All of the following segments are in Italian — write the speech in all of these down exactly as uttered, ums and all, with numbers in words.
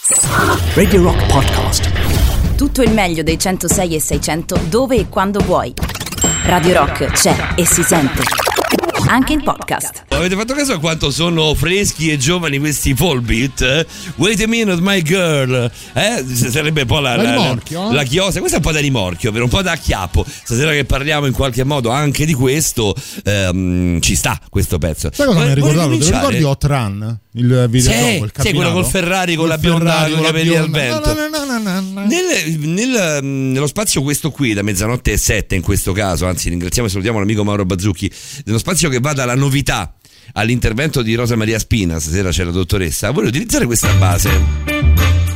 Radio Rock Podcast. Tutto il meglio dei centosei e seicento dove e quando vuoi. Radio Rock c'è e si sente anche in podcast. Avete fatto caso a quanto sono freschi e giovani questi Volbeat? Eh? Wait a minute, my girl. Eh? Sarebbe un po' la, la, la, la chiosa. Questa è un po' da rimorchio, un po' da acchiappo. Stasera che parliamo in qualche modo anche di questo, ehm, ci sta questo pezzo. Sai cosa mi ha ricordato? Ti ricordi Hot Run? Il videogioco, sì, sì, quello col Ferrari con la bionda con i capelli al vento. No, no, no, no, no. Nel, nel, nello spazio questo qui, da mezzanotte e sette in questo caso, anzi ringraziamo e salutiamo l'amico Mauro Bazzucchi, nello spazio che va dalla novità all'intervento di Rosa Maria Spina, stasera c'è la dottoressa, voglio utilizzare questa base.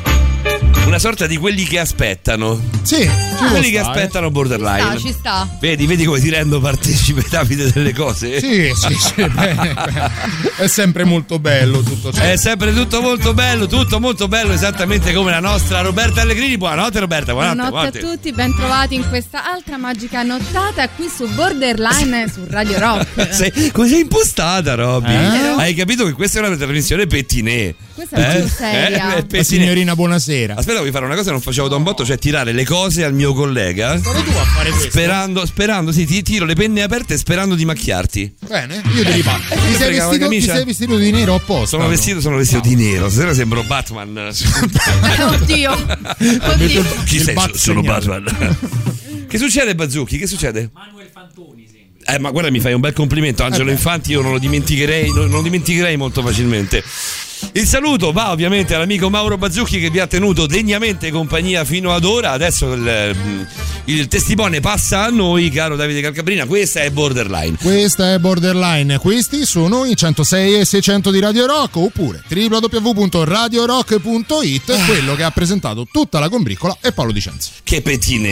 Una sorta di quelli che aspettano. Sì, ah, quelli che aspettano Borderline. Ci sta, ci sta. Vedi, vedi come ti rendo partecipe, Davide, delle cose? Sì, sì, sì. beh, è sempre molto bello tutto ciò. È sempre tutto molto bello, tutto molto bello, esattamente come la nostra Roberta Allegrini. Buonanotte Roberta, buonanotte. Buonanotte, buonanotte a tutti, ben trovati in questa altra magica nottata qui su Borderline su Radio Rock. sei, come sei impostata, Robby? Eh? Hai capito che questa è una trasmissione pettinè? Questa è eh? più seria. Eh, La signorina buonasera. Aspetta, voglio fare una cosa che non facevo da un botto, cioè tirare le cose al mio collega. Sono tu a fare questo? Sperando, sperando, sì, ti tiro le penne aperte sperando di macchiarti. Bene, io te li faccio. Eh, Ti, ti sei frega, vestito, ti sei vestito di nero apposta? Sono vestito, sono vestito di nero. Stasera sembro Batman. Oddio. Oddio. Chi sei? Bat Sono segnale. Batman. Che succede, Bazzucchi? Che succede? Manuel Fantoni sembra. Eh, ma guarda, mi fai un bel complimento, Angelo. Eh Infatti, io non lo dimenticherei, non lo dimenticherei molto facilmente. Il saluto va ovviamente all'amico Mauro Bazzucchi che vi ha tenuto degnamente compagnia fino ad ora. Adesso il, il testimone passa a noi, caro Davide Calcabrina. Questa è Borderline. Questa è Borderline. Questi sono i centosei e seicento di Radio Rock, oppure w w w punto radio rock punto i t, quello che ha presentato tutta la combriccola è Paolo Dicenzo. Che pettine.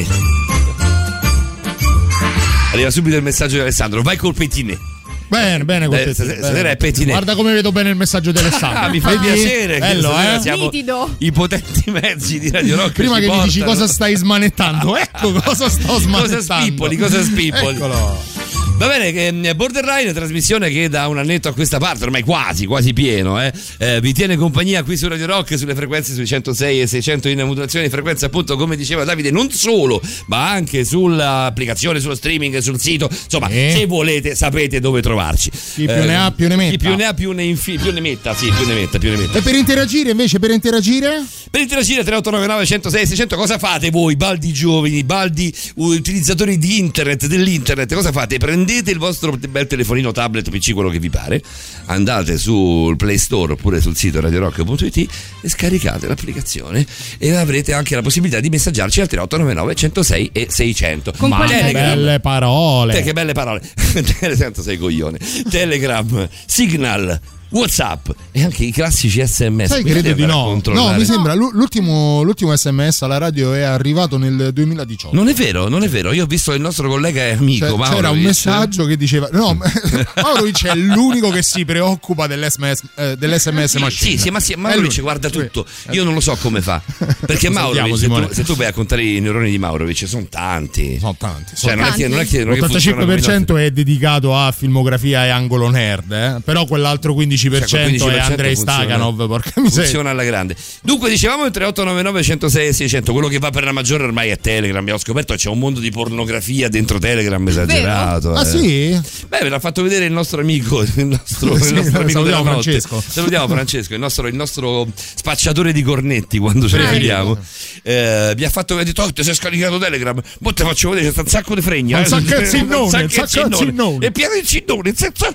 Arriva subito il messaggio di Alessandro. Vai col pettine. Bene, bene, eh, stasera è pettine. Guarda come vedo bene il messaggio di Alessandro. Ah, mi fa piacere. Bello, che eh? siamo Nitido. i potenti mezzi di Radio Rock. Prima che portano. mi dici cosa stai smanettando, ecco cosa sto smanettando. Cosa spippoli, cosa spippoli. Eccolo. Va bene, che Borderline, trasmissione che da un annetto a questa parte, ormai quasi, quasi pieno, eh, eh, vi tiene compagnia qui su Radio Rock, sulle frequenze sui centosei e seicento in modulazione di frequenza, appunto, come diceva Davide, non solo, ma anche sull'applicazione, sullo streaming, sul sito, insomma, eh. se volete sapete dove trovarci. Chi più eh, ne ha più ne metta. Chi più ne ha più ne, infi- più ne metta, sì, più ne metta, più ne metta. E per interagire invece, per interagire? Per interagire tre otto nove nove centosei seicento, cosa fate voi, baldi giovani, baldi utilizzatori di internet, dell'internet, cosa fate? Prendete il vostro bel telefonino, tablet, P C, quello che vi pare, andate sul Play Store oppure sul sito radio rock punto i t e scaricate l'applicazione e avrete anche la possibilità di messaggiarci al tre otto nove nove centosei e seicento. Con Ma che belle parole. Te, che belle parole. Sento sei coglione. Telegram, Signal, WhatsApp e anche i classici sms. Sai, credo di no. No, mi sembra l'ultimo, l'ultimo sms alla radio è arrivato nel duemiladiciotto. Non è vero, non è vero. Io ho visto il nostro collega e amico C'è, Maurovic. C'era un messaggio che diceva: no, Maurovic è l'unico che si preoccupa dell'esse emme esse, eh, dell'esse emme esse machine. Sì, sì, ma sì, Maurovic guarda tutto. Io non lo so come fa. Perché Maurovic, se tu, se tu vai a contare i neuroni di Maurovic, sono tanti. Sono tanti. Cioè, non è che, non è che, non è che l'ottantacinque per cento è dedicato a filmografia e angolo nerd, eh? Però quell'altro quindici per cento cioè, è Andrei Staganov, porca miseria. Funziona alla grande. Dunque, dicevamo il tre otto nove nove centosei e seicento, quello che va per la maggiore ormai è Telegram. Abbiamo scoperto che c'è un mondo di pornografia dentro Telegram esagerato. Ah, eh. sì? Beh, ve l'ha fatto vedere il nostro amico, il nostro, sì, il nostro amico della notte. Francesco. Salutiamo Francesco, il nostro, il nostro spacciatore di cornetti quando ce ne vediamo. Eh, vi ha fatto vedere, oh, ti sei scaricato Telegram, poi te faccio vedere, c'è un sacco di fregna. Un eh. sacco di zinnone, un sacco di zinnone. È pieno di zinnone, senza...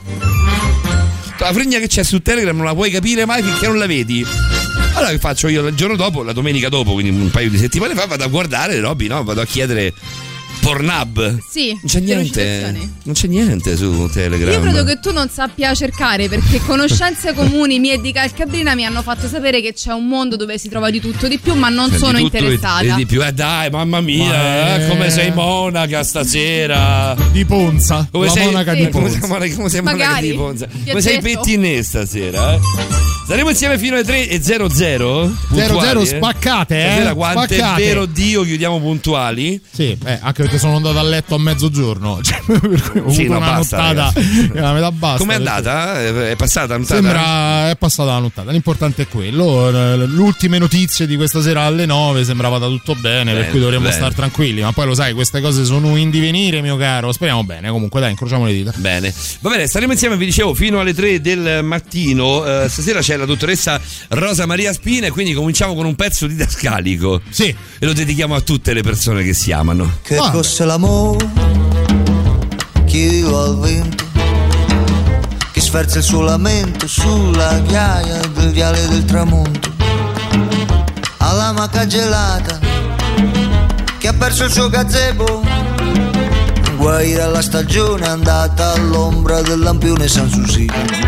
La fregna che c'è su Telegram non la puoi capire mai finché non la vedi. Allora che faccio io il giorno dopo, la domenica dopo, quindi un paio di settimane fa, vado a guardare Robby, no? Vado a chiedere Pornhub. Sì, non c'è niente. Non c'è niente su Telegram. Io credo che tu non sappia cercare, perché conoscenze comuni mie e di Calcabrina mi hanno fatto sapere che c'è un mondo dove si trova di tutto di più, ma non C'è sono di tutto interessata. E di più. Eh dai, mamma mia, ma eh, come sei monaca stasera. Di Ponza. Come la sei, monaca sì. di Ponza. Come sei, come sei monaca Magari. di Ponza? Come Piaccetto. sei pettinè stasera, eh? Staremo insieme fino alle tre e zero zero zero zero spaccate, eh? Stasera, quanto spaccate. È vero Dio, chiudiamo puntuali. Sì, eh, anche perché sono andato a letto a mezzogiorno. Cioè, per cui ho sì, avuto no, una basta, nottata. La metà basta. Com'è andata? È passata la nottata? Sembra è passata la nottata. L'importante è quello. Le ultime notizie di questa sera alle nove sembrava da tutto bene, bene per cui dovremmo bene. stare tranquilli. Ma poi lo sai, queste cose sono in divenire, mio caro. Speriamo bene. Comunque, dai, incrociamo le dita. Bene, va bene, staremo insieme, vi dicevo, fino alle tre del mattino. Uh, stasera c'è la dottoressa Rosa Maria Spina e quindi cominciamo con un pezzo didascalico. Sì. E lo dedichiamo a tutte le persone che si amano. Che ah. cos'è l'amore? Chiedilo al vento che sferza il suo lamento sulla ghiaia del viale del tramonto, alla maca gelata che ha perso il suo gazebo, guaire alla stagione andata all'ombra del lampione Sanssouci.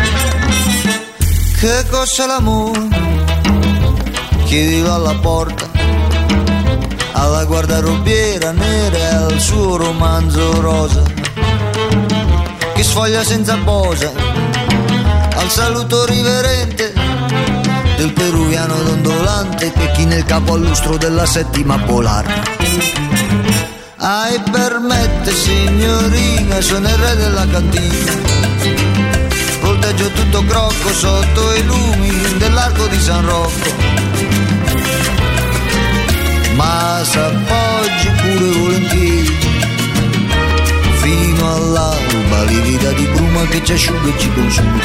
Che cos'è l'amore? Chiedilo alla porta, alla guardarobiera nera e al suo romanzo rosa che sfoglia senza posa, al saluto riverente del peruviano dondolante che china il capo al lustro della settima polare. Ah, e permette signorina, sono il re della cantina, volteggio tutto crocco sotto i lumi dell'arco di San Rocco, ma s'appoggi pure volentieri fino all'alba, livida di bruma che ci asciuga e ci consuma.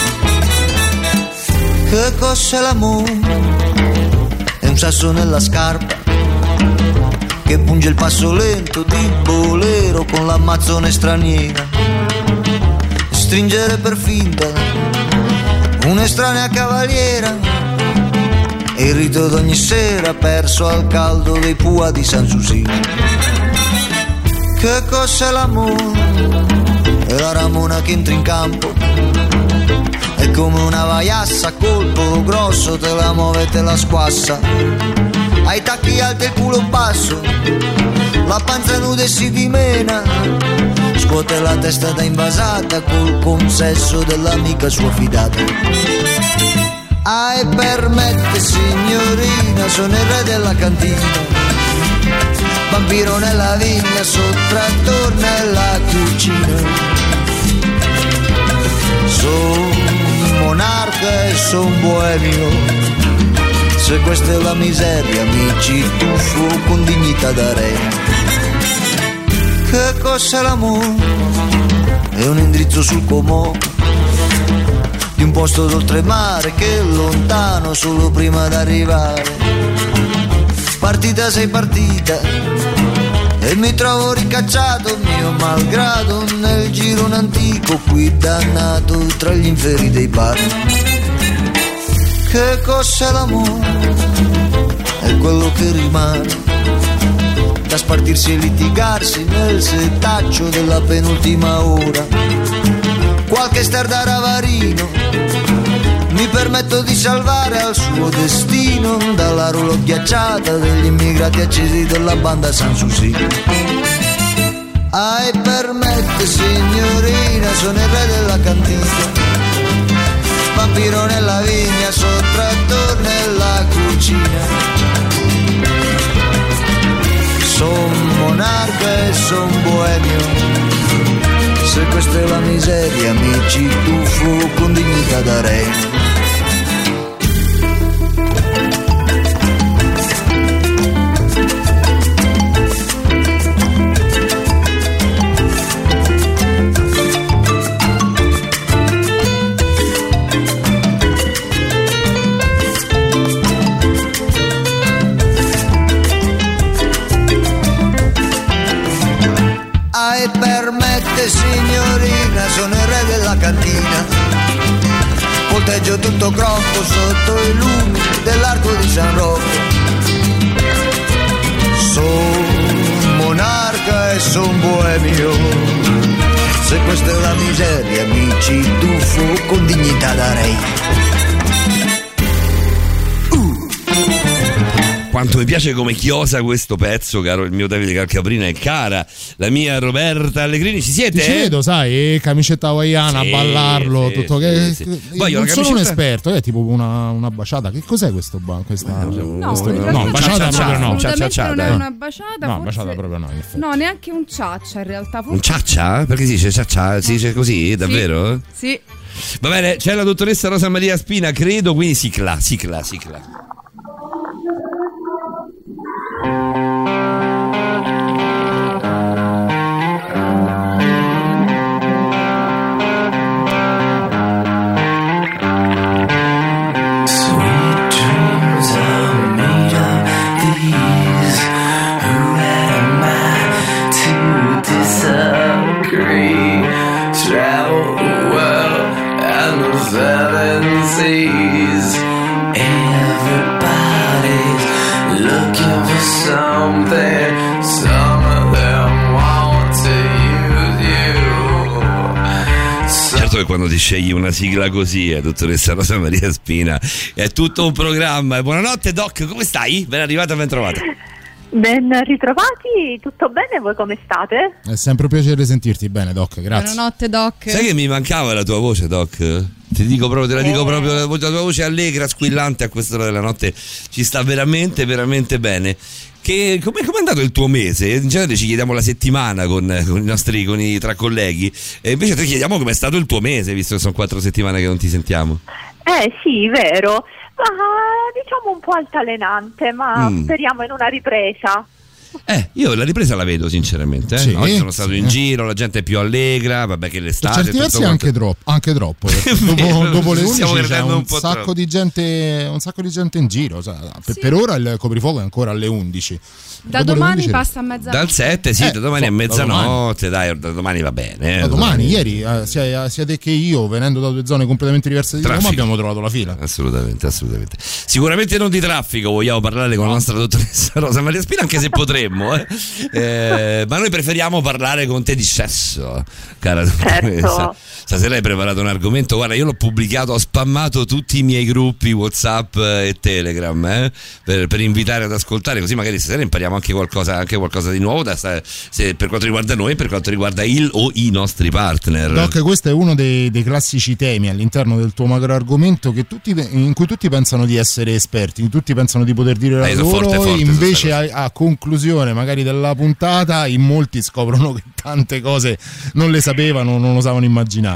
Che cos'è l'amore? È un sasso nella scarpa che punge il passo lento di bolero con l'ammazzone straniera, stringere per finta un'estranea cavaliera e il rito d'ogni sera perso al caldo dei pua di Sanssouci. Che cos'è l'amore? È la ramona che entra in campo, è come una vaiassa a colpo grosso, te la muove e te la squassa, ai tacchi alti e il culo basso, la panza nuda e si dimena, scuote la testa da invasata col consesso dell'amica sua fidata. Ah, e permette signorina, sono il re della cantina, vampiro nella vigna, sottrattore nella cucina, son monarca e son boemio, se questa è la miseria mi ci tuffo con dignità da re. Che cos'è l'amore? È un indirizzo sul Comò di un posto d'oltremare che è lontano solo prima d'arrivare. Partita sei partita e mi trovo ricacciato mio malgrado nel girone antico qui dannato tra gli inferi dei bar. Che cos'è l'amore? È quello che rimane da spartirsi e litigarsi nel setaccio della penultima ora. Qualche star da ravarino mi permetto di salvare al suo destino dalla rulo ghiacciata degli immigrati accesi della banda Sanssouci. Ah, e permette signorina, sono il re della cantina, vampiro nella vigna, sottrattore nella cucina, son monarca e son boemio, se questa è la miseria mi ci tuffo con dignità da re. E permette signorina, sono il re della cantina, volteggio tutto crocco sotto i lumi dell'arco di San Rocco, son monarca e son boemio, se questa è la miseria mi ci tuffo con dignità da re. quanto mi piace come chiosa questo pezzo, caro il mio Davide Calcabrina e cara la mia Roberta Allegrini. Ci siete? Ci vedo, sai, camicetta hawaiana, sì, a ballarlo, sì, tutto sì, che sì. Io Voglio non la sono camicetta... un esperto, è tipo una, una baciata. Che cos'è questo banco? Questa... No, questo... in no, baciata ciao, proprio no. ciao, ciao, assolutamente ciao, non dai. è una baciata, No, forse... baciata proprio no, in effetti. No, neanche un ciaccia in realtà. Forse... Un ciaccia? Perché si dice ciaccia? Si dice così, davvero? Sì. Va bene, c'è la dottoressa Rosa Maria Spina, credo, quindi sigla, sigla, sigla. Travel the world and the seven seas. Everybody's looking for something. Some of them want to use you. Certo che quando ti scegli una sigla così, eh, dottoressa Rosa Maria Spina, è tutto un programma. Buonanotte Doc, come stai? Ben arrivata, ben trovata. Ben ritrovati, tutto bene? Voi come state? È sempre un piacere sentirti bene, Doc, grazie. Buonanotte Doc. Sai che mi mancava la tua voce, Doc? Ti dico proprio, te la dico proprio, la tua voce allegra, squillante a quest'ora della notte ci sta veramente, veramente bene. Che, come è andato il tuo mese? In genere ci chiediamo la settimana con, con i nostri con i, tra colleghi, e invece ti chiediamo come è stato il tuo mese, visto che sono quattro settimane che non ti sentiamo. Eh sì, vero, ma diciamo un po' altalenante, ma Mm. speriamo in una ripresa. Eh, io la ripresa la vedo sinceramente. Eh? Sì, Oggi sono stato sì. in giro, la gente è più allegra, vabbè che Per l'estate. certi tutto versi quanto- anche troppo, anche troppo. perché È dopo, vero, dopo le stiamo undici c'è credendo un, un po' sacco troppo. di gente, un sacco di gente in giro. Cioè, per, per ora il coprifuoco è ancora alle undici. Da Dopo le domani undici passa a mezzanotte. Dal sette, sì, Eh, da domani so, a da mezzanotte, dai, da domani va bene. eh, Da domani, ieri, eh, sia, sia te che io, venendo da due zone completamente diverse di Traffico. Roma, abbiamo trovato la fila. Assolutamente, assolutamente. Sicuramente non di traffico, vogliamo parlare con la nostra dottoressa Rosa Maria Spina, anche se potremmo, eh. Eh, ma noi preferiamo parlare con te di sesso, cara dottoressa. Certo. Stasera hai preparato un argomento, guarda, io l'ho pubblicato, ho spammato tutti i miei gruppi WhatsApp e Telegram, eh, per, per invitare ad ascoltare, così magari stasera impariamo anche qualcosa, anche qualcosa di nuovo da, se, per quanto riguarda noi e per quanto riguarda il o i nostri partner. Doc, questo è uno dei, dei classici temi all'interno del tuo macro argomento che tutti, in cui tutti pensano di essere esperti, tutti pensano di poter dire la Eh, sono loro, forte, forte su invece sta a, a conclusione magari della puntata in molti scoprono che tante cose non le sapevano, non osavano immaginarle.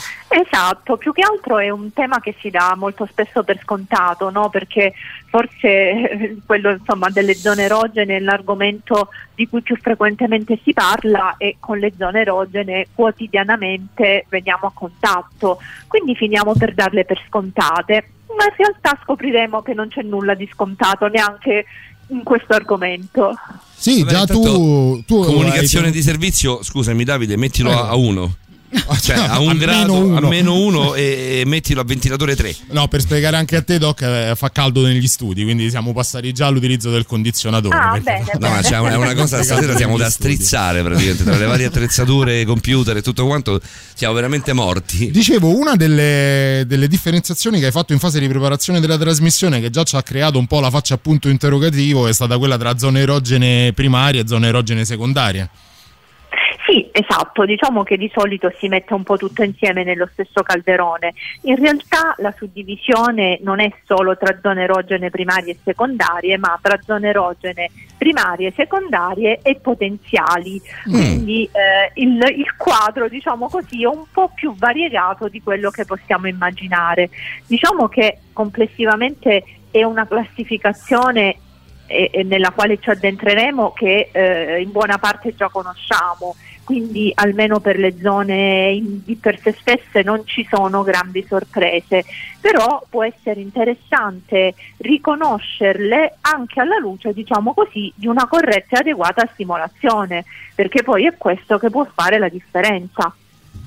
Esatto, più che altro è un tema che si dà molto spesso per scontato, no? Perché forse eh, quello insomma delle zone erogene è l'argomento di cui più frequentemente si parla e con le zone erogene quotidianamente veniamo a contatto, quindi finiamo per darle per scontate, ma in realtà scopriremo che non c'è nulla di scontato neanche in questo argomento. Sì, Vabbè, già intanto, tu, tu comunicazione hai- di servizio, scusami Davide, mettilo Eh. a, a uno. Cioè a un A meno grado, uno. a meno uno e, e mettilo a ventilatore tre. No, per spiegare anche a te, Doc, eh, fa caldo negli studi, quindi siamo passati già all'utilizzo del condizionatore. Ah, perché- bene, No, ma c'è una, è una cosa, stasera siamo da strizzare praticamente, tra le varie attrezzature, computer e tutto quanto, siamo veramente morti. Dicevo, una delle, delle differenziazioni che hai fatto in fase di preparazione della trasmissione, che già ci ha creato un po' la faccia a punto interrogativo, è stata quella tra zone erogene primarie e zone erogene secondarie. Sì, esatto, diciamo che di solito si mette un po' tutto insieme nello stesso calderone. In realtà la suddivisione non è solo tra zone erogene primarie e secondarie, ma tra zone erogene primarie, secondarie e potenziali. Mm. Quindi eh, il, il quadro, diciamo così, è un po' più variegato di quello che possiamo immaginare. Diciamo che complessivamente è una classificazione e, e nella quale ci addentreremo che eh, in buona parte già conosciamo, quindi almeno per le zone in, di per sé stesse non ci sono grandi sorprese, però può essere interessante riconoscerle anche alla luce, diciamo così, di una corretta e adeguata stimolazione, perché poi è questo che può fare la differenza.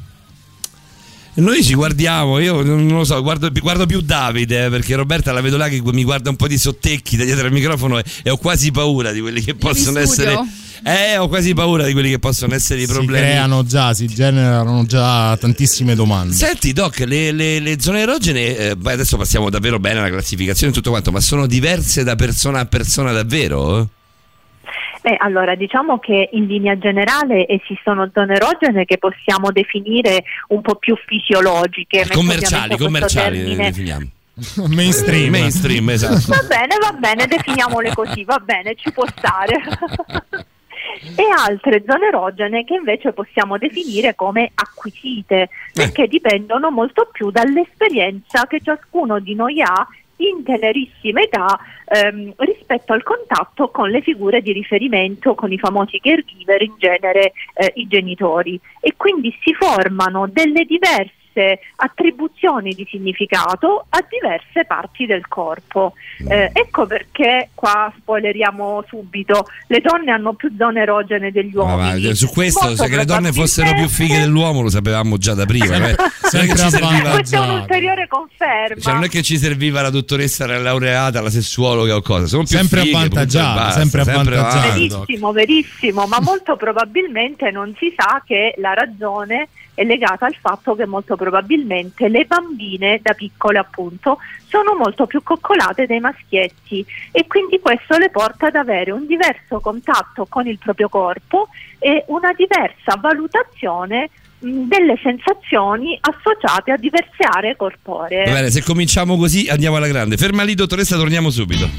Noi ci guardiamo, io non lo so, guardo, guardo più Davide, eh, perché Roberta la vedo là che mi guarda un po' di sottecchi da dietro il microfono e, e ho quasi paura di quelli che possono vi studio. essere Eh, ho quasi paura di quelli che possono essere i problemi. Si creano già, si generano già tantissime domande. Senti Doc, le, le, le zone erogene, eh, beh, adesso passiamo davvero bene alla classificazione e tutto quanto, ma sono diverse da persona a persona davvero? Eh, allora, diciamo che in linea generale esistono zone erogene che possiamo definire un po' più fisiologiche. Commerciali, commerciali le definiamo. Mainstream. Mainstream, esatto. Va bene, va bene, definiamole così, va bene, ci può stare. E altre zone erogene che invece possiamo definire come acquisite, perché eh. dipendono molto più dall'esperienza che ciascuno di noi ha in tenerissima età ehm, rispetto al contatto con le figure di riferimento, con i famosi caregiver, in genere eh, i genitori, e quindi si formano delle diverse attribuzioni di significato a diverse parti del corpo. Eh, ecco perché qua spoileriamo subito: le donne hanno più zone erogene degli uomini. Ma, ma, su questo, se che le donne fossero più fighe dell'uomo lo sapevamo già da prima. eh. Sempre ci serviva, questa è un'ulteriore conferma. cioè, non è che ci serviva la dottoressa, la laureata, la sessuologa o cosa. Sono più sempre fighe, avvantaggiata, sempre avvantaggiata. Verissimo, verissimo, ma molto probabilmente non si sa che la ragione è legata al fatto che molto probabilmente le bambine da piccole, appunto, sono molto più coccolate dei maschietti, e quindi questo le porta ad avere un diverso contatto con il proprio corpo e una diversa valutazione mh, delle sensazioni associate a diverse aree corporee. Va bene, se cominciamo così andiamo alla grande. Ferma lì, dottoressa, torniamo subito.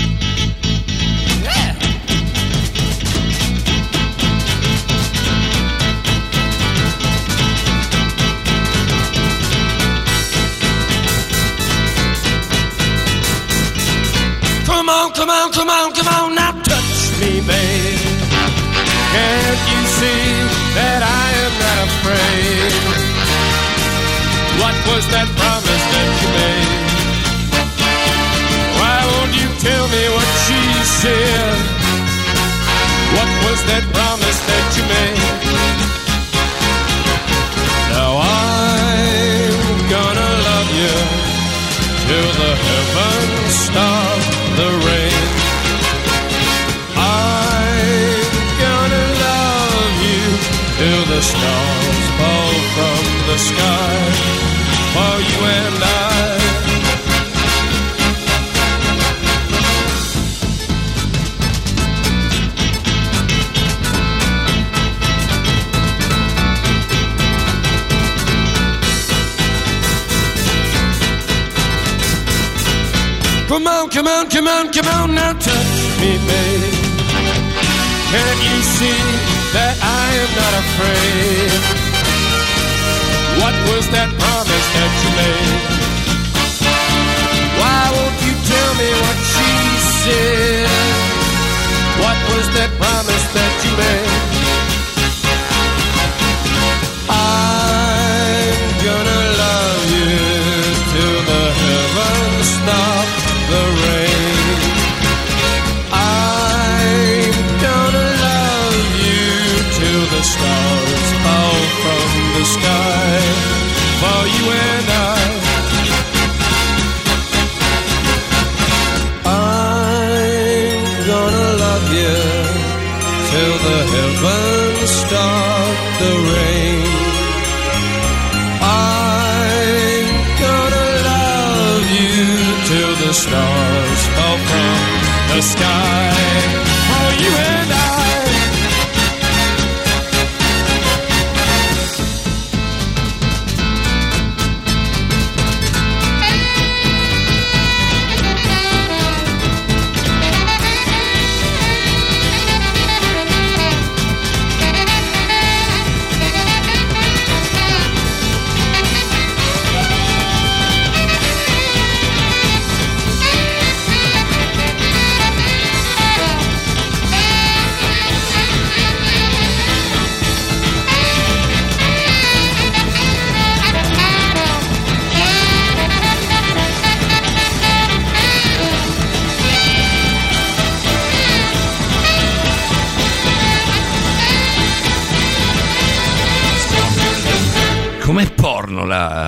Come on, come on, come on, come on, now touch me, babe. Can't you see that I am not afraid? What was that promise that you made? Why won't you tell me what she said? What was that promise that you made? Now I'm gonna love you till the heavens stop the rain. I'm gonna love you till the stars fall from the sky for you and I. Come on, come on, come on, come on, now touch me, babe. Can't you see that I am not afraid? What was that promise that you made? Why won't you tell me what she said? What was that promise that you made? I'm gonna love you till the heavens stop the rain. I'm gonna love you till the stars fall from the sky for you and I. I'm gonna love you till the heavens stop the rain. I'm gonna love you till the stars fall from the sky for you and I. com'è porno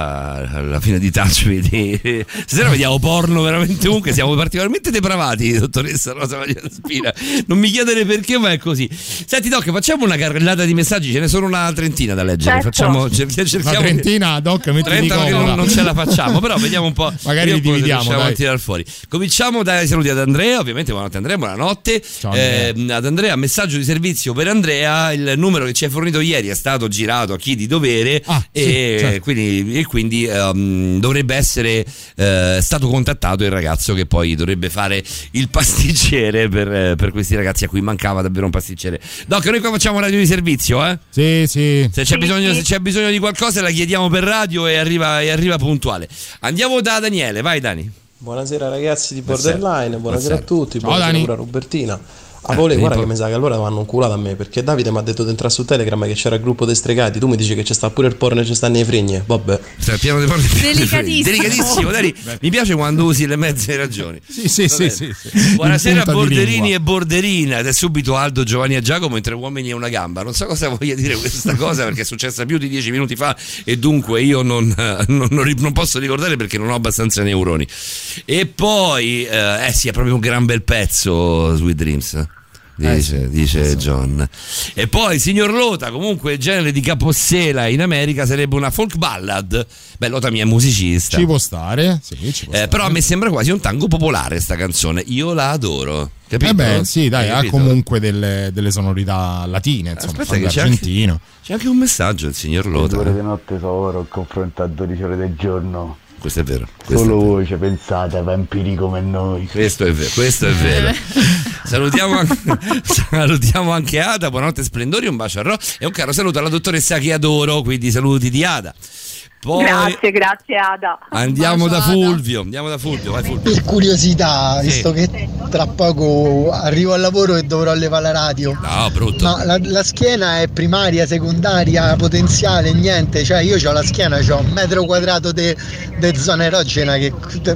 la, la fine di Touch Me. Stasera vediamo porno veramente ovunque, siamo particolarmente depravati, dottoressa Rosa Maria Spina. Non mi chiedere perché, ma è così. Senti Doc, facciamo una carrellata di messaggi, ce ne sono una trentina da leggere. Certo. Facciamo, cerchiamo una trentina, Doc, metti di comoda. non, non ce la facciamo, però vediamo un po'. Magari li dividiamo, a tirare fuori. Cominciamo dai saluti ad Andrea, ovviamente buonanotte Andrea, buonanotte. Ciao, Andrea. Eh, ad Andrea, messaggio di servizio per Andrea, il numero che ci hai fornito ieri è stato girato a chi di dovere ah, e, sì, certo. quindi, e quindi um, dovrebbe essere uh, stato contattato il ragazzo che poi dovrebbe fare il pasticcere per, per questi ragazzi a cui mancava davvero un pasticcere. Doc, noi qua facciamo radio di servizio, eh? Sì, sì. Se c'è, sì, bisogno, sì. se c'è bisogno di qualcosa la chiediamo per radio e arriva, e arriva puntuale. Andiamo da Daniele, vai Dani. Buonasera ragazzi di Buonasera. Borderline, buonasera, buonasera a tutti, Ciao, buonasera Dani. pure a Robertina. A Eh, Vole, guarda po- che mi sa che allora vanno un culato a me, perché Davide mi ha detto di entrare su Telegram che c'era il gruppo dei stregati, tu mi dici che c'è sta pure il porno e ci stanno i frigne, vabbè. Cioè, piano di porno- Delicatissimo. Delicatissimo, Dani. Mi piace quando usi le mezze ragioni. Sì, sì, Va sì, bene. sì, sì. Buonasera In punta di Borderini lingua. e Borderina. Ed è subito Aldo, Giovanni e Giacomo in Tre uomini e una gamba. Non so cosa voglia dire questa cosa perché è successa più di dieci minuti fa e dunque io non, non, non, non posso ricordare perché non ho abbastanza neuroni. E poi, eh, eh sì, è proprio un gran bel pezzo Sweet Dreams. Dice, Eh sì, dice sì. John. E poi signor Lota, comunque il genere di Capossela in America sarebbe una folk ballad. Beh, Lota mi è musicista. Ci può stare, sì, ci può Eh, stare. però a me sembra quasi un tango popolare sta canzone. Io la adoro. Capito? Eh beh, sì, dai, Hai ha capito? comunque delle, delle sonorità latine, insomma, Aspetta funk che c'è anche, argentino. c'è anche un messaggio del signor Lota. Ore di notte tesoro, confronto a dodici ore del giorno. Questo è vero. Questo Solo è vero. voi ci pensate a vampiri come noi. Questo è vero, questo è vero. Salutiamo anche, salutiamo anche Ada, buonanotte splendori, un bacio a Ro e un caro saluto alla dottoressa che adoro, quindi saluti di Ada. Poi Grazie, grazie Ada. andiamo da Bacio, Ada. Fulvio, andiamo da Fulvio, vai Fulvio. Per curiosità, Sì. visto che tra poco arrivo al lavoro e dovrò levare la radio, No, brutto. ma la, la schiena è primaria, secondaria, potenziale, niente, cioè io ho la schiena, ho un metro quadrato di zona erogena, che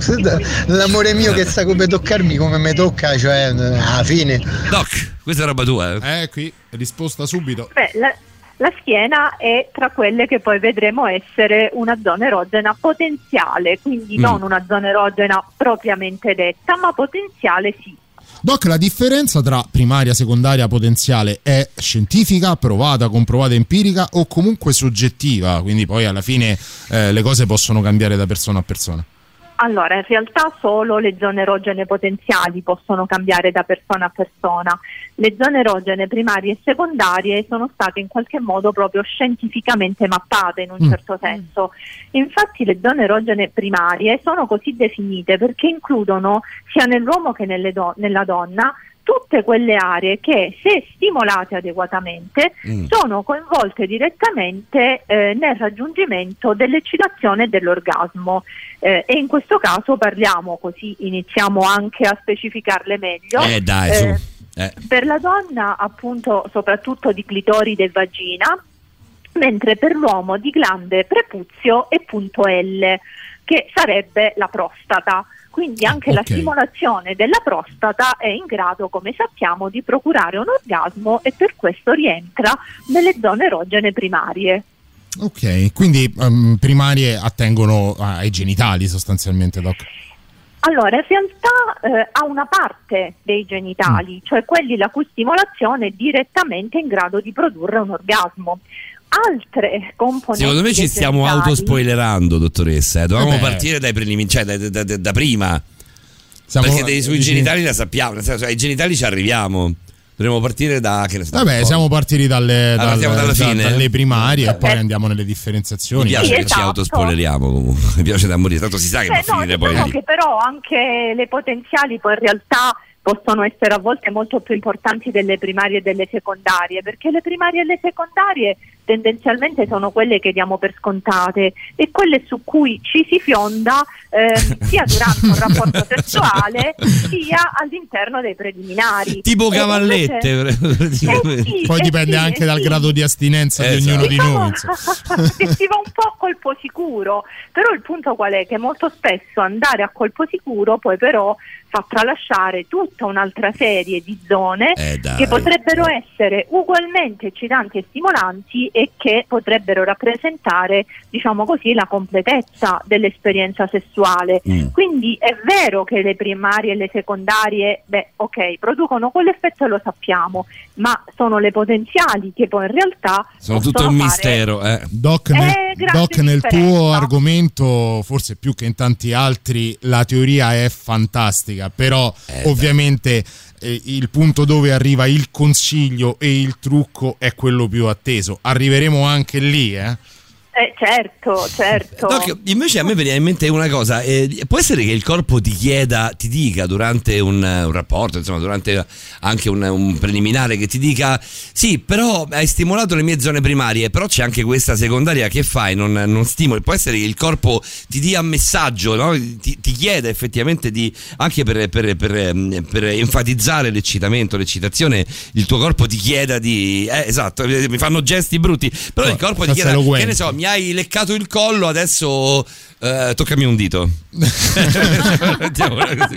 l'amore mio che sta come toccarmi come mi tocca, cioè alla fine. Doc, questa è roba tua, eh? Eh, qui, risposta subito. Beh, la, la schiena è tra quelle che poi vedremo essere una zona erogena potenziale, quindi Mm. non una zona erogena propriamente detta, ma potenziale sì. Doc, la differenza tra primaria, secondaria, potenziale è scientifica, provata, comprovata, empirica o comunque soggettiva? Quindi poi alla fine eh, le cose possono cambiare da persona a persona. Allora, in realtà solo le zone erogene potenziali possono cambiare da persona a persona. Le zone erogene primarie e secondarie sono state in qualche modo proprio scientificamente mappate in un Mm. certo senso. Infatti le zone erogene primarie sono così definite perché includono sia nell'uomo che nelle do- nella donna tutte quelle aree che, se stimolate adeguatamente, Mm. sono coinvolte direttamente eh, nel raggiungimento dell'eccitazione e dell'orgasmo. Eh, e in questo caso parliamo, così iniziamo anche a specificarle meglio. Eh dai, eh, su. Eh. Per la donna, appunto, soprattutto di clitoride e vagina, mentre per l'uomo di glande, prepuzio e punto L, che sarebbe la prostata. Quindi anche Ah, la ok. stimolazione della prostata è in grado, come sappiamo, di procurare un orgasmo e per questo rientra nelle zone erogene primarie. Ok, quindi ehm, primarie attengono ai genitali sostanzialmente, Doc. Allora, in realtà eh, ha una parte dei genitali, cioè quelli la cui stimolazione è direttamente in grado di produrre un orgasmo. Altre componenti Secondo me ci dei stiamo genitali- autospoilerando, dottoressa. Eh. Dovevamo Eh beh. partire dai preliminari, cioè da, da- da- da prima. Siamo- Perché dei, sui dici- genitali la sappiamo, nel senso, ai genitali ci arriviamo. Dovremmo partire da che ne so, Vabbè, un po'. siamo partiti dalle, Ah, partiamo dalle- dalla da- fine? dalle primarie e poi Eh. andiamo nelle Mi differenziazioni. piace Sì, che ci esatto. autospoileriamo comunque. Mi piace da morire, tanto si sa che Eh, va a no, finire poi diciamo lì. che però anche le potenziali poi in realtà possono essere a volte molto più importanti delle primarie e delle secondarie, perché le primarie e le secondarie tendenzialmente sono quelle che diamo per scontate e quelle su cui ci si fionda ehm, sia durante un rapporto sessuale sia all'interno dei preliminari. Tipo E cavallette. invece- Eh sì, Poi eh dipende sì, anche eh dal sì. grado di astinenza di Esatto. ognuno di Diciamo noi. insomma. che si va un po' a colpo sicuro, però il punto qual è? Che molto spesso andare a colpo sicuro poi però fa tralasciare tutta un'altra serie di zone Eh, dai. che potrebbero essere ugualmente eccitanti e stimolanti e e che potrebbero rappresentare, diciamo così, la completezza dell'esperienza sessuale. Mm. Quindi è vero che le primarie e le secondarie, beh, ok, producono quell'effetto e lo sappiamo, ma sono le potenziali che poi in realtà sono tutto un mistero. Eh. Doc, nel, Doc nel tuo argomento, forse più che in tanti altri, la teoria è fantastica, però eh, ovviamente eh, il punto dove arriva il consiglio e il trucco è quello più atteso. Arriveremo anche lì, eh? Eh, certo, certo. Doc, invece a me veniva in mente una cosa, eh, può essere che il corpo ti chieda, ti dica durante un, un rapporto, insomma durante anche un, un preliminare, che ti dica sì, però hai stimolato le mie zone primarie, però c'è anche questa secondaria, che fai? Non, non stimoli. Può essere che il corpo ti dia un messaggio, no? ti, ti chiede effettivamente di, anche per, per, per, per enfatizzare l'eccitamento, l'eccitazione, il tuo corpo ti chieda di, eh, esatto, mi fanno gesti brutti, però oh, il corpo ti chiede, che ne so, mi hai leccato il collo, adesso eh, toccami un dito. Beh,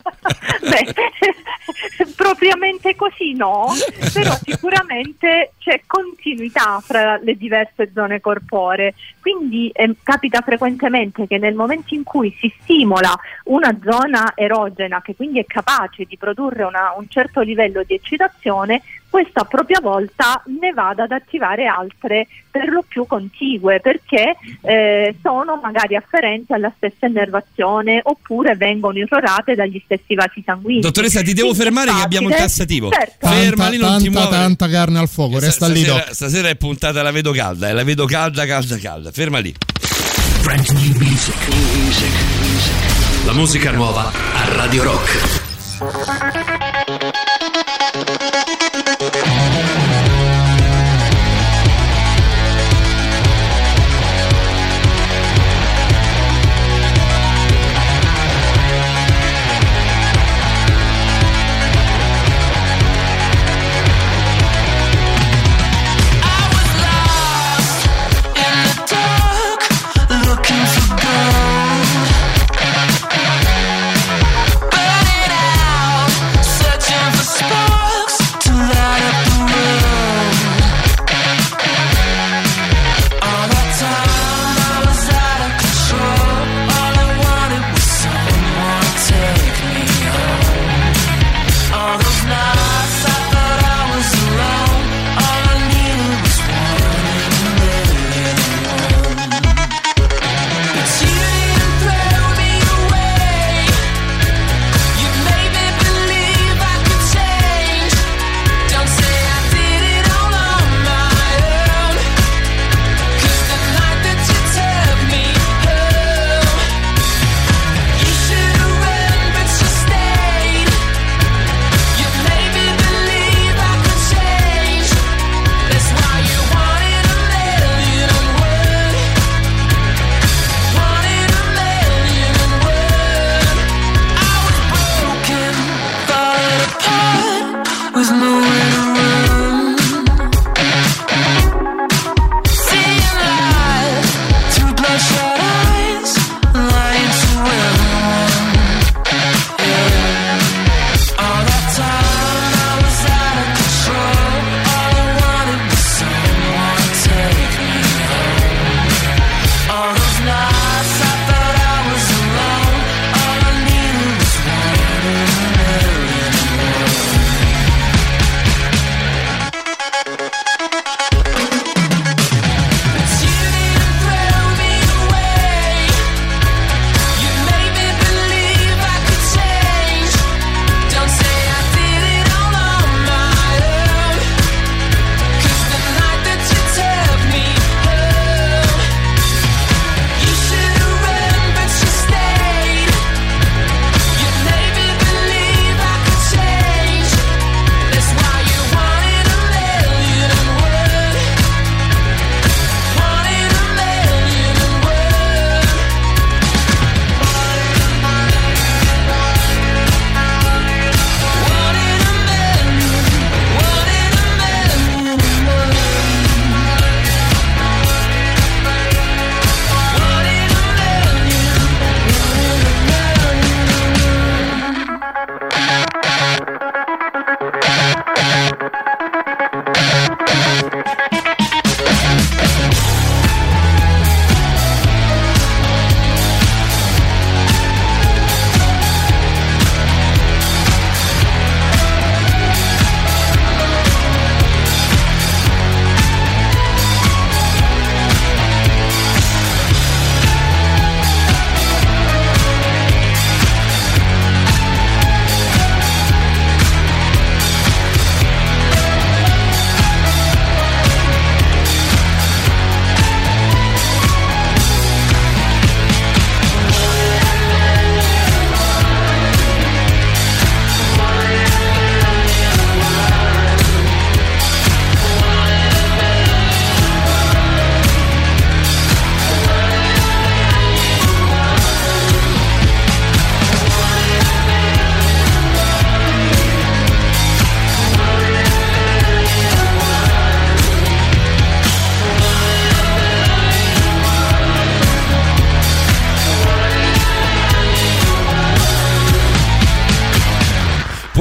propriamente così no, però sicuramente c'è continuità fra le diverse zone corporee, quindi eh, capita frequentemente che nel momento in cui si stimola una zona erogena, che quindi è capace di produrre una, un certo livello di eccitazione, questa a propria volta ne vada ad attivare altre per lo più contigue, perché eh, sono magari afferenti alla stessa innervazione oppure vengono irrorate dagli stessi vasi sanguigni. Dottoressa, ti devo Quindi fermare che abbiamo il tassativo. Certo. Ferma lì, non tanta, ti muovere. Tanta carne al fuoco, resta stasera, lì, Doc. Stasera è puntata, la vedo calda, eh, la vedo calda, calda, calda. Ferma lì. Brand new music. Music. La musica nuova a Radio Rock.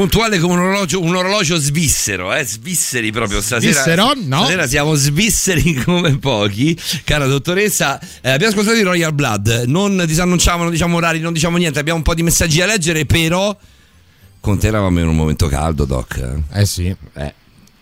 puntuale come un orologio, un orologio svissero, eh? Svisseri proprio stasera. Svissero? No. Stasera siamo svisseri come pochi, cara dottoressa. Eh, abbiamo ascoltato i Royal Blood, non disannunciamo, non diciamo orari, non diciamo niente, abbiamo un po' di messaggi da leggere, però con te eravamo in un momento caldo, Doc. Eh sì. Eh.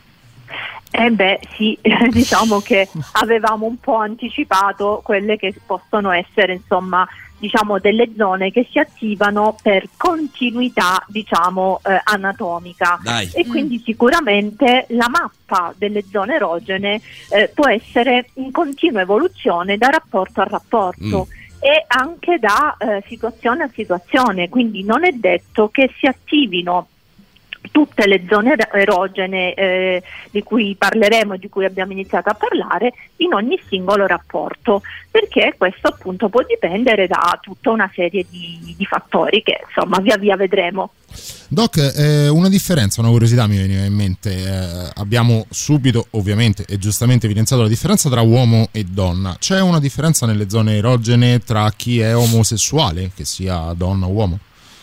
Eh beh sì, diciamo che avevamo un po' anticipato quelle che possono essere, insomma, diciamo delle zone che si attivano per continuità, diciamo, eh, anatomica. Dai. E quindi sicuramente la mappa delle zone erogene eh, può essere in continua evoluzione da rapporto a rapporto. Mm. E anche da eh, situazione a situazione, quindi non è detto che si attivino tutte le zone erogene eh, di cui parleremo e di cui abbiamo iniziato a parlare in ogni singolo rapporto, perché questo appunto può dipendere da tutta una serie di, di fattori che insomma via via vedremo. Doc, eh, una differenza, una curiosità mi veniva in mente, eh, abbiamo subito ovviamente e giustamente evidenziato la differenza tra uomo e donna. C'è una differenza nelle zone erogene tra chi è omosessuale, che sia donna o uomo?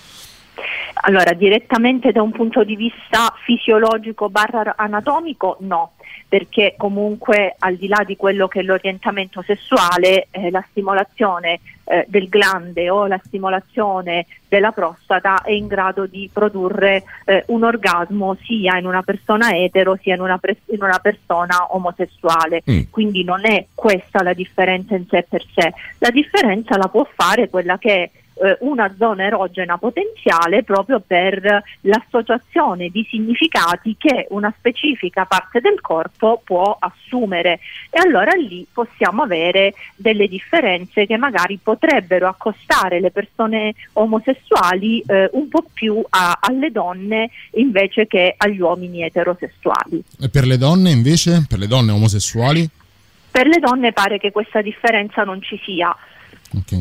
Allora, direttamente da un punto di vista fisiologico barra anatomico no, perché comunque al di là di quello che è l'orientamento sessuale, eh, la stimolazione eh, del glande o la stimolazione della prostata è in grado di produrre eh, un orgasmo sia in una persona etero sia in una, pre- in una persona omosessuale. Mm. Quindi non è questa la differenza in sé per sé, la differenza la può fare quella che è una zona erogena potenziale proprio per l'associazione di significati che una specifica parte del corpo può assumere, e allora lì possiamo avere delle differenze che magari potrebbero accostare le persone omosessuali eh, un po' più a, alle donne invece che agli uomini eterosessuali. E per le donne invece? Per le donne omosessuali? Per le donne pare che questa differenza non ci sia. Ok.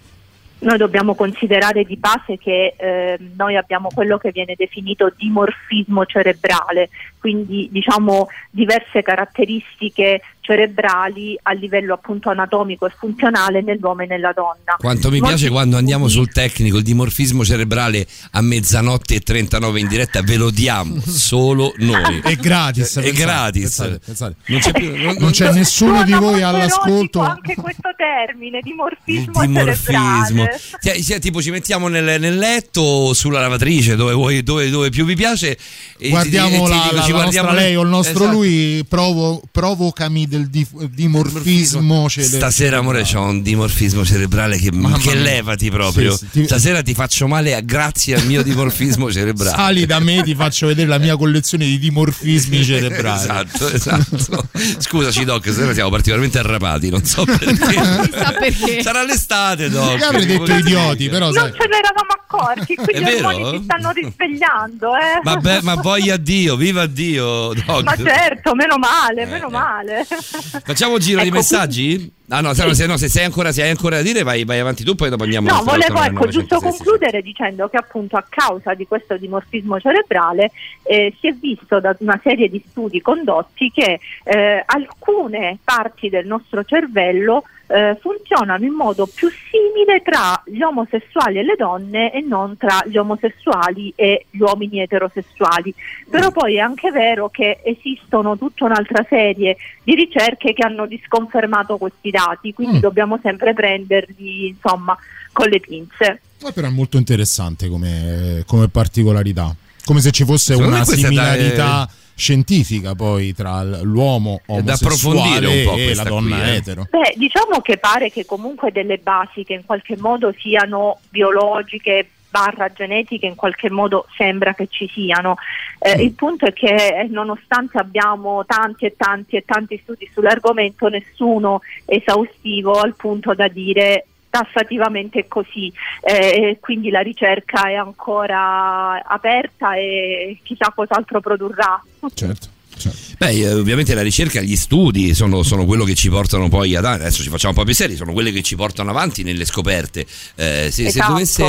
Noi dobbiamo considerare di base che eh, noi abbiamo quello che viene definito dimorfismo cerebrale, quindi diciamo diverse caratteristiche cerebrali a livello appunto anatomico e funzionale nell'uomo e nella donna. Quanto mi Molti piace quando andiamo studi... sul tecnico, il dimorfismo cerebrale a mezzanotte e trentanove in diretta, ve lo diamo solo noi. È gratis. È pensate, gratis. Pensate, pensate. Non c'è, più, non, non c'è nessuno no, di no, voi no, all'ascolto. Anche questo termine, dimorfismo, dimorfismo. cerebrale. Cioè, tipo ci mettiamo nel, nel letto, sulla lavatrice, dove, vuoi, dove, dove più vi piace. E guardiamo ti, la, ti dico, la, ci la guardiamo nostra lei o il nostro esatto. lui, provo, provocami del di, dimorfismo cerebrale. Stasera amore c'ho un dimorfismo cerebrale che, che levati proprio. Sì, sì, ti... Stasera ti faccio male a, grazie al mio dimorfismo cerebrale. Sali da me, ti faccio vedere la mia collezione di dimorfismi cerebrali. Esatto, esatto. Scusaci Doc, stasera siamo particolarmente arrapati, non so perché. Chissà perché. Sarà l'estate, Doc. Io avrei detto idioti, però non sai. ce ne eravamo accorti, qui gli ormoni si stanno risvegliando, eh. Vabbè, ma voglia Dio, viva Dio, Doc. Ma certo, meno male, eh, meno eh. male. Facciamo un giro ecco, di messaggi? Ah no, se, se, no, se sei ancora, se hai ancora da dire vai, vai avanti tu, poi dopo andiamo. No, volevo ecco giusto concludere dicendo che appunto a causa di questo dimorfismo cerebrale eh, si è visto da una serie di studi condotti che eh, alcune parti del nostro cervello eh, funzionano in modo più simile tra gli omosessuali e le donne e non tra gli omosessuali e gli uomini eterosessuali. Però poi è anche vero che esistono tutta un'altra serie di ricerche che hanno disconfermato questi dati, quindi mm. dobbiamo sempre prenderli insomma con le pinze. Ma però è molto interessante come, come particolarità, come se ci fosse Secondo una similarità è... scientifica poi tra l'uomo omosessuale e la donna qui, eh. etero. Beh, diciamo che pare che comunque delle basi che in qualche modo siano biologiche barra genetiche in qualche modo sembra che ci siano. Eh, mm. Il punto è che nonostante abbiamo tanti e tanti e tanti studi sull'argomento, nessuno esaustivo al punto da dire tassativamente è così, eh, quindi la ricerca è ancora aperta e chissà cos'altro produrrà. Certo. Certo. Beh, ovviamente la ricerca, gli studi sono, sono quello che ci portano poi ad adesso ci facciamo un po' più seri, sono quelle che ci portano avanti nelle scoperte. Eh, se, esatto. se dovesse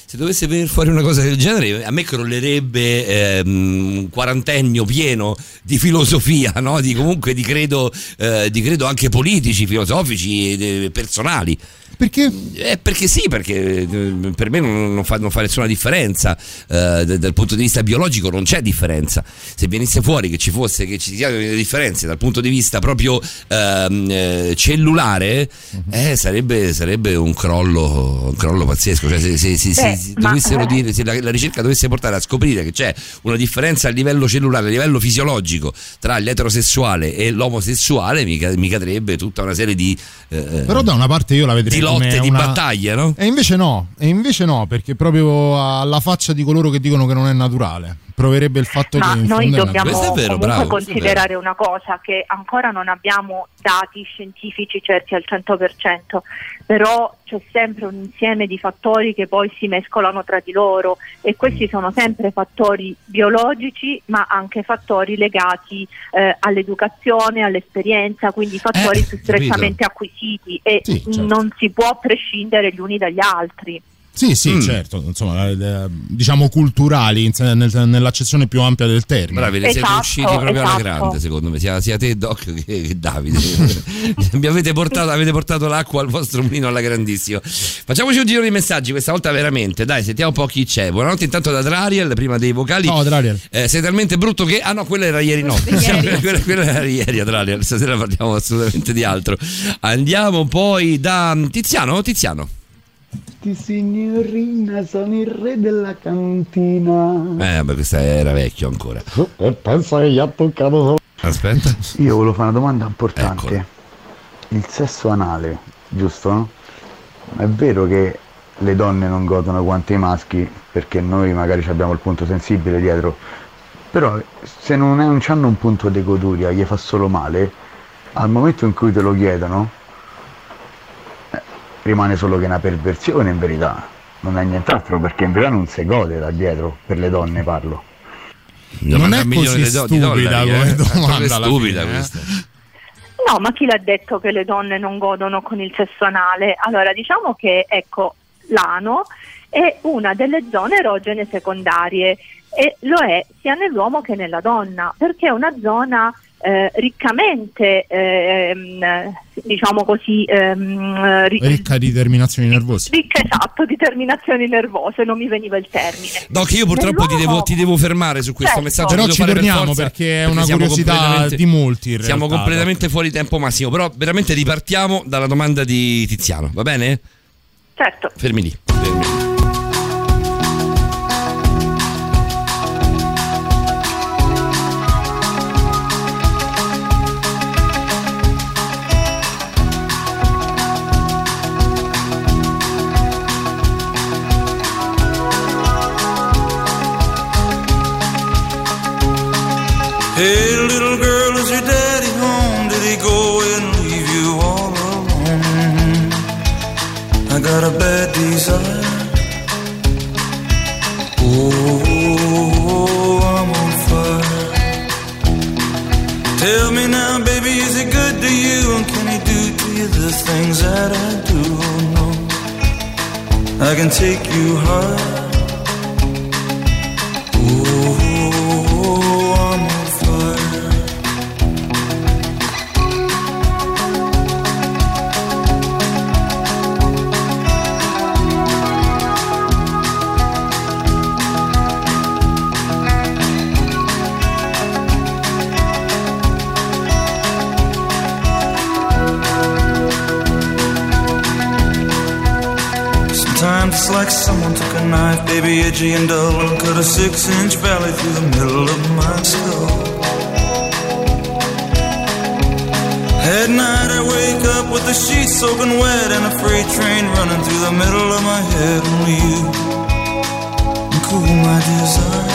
se dovesse venire fuori una cosa del genere, a me crollerebbe ehm, un quarantennio pieno di filosofia, no? Di comunque di credo, eh, di credo anche politici, filosofici e personali. Perché? Eh, perché sì, perché eh, per me non, non, fa, non fa nessuna differenza, eh, d- dal punto di vista biologico non c'è differenza. Se venisse fuori che ci fosse, che ci siano delle differenze dal punto di vista proprio ehm, eh, cellulare, eh, sarebbe, sarebbe un crollo, un crollo pazzesco. Cioè, se, se, se, se, se, dovessero dire, se la, la ricerca dovesse portare a scoprire che c'è una differenza a livello cellulare, a livello fisiologico tra l'eterosessuale e l'omosessuale, mi, mi cadrebbe tutta una serie di eh, però da una parte io la vedrei di lotte, come di una... battaglie, no? E invece no, e invece no, perché proprio alla faccia di coloro che dicono che non è naturale proverebbe il fatto Ma che in noi fondo dobbiamo è Questo è vero, comunque bravo, considerare una cosa, che ancora non abbiamo dati scientifici certi al cento per cento, però c'è sempre un insieme di fattori che poi si mescolano tra di loro, e questi sono sempre fattori biologici ma anche fattori legati eh, all'educazione, all'esperienza, quindi fattori Eh, più strettamente acquisiti, e Sì, certo. non si può prescindere gli uni dagli altri. Sì, sì, Mm. certo, insomma, eh, diciamo culturali in- nel- nell'accezione più ampia del termine. Bravi, ne siete Esatto, usciti proprio alla esatto. grande, secondo me, sia, sia te Doc che, che Davide. Mi avete portato, avete portato l'acqua al vostro mulino alla grandissima. Facciamoci un giro di messaggi, questa volta veramente, dai, sentiamo un po' chi c'è. Buonanotte intanto da Drariel, prima dei vocali. No, Drariel. Eh, sei talmente brutto che... Ah no, quella era ieri notte. quella, quella era ieri, Drariel, stasera parliamo assolutamente di altro. Andiamo poi da Tiziano, Tiziano. Ti signorina, sono il re della cantina. Eh, vabbè, questa era vecchio ancora. E pensa che gli ha toccato solo. Aspetta. Io volevo fare una domanda importante. Eccola. Il sesso anale, giusto? No? È vero che le donne non godono quanto i maschi, perché noi magari abbiamo il punto sensibile dietro, però se non, è, non hanno un punto di goduria, gli fa solo male, al momento in cui te lo chiedono rimane solo che una perversione, in verità non è nient'altro, perché in verità non si gode da dietro, per le donne parlo. Non è così stupida come domanda, È alla stupida fine, eh. questa. No, ma chi l'ha detto che le donne non godono con il sesso anale? Allora, diciamo che, ecco, l'ano è una delle zone erogene secondarie, e lo è sia nell'uomo che nella donna, perché è una zona eh, riccamente, ehm, diciamo così, ehm, ri- Ricca di terminazioni nervose. ricca, esatto, di terminazioni nervose, non mi veniva il termine. Doc, io purtroppo ti devo, ti devo fermare su questo Certo. messaggio. Però lo devo ci fare per torniamo, forza, perché è una siamo curiosità completamente- di molti, in Siamo realtà, completamente fuori tempo massimo, però veramente ripartiamo dalla domanda di Tiziano, va bene? Certo. Fermi lì. Fermi lì. Hey, little girl, is your daddy home? Did he go and leave you all alone? I got a bad desire. Oh, I'm on fire. Tell me now, baby, is he good to you? And can he do to you the things that I do? Oh, no, I can take you high. Sometimes it's like someone took a knife, baby, edgy and dull, and cut a six-inch valley through the middle of my skull. At night I wake up with the sheets soaking wet and a freight train running through the middle of my head. Only you can cool my desire.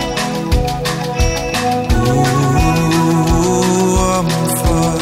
Oh, I'm on fire.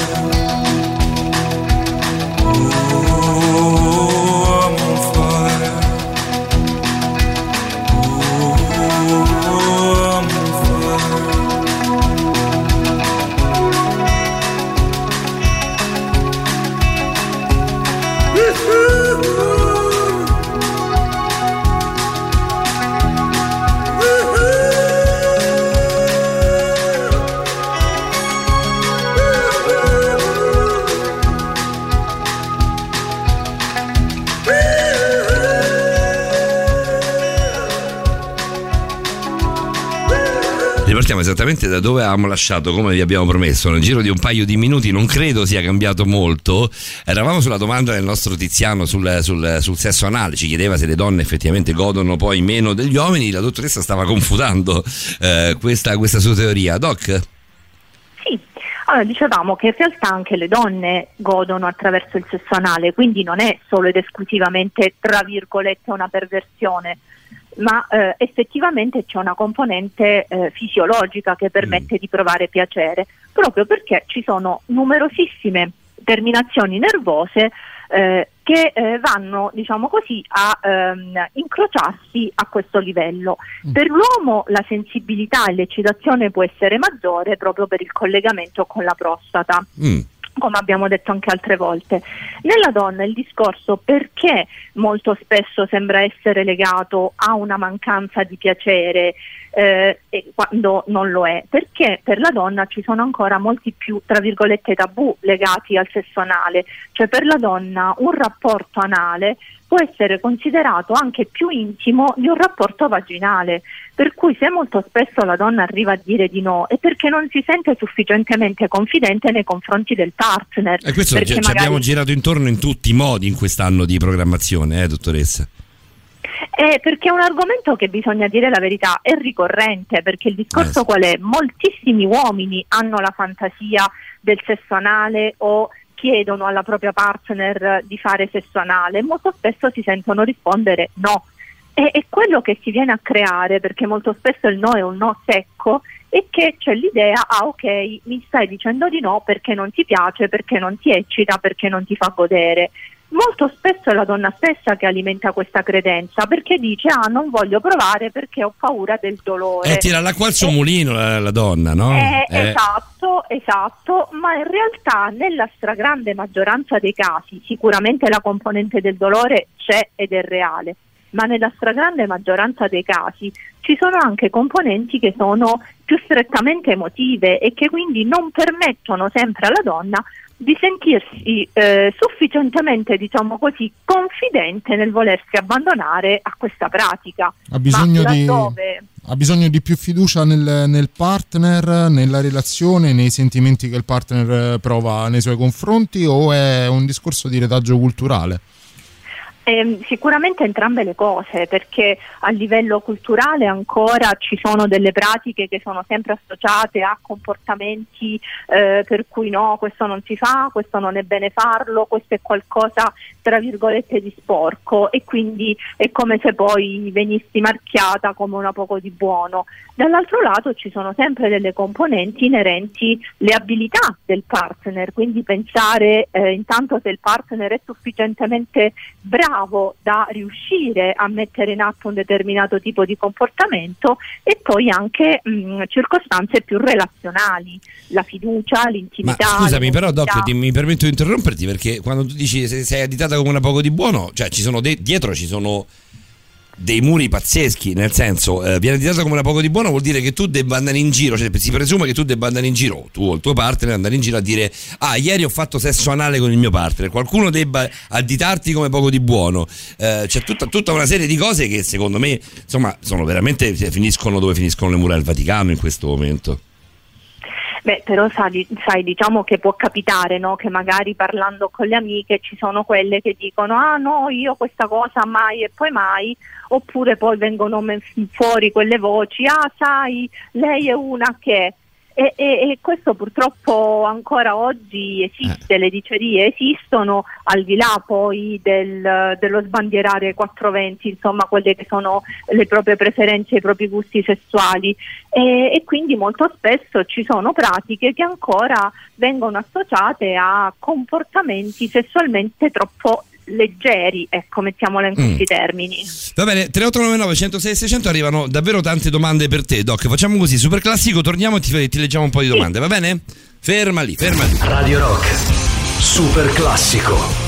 ripartiamo esattamente da dove avevamo lasciato, come vi abbiamo promesso, nel giro di un paio di minuti. Non credo sia cambiato molto. Eravamo sulla domanda del nostro Tiziano sul, sul, sul sesso anale, ci chiedeva se le donne effettivamente godono poi meno degli uomini. La dottoressa stava confutando eh, questa, questa sua teoria. Doc? Sì, allora dicevamo che in realtà anche le donne godono attraverso il sesso anale, quindi non è solo ed esclusivamente, tra virgolette, una perversione, ma eh, effettivamente c'è una componente eh, fisiologica che permette mm. di provare piacere, proprio perché ci sono numerosissime terminazioni nervose eh, che eh, vanno, diciamo così, a ehm, incrociarsi a questo livello. Mm. Per l'uomo la sensibilità e l'eccitazione può essere maggiore proprio per il collegamento con la prostata. Mm. come abbiamo detto anche altre volte. Nella donna il discorso, perché molto spesso sembra essere legato a una mancanza di piacere eh, e quando non lo è, perché per la donna ci sono ancora molti più, tra virgolette, tabù legati al sesso anale, cioè per la donna un rapporto anale può essere considerato anche più intimo di un rapporto vaginale, per cui se molto spesso la donna arriva a dire di no è perché non si sente sufficientemente confidente nei confronti del partner. E questo ci magari... abbiamo girato intorno in tutti i modi in quest'anno di programmazione, eh, dottoressa? Eh, perché è un argomento che, bisogna dire la verità, è ricorrente, perché il discorso eh, sì. qual è? Moltissimi uomini hanno la fantasia del sesso anale o chiedono alla propria partner di fare sesso anale, molto spesso si sentono rispondere no. E, e quello che si viene a creare, perché molto spesso il no è un no secco, è che c'è l'idea, ah ok, mi stai dicendo di no perché non ti piace, perché non ti eccita, perché non ti fa godere. Molto spesso è la donna stessa che alimenta questa credenza, perché dice ah non voglio provare perché ho paura del dolore. E tira l'acqua al suo mulino la, la donna, no? Eh, eh. Esatto, esatto, ma in realtà nella stragrande maggioranza dei casi sicuramente la componente del dolore c'è ed è reale, ma nella stragrande maggioranza dei casi ci sono anche componenti che sono più strettamente emotive e che quindi non permettono sempre alla donna di sentirsi eh, sufficientemente, diciamo così, confidente nel volersi abbandonare a questa pratica. Ha bisogno, Ma di, laddove... ha bisogno di più fiducia nel, nel partner, nella relazione, nei sentimenti che il partner prova nei suoi confronti, o è un discorso di retaggio culturale? Eh, sicuramente entrambe le cose, perché a livello culturale ancora ci sono delle pratiche che sono sempre associate a comportamenti eh, per cui no, questo non si fa, questo non è bene farlo, questo è qualcosa tra virgolette di sporco, e quindi è come se poi venissi marchiata come una poco di buono. Dall'altro lato ci sono sempre delle componenti inerenti alle abilità del partner, quindi pensare eh, intanto se il partner è sufficientemente bravo da riuscire a mettere in atto un determinato tipo di comportamento, e poi anche mh, circostanze più relazionali, la fiducia, l'intimità. Ma scusami, però Doc, ti, mi permetto di interromperti, perché quando tu dici se sei additata come una poco di buono, cioè ci sono de- dietro ci sono dei muri pazzeschi, nel senso eh, viene additata come una poco di buono vuol dire che tu debba andare in giro, cioè si presume che tu debba andare in giro, tu o il tuo partner andare in giro a dire ah ieri ho fatto sesso anale con il mio partner, qualcuno debba additarti come poco di buono. Eh, c'è tutta, tutta una serie di cose che secondo me insomma sono veramente, finiscono dove finiscono le mura del Vaticano in questo momento. Beh, però sai, sai, diciamo che può capitare, no? Che magari parlando con le amiche ci sono quelle che dicono ah no, io questa cosa mai e poi mai, oppure poi vengono fuori quelle voci, ah sai, lei è una che... E, e, e questo purtroppo ancora oggi esiste, eh. le dicerie esistono, al di là poi del, dello sbandierare quattrocentoventi, insomma quelle che sono le proprie preferenze, i propri gusti sessuali, e, e quindi molto spesso ci sono pratiche che ancora vengono associate a comportamenti sessualmente troppo leggeri, ecco, mettiamola in questi mm. termini. Va bene, tre otto nove nove uno zero sei sei zero zero, arrivano davvero tante domande per te, Doc. Facciamo così, super classico, torniamo e ti, ti leggiamo un po' di domande, sì. Va bene? Ferma lì, ferma lì. Radio Rock, super classico.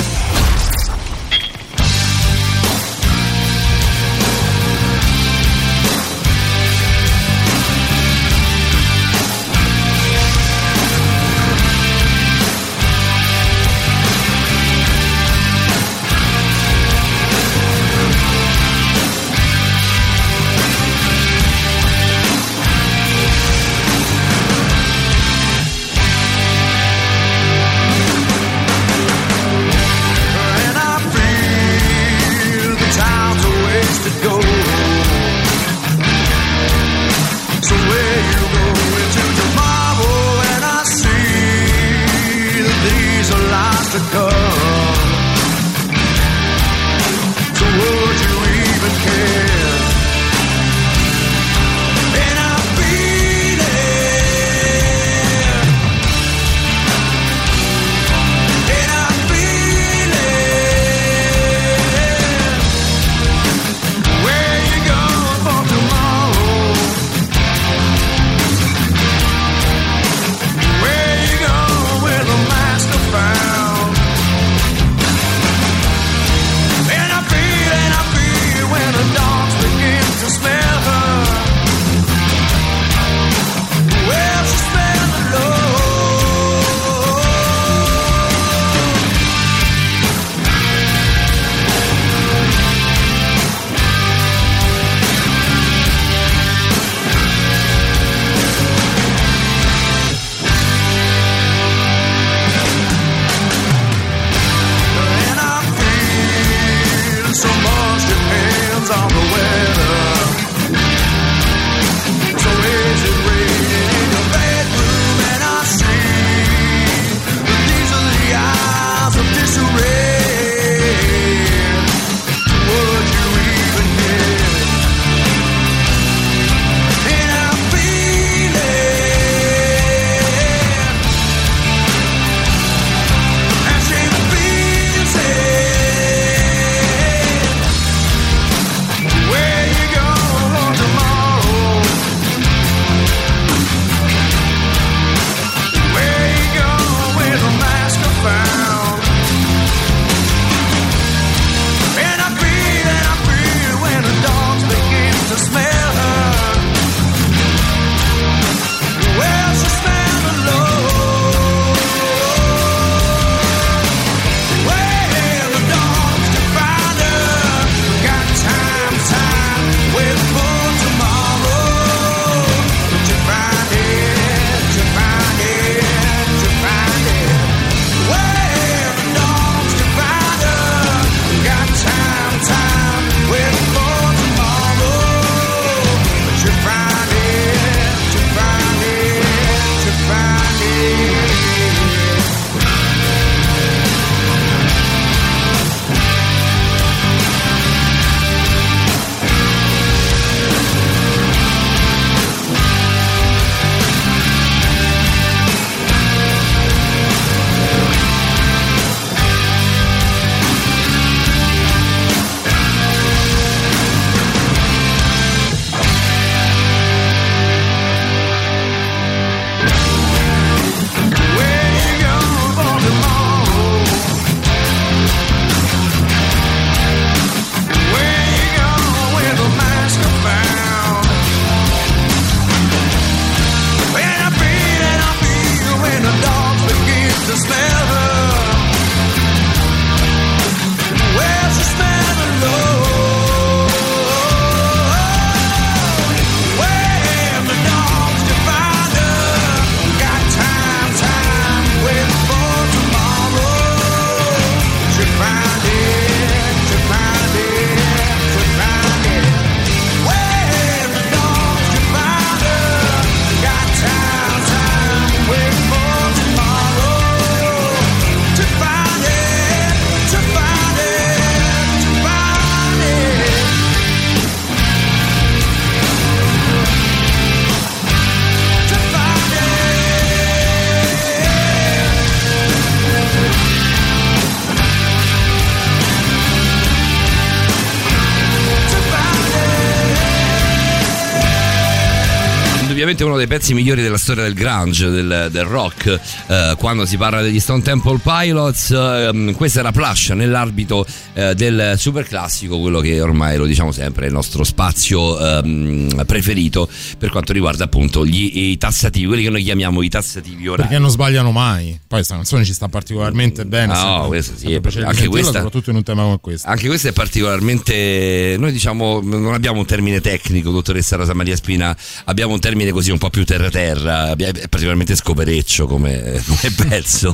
indubbiamente uno dei pezzi migliori della storia del grunge, del, del rock. Eh, quando si parla degli Stone Temple Pilots, eh, questa era Plush nell'arbitro eh, del super classico, quello che ormai lo diciamo sempre è il nostro spazio ehm, preferito per quanto riguarda appunto gli, i tassativi, quelli che noi chiamiamo i tassativi orari. Perché non sbagliano mai. Poi questa canzone ci sta particolarmente bene. No, questa sì, anche questa, soprattutto in un tema come questo. Anche questa è particolarmente, noi diciamo, non abbiamo un termine tecnico, dottoressa Rosa Maria Spina, abbiamo un termine così un po' più terra terra, è particolarmente scopereccio come, come pezzo.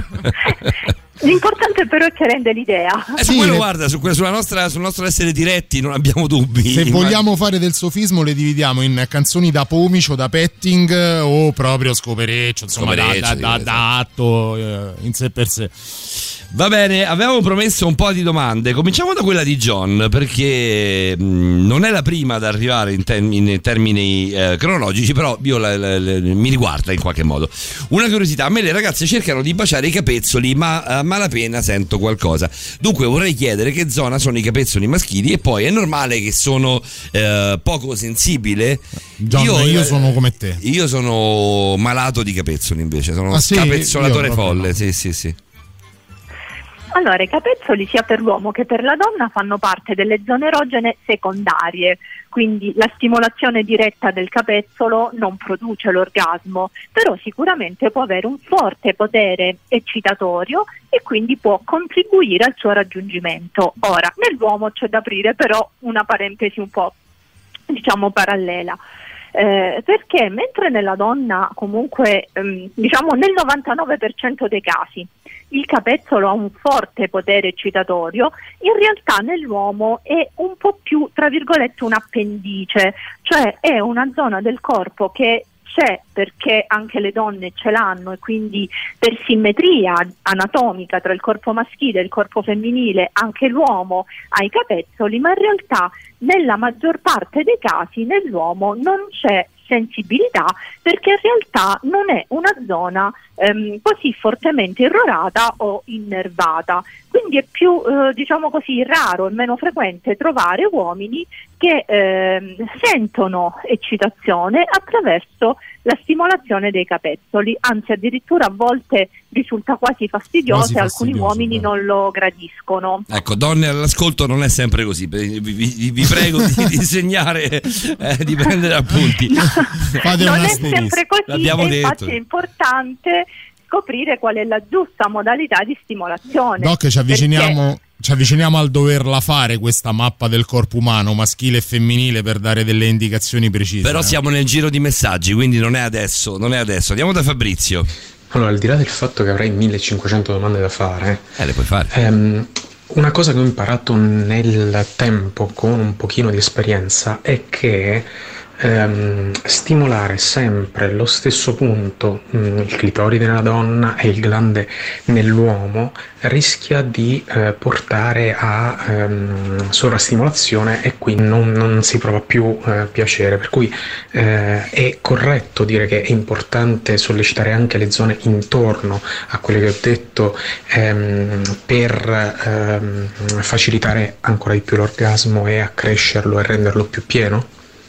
L'importante però è che rende l'idea. Eh, su quello, guarda, su, sulla nostra, sul nostro essere diretti non abbiamo dubbi. Se vogliamo fare del sofismo le dividiamo in canzoni da pomicio, da petting o proprio scopereccio, insomma, scopereccio, da, da, da, da atto eh, in sé per sé. Va bene, avevamo promesso un po' di domande. Cominciamo da quella di John, perché mh, non è la prima ad arrivare in, term- in termini eh, cronologici, però io la, la, la, mi riguarda in qualche modo. Una curiosità: a me le ragazze cercano di baciare i capezzoli, ma a malapena sento qualcosa. Dunque vorrei chiedere che zona sono i capezzoli maschili, e poi è normale che sono eh, poco sensibile? John, io, io sono come te. Io sono malato di capezzoli invece, sono ah, sì? capezzolatore folle, no. sì sì sì. Allora, i capezzoli sia per l'uomo che per la donna fanno parte delle zone erogene secondarie, quindi la stimolazione diretta del capezzolo non produce l'orgasmo, però sicuramente può avere un forte potere eccitatorio e quindi può contribuire al suo raggiungimento. Ora, nell'uomo c'è da aprire però una parentesi un po', diciamo, parallela. Eh, perché mentre nella donna comunque ehm, diciamo nel novantanove per cento dei casi il capezzolo ha un forte potere eccitatorio, in realtà nell'uomo è un po' più, tra virgolette, un appendice, cioè è una zona del corpo che c'è perché anche le donne ce l'hanno, e quindi per simmetria anatomica tra il corpo maschile e il corpo femminile anche l'uomo ha i capezzoli, ma in realtà nella maggior parte dei casi nell'uomo non c'è sensibilità, perché in realtà non è una zona ehm, così fortemente irrorata o innervata, quindi è più eh, diciamo così raro e meno frequente trovare uomini che ehm, sentono eccitazione attraverso la stimolazione dei capezzoli, anzi addirittura a volte risulta quasi fastidioso e alcuni uomini beh. non lo gradiscono. Ecco, donne all'ascolto non è sempre così, vi, vi, vi prego di, di segnare, eh, di prendere appunti. No, non è sempre così, L'abbiamo e detto. Infatti è importante scoprire qual è la giusta modalità di stimolazione. Doc, ci avviciniamo... Perché... Ci avviciniamo al doverla fare questa mappa del corpo umano maschile e femminile per dare delle indicazioni precise. Però eh? siamo nel giro di messaggi, quindi non è adesso, non è adesso. Andiamo da Fabrizio. Allora, al di là del fatto che avrai millecinquecento domande da fare, eh, le puoi fare. Ehm, una cosa che ho imparato nel tempo con un pochino di esperienza è che ehm, stimolare sempre lo stesso punto, mh, il clitoride nella donna e il glande nell'uomo, rischia di eh, portare a ehm, sovrastimolazione e quindi non, non si prova più eh, piacere, per cui eh, è corretto dire che è importante sollecitare anche le zone intorno a quelle che ho detto ehm, per ehm, facilitare ancora di più l'orgasmo e accrescerlo e renderlo più pieno.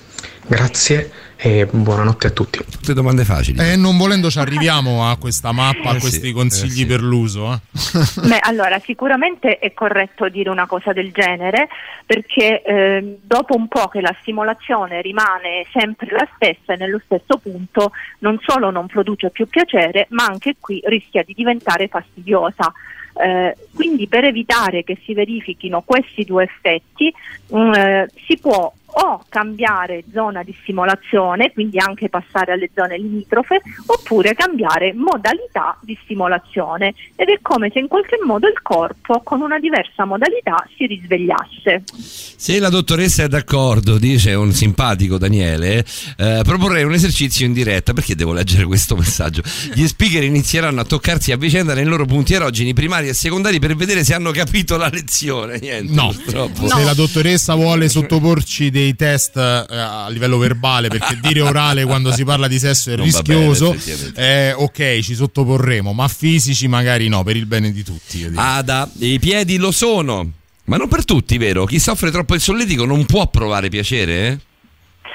Grazie e buonanotte a tutti. Tutte domande facili. E eh, non volendo ci arriviamo a questa mappa, eh a questi sì, consigli eh sì. per l'uso. Eh. Beh, allora sicuramente è corretto dire una cosa del genere, perché eh, dopo un po' che la stimolazione rimane sempre la stessa e nello stesso punto, non solo non produce più piacere, ma anche qui rischia di diventare fastidiosa. Eh, quindi per evitare che si verifichino questi due effetti mh, eh, si può o cambiare zona di stimolazione, quindi anche passare alle zone limitrofe, oppure cambiare modalità di stimolazione, ed è come se in qualche modo il corpo con una diversa modalità si risvegliasse. Se la dottoressa è d'accordo, dice un simpatico Daniele, eh, proporrei un esercizio in diretta. Perché devo leggere questo messaggio? Gli speaker inizieranno a toccarsi a vicenda nei loro punti erogeni primari e secondari per vedere se hanno capito la lezione. Niente, no, purtroppo. Se la dottoressa vuole sottoporci dei test eh, a livello verbale, perché dire orale quando si parla di sesso è non rischioso, bene, eh, ok, ci sottoporremo, ma fisici magari no, per il bene di tutti. Ada, i piedi lo sono, ma non per tutti, vero? Chi soffre troppo il solletico non può provare piacere, eh?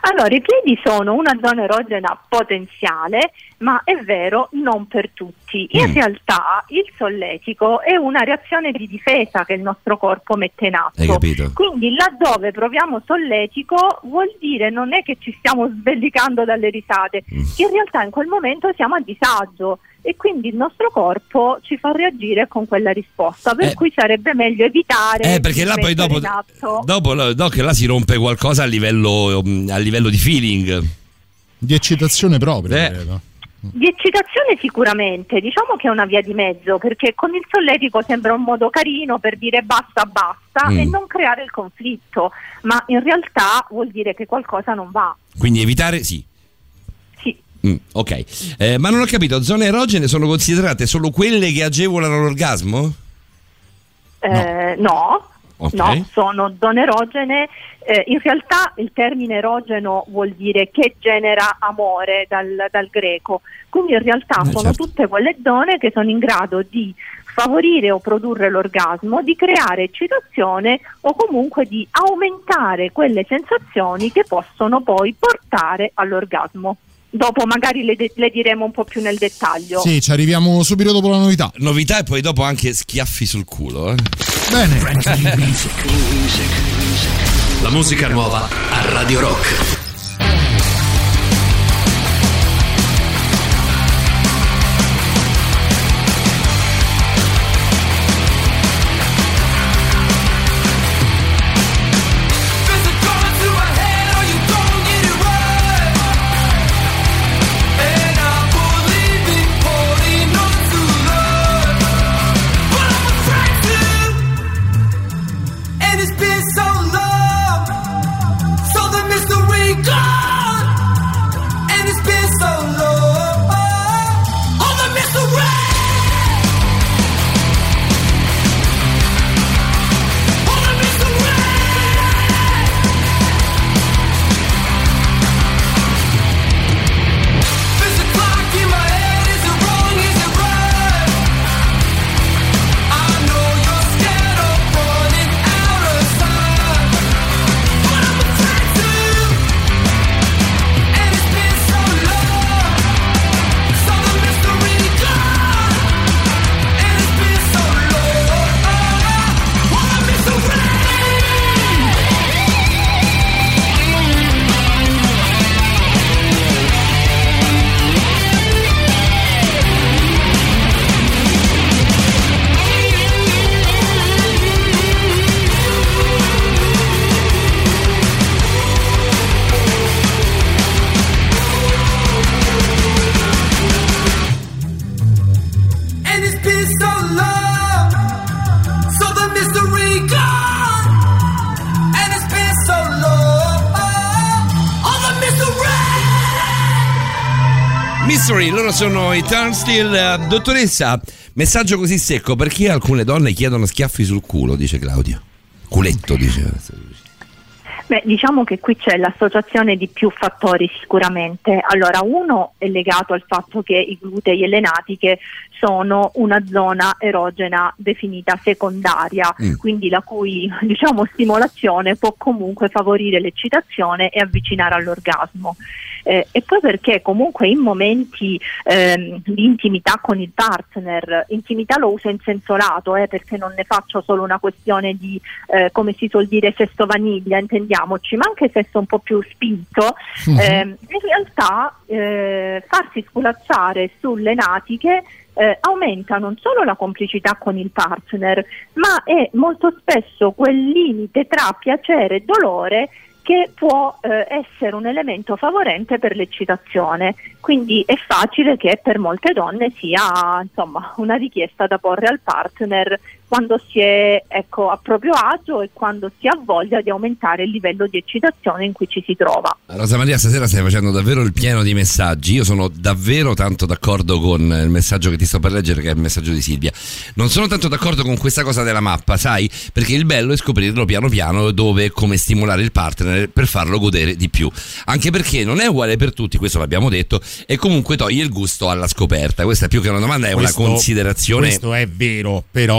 Allora, i piedi sono una zona erogena potenziale, ma è vero non per tutti. In Mm. realtà il solletico è una reazione di difesa che il nostro corpo mette in atto. Hai capito? Quindi laddove proviamo solletico vuol dire non è che ci stiamo sbellicando dalle risate, Mm. in realtà in quel momento siamo a disagio e quindi il nostro corpo ci fa reagire con quella risposta, per Eh. cui sarebbe meglio evitare Eh, perché là di poi dopo, mettere in atto. dopo là- dopo che là si rompe qualcosa a livello, um, a livello di feeling. Di eccitazione propria, Eh. credo. Di eccitazione sicuramente, diciamo che è una via di mezzo, perché con il solletico sembra un modo carino per dire basta basta Mm. e non creare il conflitto, ma in realtà vuol dire che qualcosa non va. Quindi evitare, sì. Sì. Mm, ok, Eh, ma non ho capito, zone erogene sono considerate solo quelle che agevolano l'orgasmo? Eh, no. Ok. No, sono zone erogene. Eh, in realtà il termine erogeno vuol dire che genera amore dal, dal greco, quindi in realtà Eh, sono certo. tutte quelle zone che sono in grado di favorire o produrre l'orgasmo, di creare eccitazione o comunque di aumentare quelle sensazioni che possono poi portare all'orgasmo. Dopo magari le, de- le diremo un po' più nel dettaglio. Sì, ci arriviamo subito dopo la novità. Novità e poi dopo anche schiaffi sul culo. Eh. Bene. La musica nuova a Radio Rock. And it's been so long, so the mystery gone. And it's been so long, oh the mystery. Oh the mystery. There's a clock in my head, is it wrong, is it right? I know you're scared of running out of time, but I'm afraid to. And it's been so long, so the mystery gone. And it's been so long, oh the mystery. And it's been so long, so the mystery gone. And it's been so long, oh the mystery. Mystery, loro sono i Turnstile. Uh, dottoressa, messaggio così secco, perché alcune donne chiedono schiaffi sul culo, dice Claudio. Culetto, dice. Beh, diciamo che qui c'è l'associazione di più fattori sicuramente. Allora, uno è legato al fatto che i glutei e le natiche sono una zona erogena definita secondaria, Mm. quindi la cui, diciamo, stimolazione può comunque favorire l'eccitazione e avvicinare all'orgasmo. Eh, e poi perché comunque in momenti ehm, di intimità con il partner, intimità lo uso in senso lato, eh, perché non ne faccio solo una questione di, eh, come si suol dire, sesso vaniglia, intendiamoci, ma anche sesso un po' più spinto, Mhm. ehm, in realtà eh, farsi sculacciare sulle natiche eh, aumenta non solo la complicità con il partner, ma è molto spesso quel limite tra piacere e dolore che può eh, essere un elemento favorente per l'eccitazione. Quindi è facile che per molte donne sia, insomma, una richiesta da porre al partner quando si è, ecco, a proprio agio e quando si ha voglia di aumentare il livello di eccitazione in cui ci si trova. Rosa Maria, stasera stai facendo davvero il pieno di messaggi. Io sono davvero tanto d'accordo con il messaggio che ti sto per leggere, che è il messaggio di Silvia. Non sono tanto d'accordo con questa cosa della mappa, sai? Perché il bello è scoprirlo piano piano dove e come stimolare il partner per farlo godere di più. Anche perché non è uguale per tutti, questo l'abbiamo detto, e comunque toglie il gusto alla scoperta. Questa è più che una domanda, è Questo- una considerazione. Questo è vero, però se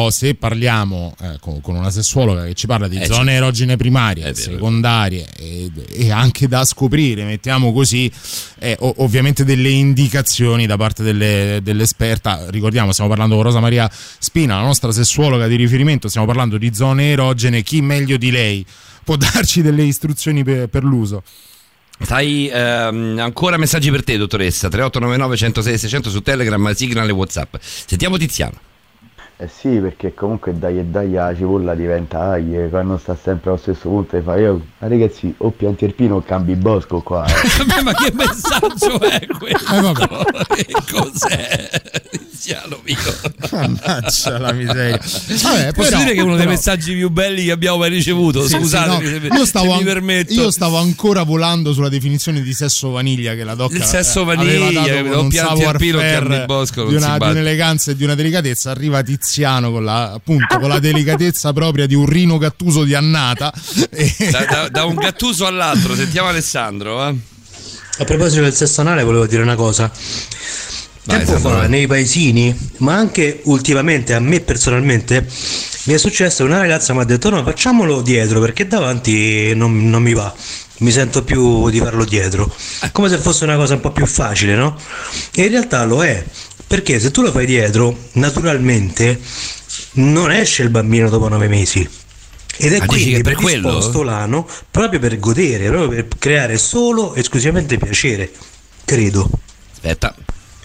parliamo eh, con, con una sessuologa che ci parla di eh, zone sì. erogene primarie, vero, secondarie e, e anche da scoprire, mettiamo così, eh, o, ovviamente delle indicazioni da parte delle, dell'esperta. Ricordiamo, stiamo parlando con Rosa Maria Spina, la nostra sessuologa di riferimento, stiamo parlando di zone erogene. Chi meglio di lei può darci delle istruzioni per, per l'uso? Sai, ehm, ancora messaggi per te, dottoressa. tre otto nove nove uno zero sei sei zero zero su Telegram, Signal e WhatsApp. Sentiamo Tiziano. Eh sì, perché comunque dai e dai la cipolla diventa aglie, quando sta sempre allo stesso punto e fa io, ma ragazzi, o pianti il pino o cambi bosco qua. Eh. Ma che messaggio è questo? Eh, vabbè. Che cos'è? Tiziano mio. Mannaggia la miseria. Vabbè, Posso però, dire che è uno dei però... messaggi più belli che abbiamo mai ricevuto? Sì, Scusate, sì, no, se, io, stavo se an- mi permetto. io stavo ancora volando sulla definizione di sesso vaniglia che la doc Il sesso aveva vaniglia, dato con un pianti al pino, savoir-faire cambi bosco, di, non una, si di un'eleganza e di una delicatezza. Arriva Tiziano con la, appunto, con la delicatezza propria di un Rino Gattuso di annata. E... Da, da, da un Gattuso all'altro. Sentiamo Alessandro. Eh? A proposito del sesso anale volevo dire una cosa. Vai, Tempo fa nei paesini, ma anche ultimamente a me personalmente mi è successo che una ragazza mi ha detto no, facciamolo dietro perché davanti non, non mi va, mi sento più di farlo dietro, come se fosse una cosa un po' più facile, no? E in realtà lo è, perché se tu lo fai dietro naturalmente non esce il bambino dopo nove mesi. Ed è ah, quindi per predisposto quello? l'ano proprio per godere, proprio per creare solo e esclusivamente piacere, credo. Aspetta.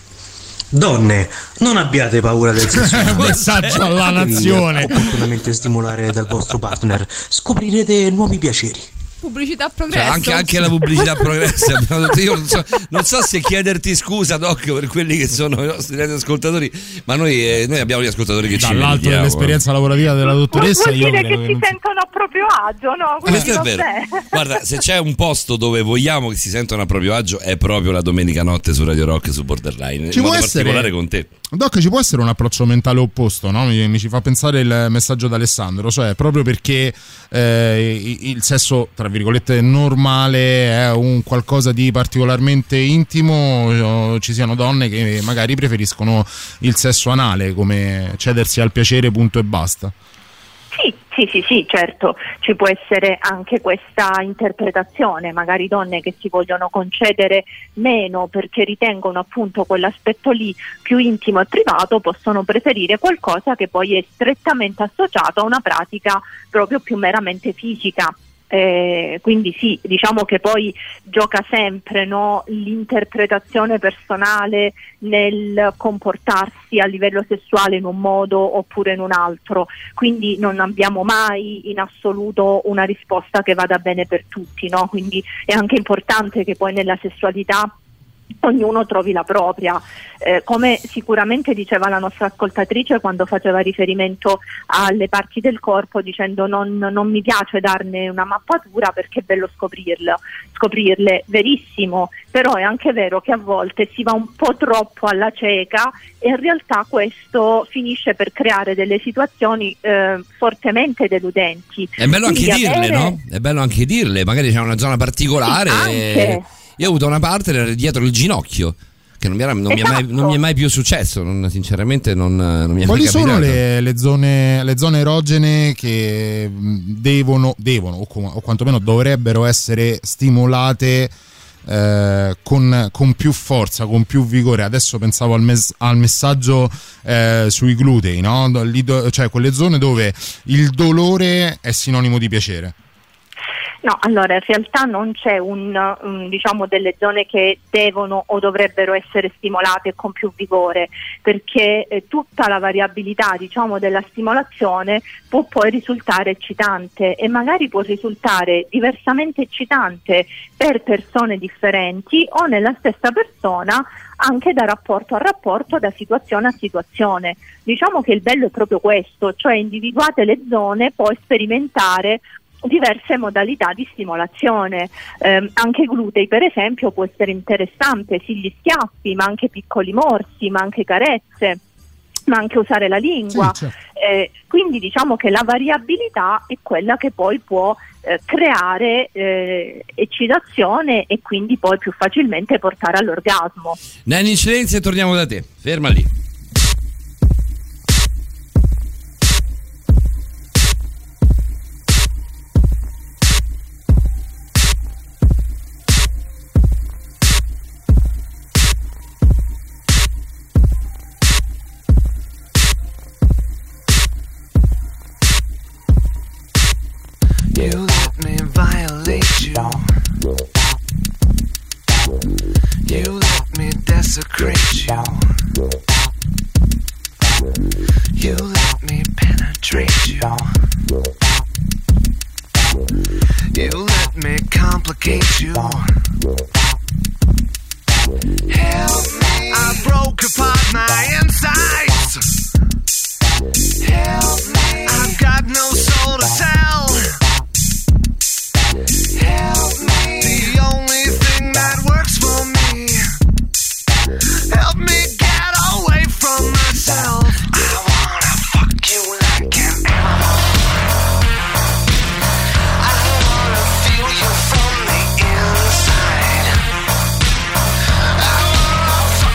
Donne, non abbiate paura del sesso anale. Messaggio alla nazione. Opportunamente stimolare dal vostro partner, scoprirete nuovi piaceri. Pubblicità a Cioè, progresso. anche, anche la pubblicità progressa. Abbiamo detto, io non so, non so se chiederti scusa, Doc, per quelli che sono i nostri ascoltatori, ma noi, eh, noi abbiamo gli ascoltatori che ci dall'alto meritiamo. dell'esperienza lavorativa della dottoressa, vuol io dire credo che che si non... sentono a proprio agio, no? Quindi Questo è vero. vabbè. Guarda, se c'è un posto dove vogliamo che si sentano a proprio agio è proprio la domenica notte su Radio Rock su Borderline. Ci in può modo essere- particolare con te. Doc, ci può essere un approccio mentale opposto, no? Mi, mi ci fa pensare il messaggio d'Alessandro, cioè proprio perché eh, il sesso, tra virgolette, normale è un qualcosa di particolarmente intimo, eh, ci siano donne che magari preferiscono il sesso anale come cedersi al piacere punto e basta. Sì, sì, sì, sì, certo, ci può essere anche questa interpretazione, magari donne che si vogliono concedere meno perché ritengono appunto quell'aspetto lì più intimo e privato, possono preferire qualcosa che poi è strettamente associato a una pratica proprio più meramente fisica. Eh, quindi sì, diciamo che poi gioca sempre, no, l'interpretazione personale nel comportarsi a livello sessuale in un modo oppure in un altro, quindi non abbiamo mai in assoluto una risposta che vada bene per tutti, no? Quindi è anche importante che poi nella sessualità ognuno trovi la propria, eh, come sicuramente diceva la nostra ascoltatrice quando faceva riferimento alle parti del corpo dicendo non, non mi piace darne una mappatura perché è bello scoprirle, scoprirle, verissimo, però è anche vero che a volte si va un po' troppo alla cieca e in realtà questo finisce per creare delle situazioni eh, fortemente deludenti. È bello Quindi anche dirle, avere... no? È bello anche dirle, magari c'è una zona particolare. Sì, anche. Io ho avuto una partner dietro il ginocchio che non mi, era, non, Esatto. mi è mai, non mi è mai più successo, non, sinceramente non, non mi è Quali mai capitato. sono le, le, zone, le zone erogene che devono, devono o, com- o quantomeno dovrebbero essere stimolate eh, con, con più forza, con più vigore? Adesso pensavo al, mes- al messaggio eh, sui glutei, no? Lì do- cioè quelle zone dove il dolore è sinonimo di piacere. No, allora in realtà non c'è un, um, diciamo delle zone che devono o dovrebbero essere stimolate con più vigore, perché eh, tutta la variabilità, diciamo, della stimolazione può poi risultare eccitante e magari può risultare diversamente eccitante per persone differenti o nella stessa persona anche da rapporto a rapporto, da situazione a situazione. Diciamo che il bello è proprio questo, cioè individuate le zone, poi sperimentare diverse modalità di stimolazione, eh, anche glutei per esempio può essere interessante, sì, gli schiaffi, ma anche piccoli morsi, ma anche carezze, ma anche usare la lingua, sì, certo. eh, quindi diciamo che la variabilità è quella che poi può eh, creare eh, eccitazione e quindi poi più facilmente portare all'orgasmo. Nanni in silenzio e torniamo da te, ferma lì. you. You let me penetrate you. You let me complicate you. Help me. I broke apart my insides. Help me. I've got no soul to tell. Help me. The only thing that works for me. Help me get away from myself. I wanna fuck you like an animal. I wanna feel you from the inside. I wanna fuck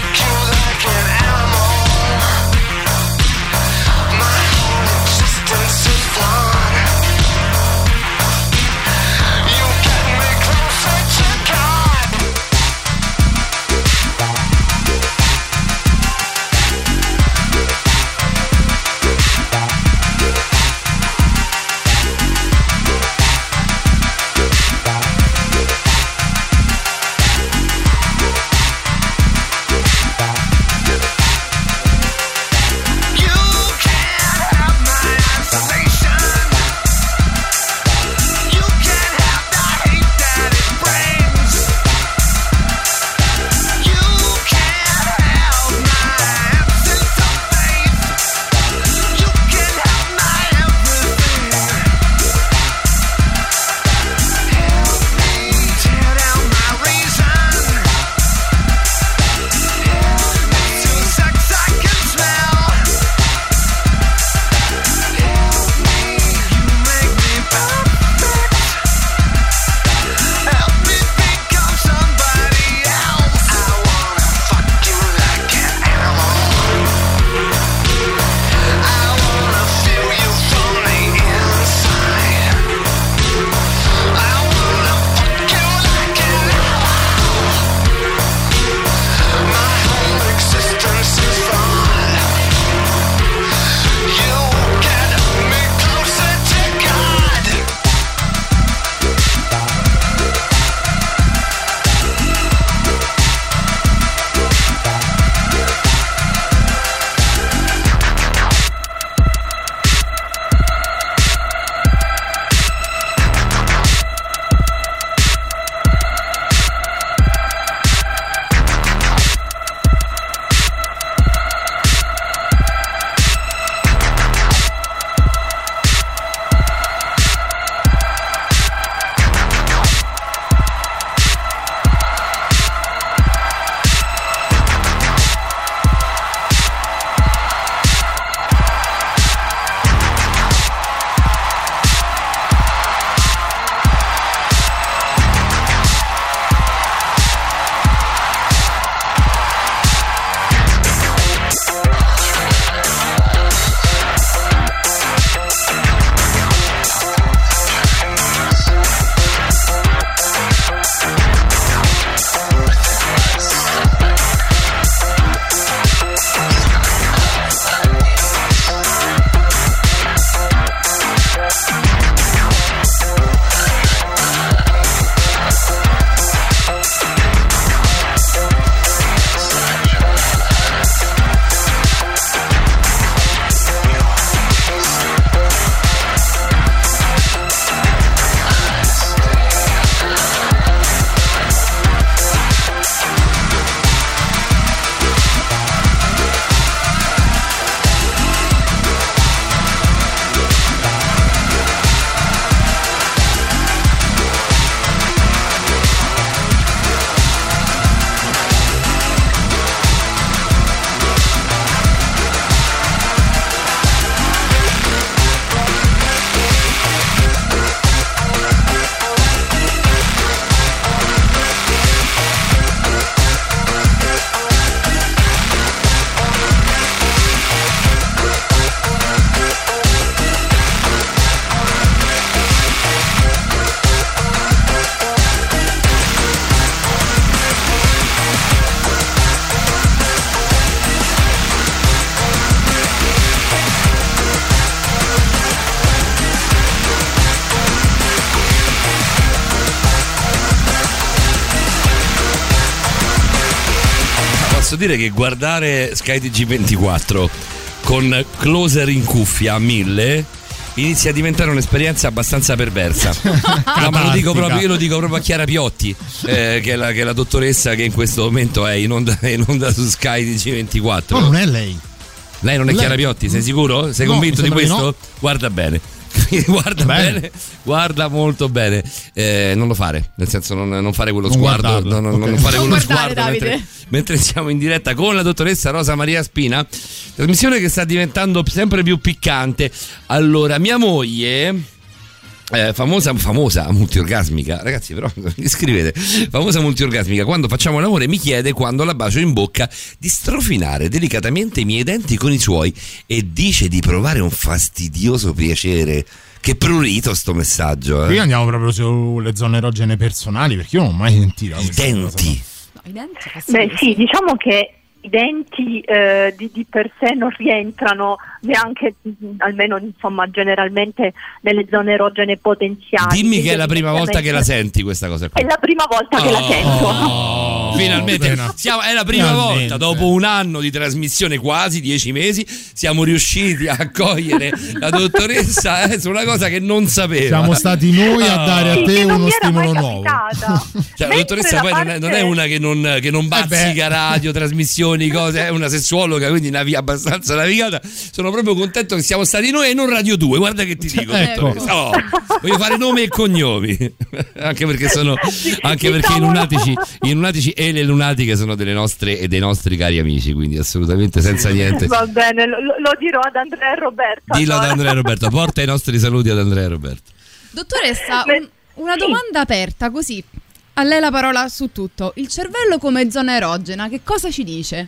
posso dire che guardare Sky T G ventiquattro con Closer in cuffia a mille inizia a diventare un'esperienza abbastanza perversa. No, ma lo dico proprio, io lo dico proprio a Chiara Piotti, eh, che, è la, che è la dottoressa che in questo momento è in onda, in onda su Sky T G ventiquattro. No, non è lei. Lei non è lei... Chiara Piotti, sei sicuro? Sei no, convinto di questo? No. Guarda bene. Guarda bene. bene, guarda molto bene. Eh, non lo fare, nel senso non, non fare quello non sguardo, no, no, okay. non fare non quello guardare, sguardo mentre, mentre siamo in diretta con la dottoressa Rosa Maria Spina. Trasmissione che sta diventando sempre più piccante. Allora, mia moglie Eh, famosa, famosa multiorgasmica, ragazzi, però mi scrivete, famosa multiorgasmica, quando facciamo l'amore mi chiede, quando la bacio in bocca, di strofinare delicatamente i miei denti con i suoi e dice di provare un fastidioso piacere. Che prurito sto messaggio, eh. Qui andiamo proprio sulle zone erogene personali, perché io non ho mai sentito i denti. No, i denti Beh sì, diciamo che i denti eh, di, di per sé non rientrano neanche, almeno insomma generalmente, nelle zone erogene potenziali. Dimmi che è la prima volta che la senti questa cosa qua. È la prima volta oh, che la sento. Oh, finalmente siamo, è la prima finalmente. volta, dopo un anno di trasmissione, quasi dieci mesi, siamo riusciti a cogliere la dottoressa eh, su una cosa che non sapeva. Siamo stati noi a dare a te uno stimolo nuovo. Cioè, la dottoressa poi parte... non, è, non è una che non, che non bazzica eh radio, trasmissioni, cose, è una sessuologa, quindi navi abbastanza navigata. Sono proprio contento che siamo stati noi e non Radio due. Guarda che ti dico, ecco. oh, voglio fare nomi e cognomi, anche perché sono anche perché i lunatici, i lunatici e le lunatiche sono delle nostre e dei nostri cari amici, quindi assolutamente senza niente. Va bene, lo, lo dirò ad Andrea e Roberta. Dillo allora. ad Andrea e Roberta, porta i nostri saluti ad Andrea e Roberta. Dottoressa, un, una domanda aperta così. A lei la parola su tutto. Il cervello come zona erogena, che cosa ci dice?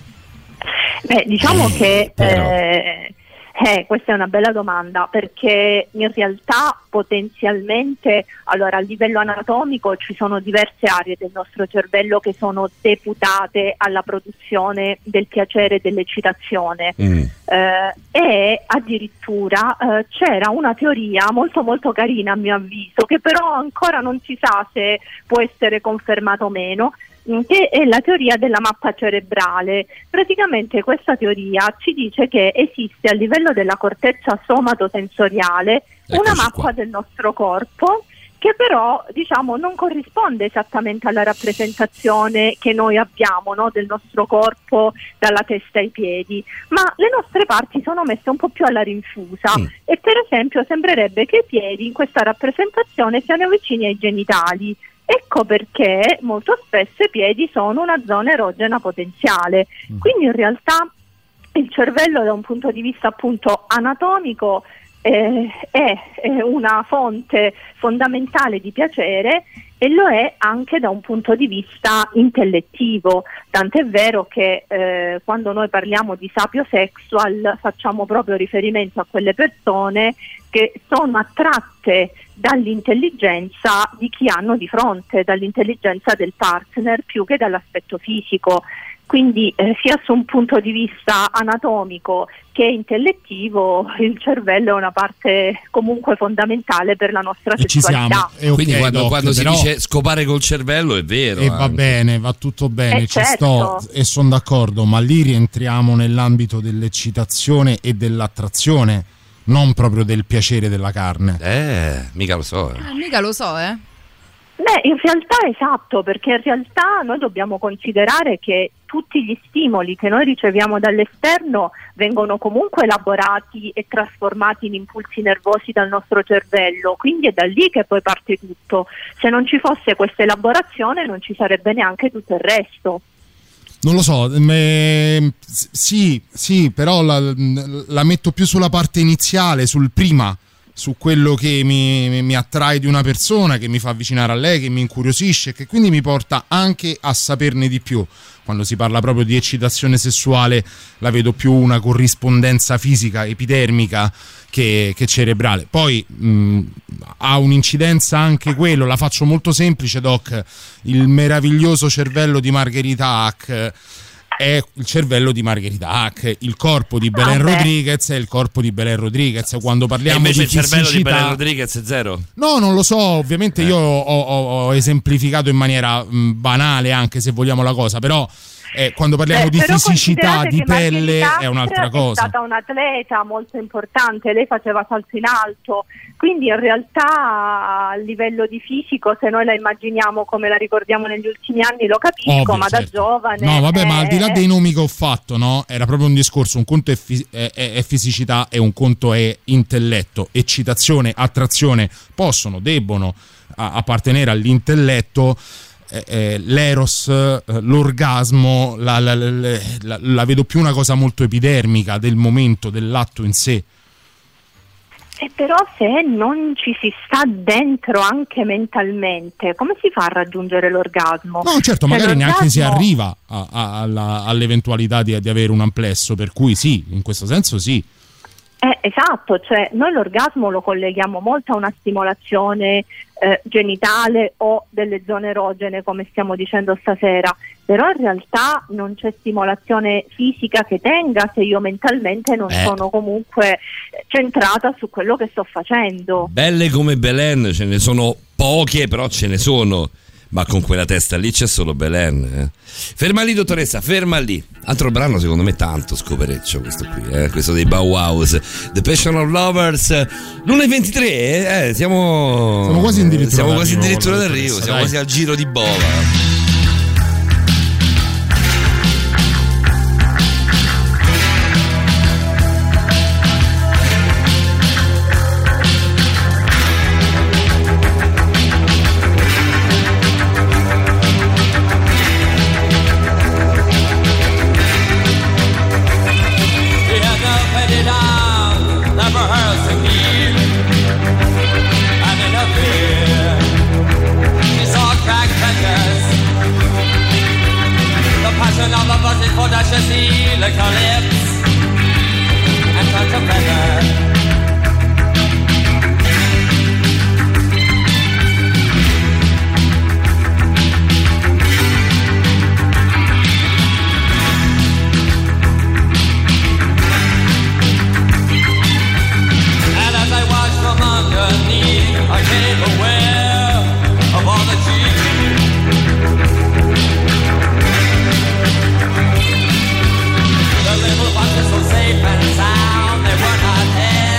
Beh, diciamo eh, che eh, eh, questa è una bella domanda, perché in realtà potenzialmente, allora, a livello anatomico ci sono diverse aree del nostro cervello che sono deputate alla produzione del piacere e dell'eccitazione. Mm. Eh, e addirittura eh, c'era una teoria molto molto carina, a mio avviso, che però ancora non si sa se può essere confermata o meno, che è la teoria della mappa cerebrale. Praticamente questa teoria ci dice che esiste a livello della corteccia somatosensoriale una mappa qua del nostro corpo che però, diciamo, non corrisponde esattamente alla rappresentazione che noi abbiamo, no, del nostro corpo dalla testa ai piedi, ma le nostre parti sono messe un po' più alla rinfusa mm. e per esempio sembrerebbe che i piedi in questa rappresentazione siano vicini ai genitali. Ecco perché molto spesso i piedi sono una zona erogena potenziale. Quindi in realtà il cervello, da un punto di vista appunto anatomico, eh, è, è una fonte fondamentale di piacere e lo è anche da un punto di vista intellettivo, tant'è vero che eh, quando noi parliamo di sapiosexual facciamo proprio riferimento a quelle persone che sono attratte dall'intelligenza di chi hanno di fronte, dall'intelligenza del partner più che dall'aspetto fisico. Quindi eh, sia su un punto di vista anatomico che intellettivo il cervello è una parte comunque fondamentale per la nostra e sessualità. Ci siamo. Quindi okay, quando, doc, quando si però... dice scopare col cervello è vero. E va bene, va tutto bene, eh, ci certo. sto e sono d'accordo, ma lì rientriamo nell'ambito dell'eccitazione e dell'attrazione, non proprio del piacere della carne. Eh, mica lo so. Eh. Eh, mica lo so, eh. Beh, in realtà esatto, perché in realtà noi dobbiamo considerare che tutti gli stimoli che noi riceviamo dall'esterno vengono comunque elaborati e trasformati in impulsi nervosi dal nostro cervello, quindi è da lì che poi parte tutto. Se non ci fosse questa elaborazione non ci sarebbe neanche tutto il resto. Non lo so, me... sì, sì, però la, la metto più sulla parte iniziale, sul prima, su quello che mi, mi attrae di una persona, che mi fa avvicinare a lei, che mi incuriosisce, che quindi mi porta anche a saperne di più. Quando si parla proprio di eccitazione sessuale la vedo più una corrispondenza fisica, epidermica che, che cerebrale. Poi mh, ha un'incidenza anche quello, la faccio molto semplice, Doc, il meraviglioso cervello di Margherita Hack è il cervello di Margherita Hack, il corpo di Belen ah, Rodriguez è il corpo di Belen Rodriguez. Quando parliamo e invece di il cervello fisicità... di Belen Rodriguez è zero? No, non lo so, ovviamente eh. io ho, ho, ho esemplificato in maniera mh, banale, anche se vogliamo la cosa, però eh, quando parliamo Eh, di però fisicità, considerate di che pelle, Margherita è un'altra cosa. È stata un'atleta molto importante, lei faceva salto in alto, quindi in realtà a livello di fisico, se noi la immaginiamo come la ricordiamo negli ultimi anni, lo capisco, Ovvio, ma certo. da giovane... No, vabbè, ma al di là eh, dei nomi che ho fatto, no? Era proprio un discorso, un conto è, fi- è- è- è fisicità e un conto è intelletto. Eccitazione, attrazione possono, debbono a- appartenere all'intelletto. Eh, eh, l'eros, eh, l'orgasmo la, la, la, la, la vedo più una cosa molto epidermica del momento, dell'atto in sé. E però se non ci si sta dentro anche mentalmente, come si fa a raggiungere l'orgasmo? No, certo, Cioè, magari neanche si l'orgasmo- arriva a- a- alla- all'eventualità di, di avere un amplesso, per cui sì, in questo senso sì. Eh, esatto, cioè noi l'orgasmo lo colleghiamo molto a una stimolazione eh, genitale o delle zone erogene, come stiamo dicendo stasera, però in realtà non c'è stimolazione fisica che tenga se io mentalmente non Eh. sono comunque centrata su quello che sto facendo. Belle come Belen, ce ne sono poche, però ce ne sono. Ma con quella testa lì c'è solo Belen. Eh. Ferma lì, dottoressa, ferma lì. Altro brano, secondo me, tanto scopereccio questo qui, eh? Questo dei Bauhaus, The Passion of Lovers. l'uno e ventitré, eh? Siamo. Siamo quasi addirittura Siamo quasi d'arrivo, addirittura dottoressa, d'arrivo, siamo dai. quasi al giro di boa. Like her lips and touch of feather. And as I watched from underneath, I came aware of all the The little boxes so safe and sound, they were not there.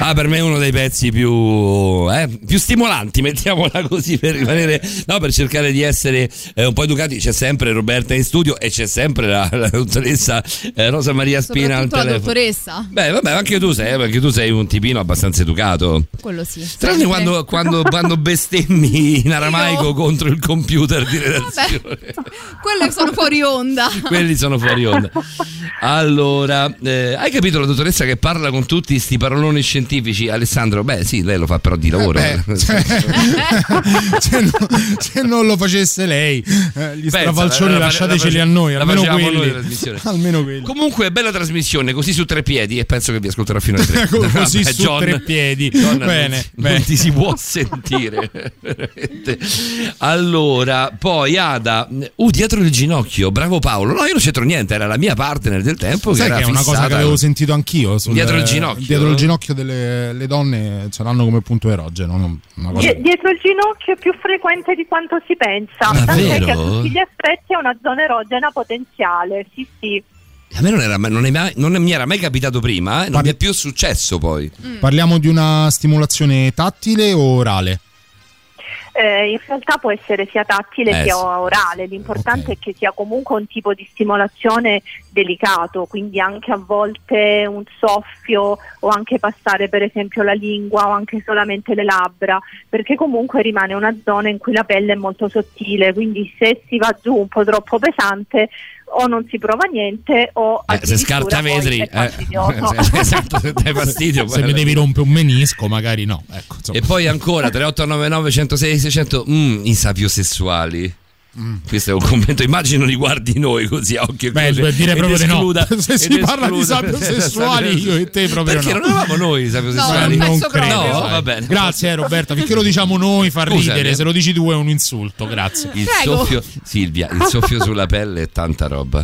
Ah, per me è uno dei pezzi più, eh, più stimolanti, mettiamola così, per rimanere, no, per cercare di essere eh, un po' educati. C'è sempre Roberta in studio e c'è sempre la, la dottoressa eh, Rosa Maria Spina al Soprattutto la telefono. dottoressa. Beh, vabbè, anche tu sei, perché tu sei un tipino abbastanza educato. Quello sì. Tranne quando, quando, quando bestemmi in aramaico Io... contro il computer di redazione. Vabbè, quelle sono fuori onda. Quelli sono fuori onda. Allora, eh, hai capito la dottoressa che parla con tutti sti paroloni scientifici? Alessandro, beh sì, lei lo fa però di lavoro. Eh beh, cioè, se, no, se non lo facesse lei, eh, gli Pensa, strafalcioni la- la- lasciateceli la- a noi, la almeno facevamo quelli. noi la trasmissione. Almeno quelli. Comunque, bella trasmissione, così su tre piedi, e penso che vi ascolterò fino alle tre. Così Vabbè, su John, tre piedi. John, Bene, non, bene. non ti si può sentire. Veramente. Allora, poi Ada, uh, dietro il ginocchio, bravo Paolo. No, io non c'entro niente, era la mia partner del tempo. Sai che, che era è una cosa fissata- che avevo sentito anch'io sul- Dietro il ginocchio? dietro il ginocchio delle le donne ce l'hanno come punto erogeno, no? Una cosa- Die- dietro il ginocchio è più frequente di quanto si pensa, tant'è Davvero? che a tutti gli effetti è una zona erogena potenziale, sì sì. A me non, era, mai- non, è mai- non mi era mai capitato prima, eh, non Parli- mi è più successo poi. Parliamo di una stimolazione tattile o orale? Eh, in realtà può essere sia tattile Eh, sia sì. orale, l'importante è che sia comunque un tipo di stimolazione delicato, quindi anche a volte un soffio o anche passare per esempio la lingua o anche solamente le labbra, perché comunque rimane una zona in cui la pelle è molto sottile, quindi se si va giù un po' troppo pesante o non si prova niente o Eh, se scarta addirittura poi vetri, è eh, fastidioso. esatto, se dai fastidio. Se poi- mi devi rompere un menisco, magari no. Ecco, insomma. E poi ancora tre otto nove nove uno zero sei sei zero zero, mm, i sapiosessuali. Mm. Questo è un commento, immagino riguardi noi così a occhio e Beh, croce, per dire ed proprio di no. escluda- Se si ed parla di escluda- sapiosessuali, io e te proprio perché no. non eravamo noi i sapiosessuali? No, non penso credo. proprio. No, sai. va bene. Grazie eh, Roberta, finché lo diciamo noi fa Scusami. ridere, se lo dici tu è un insulto, grazie. Il Prego. soffio, Silvia, il soffio sulla pelle è tanta roba.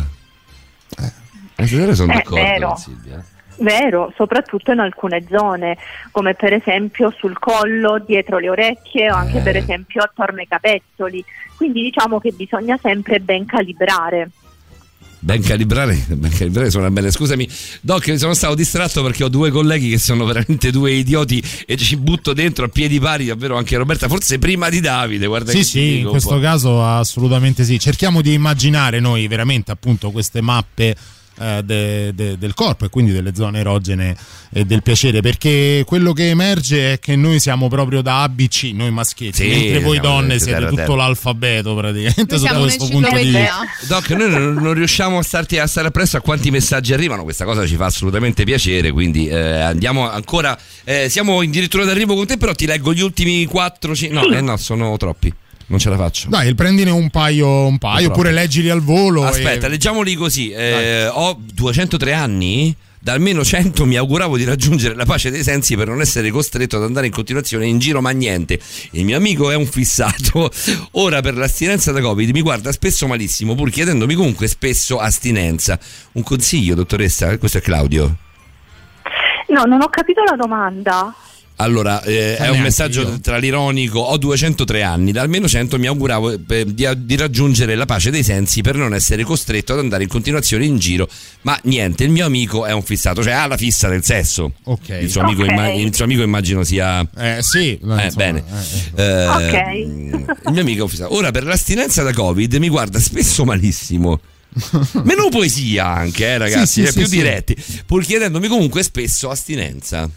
Eh, sono È d'accordo vero. con Silvia. Vero, soprattutto in alcune zone, come per esempio sul collo, dietro le orecchie o anche Eh. per esempio attorno ai capezzoli. Quindi diciamo che bisogna sempre ben calibrare. Ben calibrare, ben calibrare suona bene. Scusami, Doc, sono stato distratto perché ho due colleghi che sono veramente due idioti e ci butto dentro a piedi pari, davvero anche Roberta, forse prima di Davide. Guarda Sì, che ti sì, dico in un questo po'. caso assolutamente sì. Cerchiamo di immaginare noi veramente appunto queste mappe eh, de- de- del corpo e quindi delle zone erogene e del piacere, perché quello che emerge è che noi siamo proprio da A B C, noi maschietti, Sì, mentre voi siamo donne veramente siete terra, tutto terra. l'alfabeto praticamente Noi sotto siamo questo punto di vista. un'enciclopedia. Doc, noi non, non riusciamo a, starti, a stare appresso a quanti messaggi arrivano, questa cosa ci fa assolutamente piacere, quindi eh, andiamo ancora, eh, siamo addirittura d'arrivo con te, però ti leggo gli ultimi quattro, no, eh, no, sono troppi. Non ce la faccio. Dai, prendine un paio, un paio oppure leggili al volo. Aspetta, e... leggiamoli così. Eh, ho duecentotré anni. Da almeno cento mi auguravo di raggiungere la pace dei sensi per non essere costretto ad andare in continuazione in giro, ma niente. Il mio amico è un fissato. Ora per l'astinenza da Covid mi guarda spesso malissimo, pur chiedendomi comunque spesso astinenza. Un consiglio, dottoressa? Questo è Claudio. No, non ho capito la domanda. Allora, eh, è un messaggio tra l'ironico. Ho duecentotré anni, da almeno cento mi auguravo eh, di, di raggiungere la pace dei sensi per non essere costretto ad andare in continuazione in giro, ma niente, il mio amico è un fissato, cioè ha la fissa del sesso. Ok. Il suo amico, Ok. imma- il suo amico immagino sia... Eh sì, Eh, insomma, bene. eh, Eh, Ok. Il mio amico è un fissato. Ora per l'astinenza da Covid mi guarda spesso malissimo. Meno poesia anche, eh, ragazzi, Sì, sì, eh, sì, più sì. diretti, pur chiedendomi comunque spesso astinenza.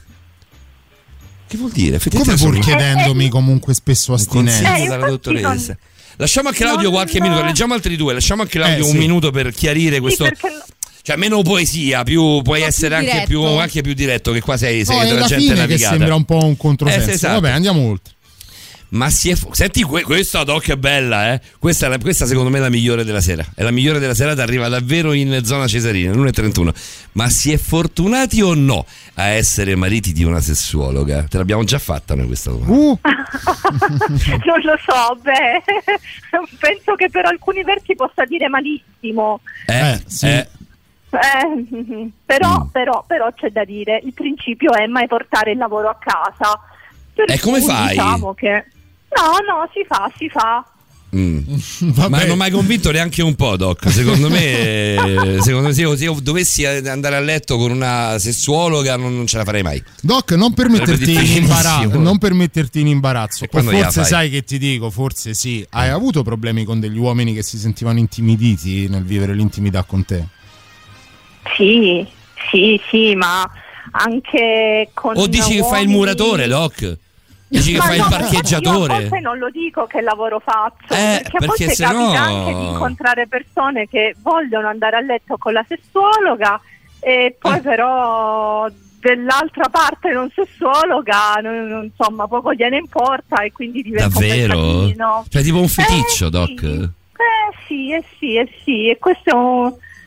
Che vuol dire? Come Effettivamente pur sono- chiedenddomi comunque spesso astinenza. consiglio Eh, dalla infatti dottoressa. Lasciamo a Claudio non- qualche minuto, leggiamo altri due, lasciamo a Claudio Eh, un sì. minuto per chiarire questo. Sì, perché Cioè meno poesia, più puoi po' essere più anche più, diretto. anche più diretto, che qua sei, sei No, è della la gente fine che navigata. sembra un po' un controsenso. Eh, sì, esatto. Vabbè, andiamo oltre. Ma si è fu- senti que- questa Doc è bella, eh? Questa, è la- questa secondo me è la migliore della sera. È la migliore della serata, arriva davvero in zona Cesarina, l'una e trentuno. Ma si è fortunati o no a essere mariti di una sessuologa? Te l'abbiamo già fatta noi questa domanda. Uh, non lo so, beh, penso che per alcuni versi possa dire malissimo. Eh, Eh, sì. eh. Eh, però, Mm. però, però c'è da dire, il principio è mai portare il lavoro a casa. Per E come cui fai? Diciamo che no, no, si fa, si fa. Mm. Ma non ho mai convinto neanche un po', Doc. Secondo me, secondo me se io, se io dovessi andare a letto con una sessuologa non, non ce la farei mai. Doc, non per metterti in imbarazzo, non per metterti in imbarazzo. O forse sai che ti dico, forse sì. Hai avuto problemi con degli uomini che si sentivano intimiditi nel vivere l'intimità con te? Sì, sì, sì, ma anche con o dici uomini... che fai il muratore, Doc? Dici che ma fai no, il parcheggiatore? Io a volte non lo dico che lavoro faccio, eh, perché a perché volte sennò... capita anche di incontrare persone che vogliono andare a letto con la sessuologa e poi eh. però dell'altra parte non sessuologa, non, non, insomma, poco gliene importa e quindi diventa davvero? un casino. Cioè tipo un feticcio, eh, Doc? Sì. Eh sì, eh sì, eh sì, e questo è un...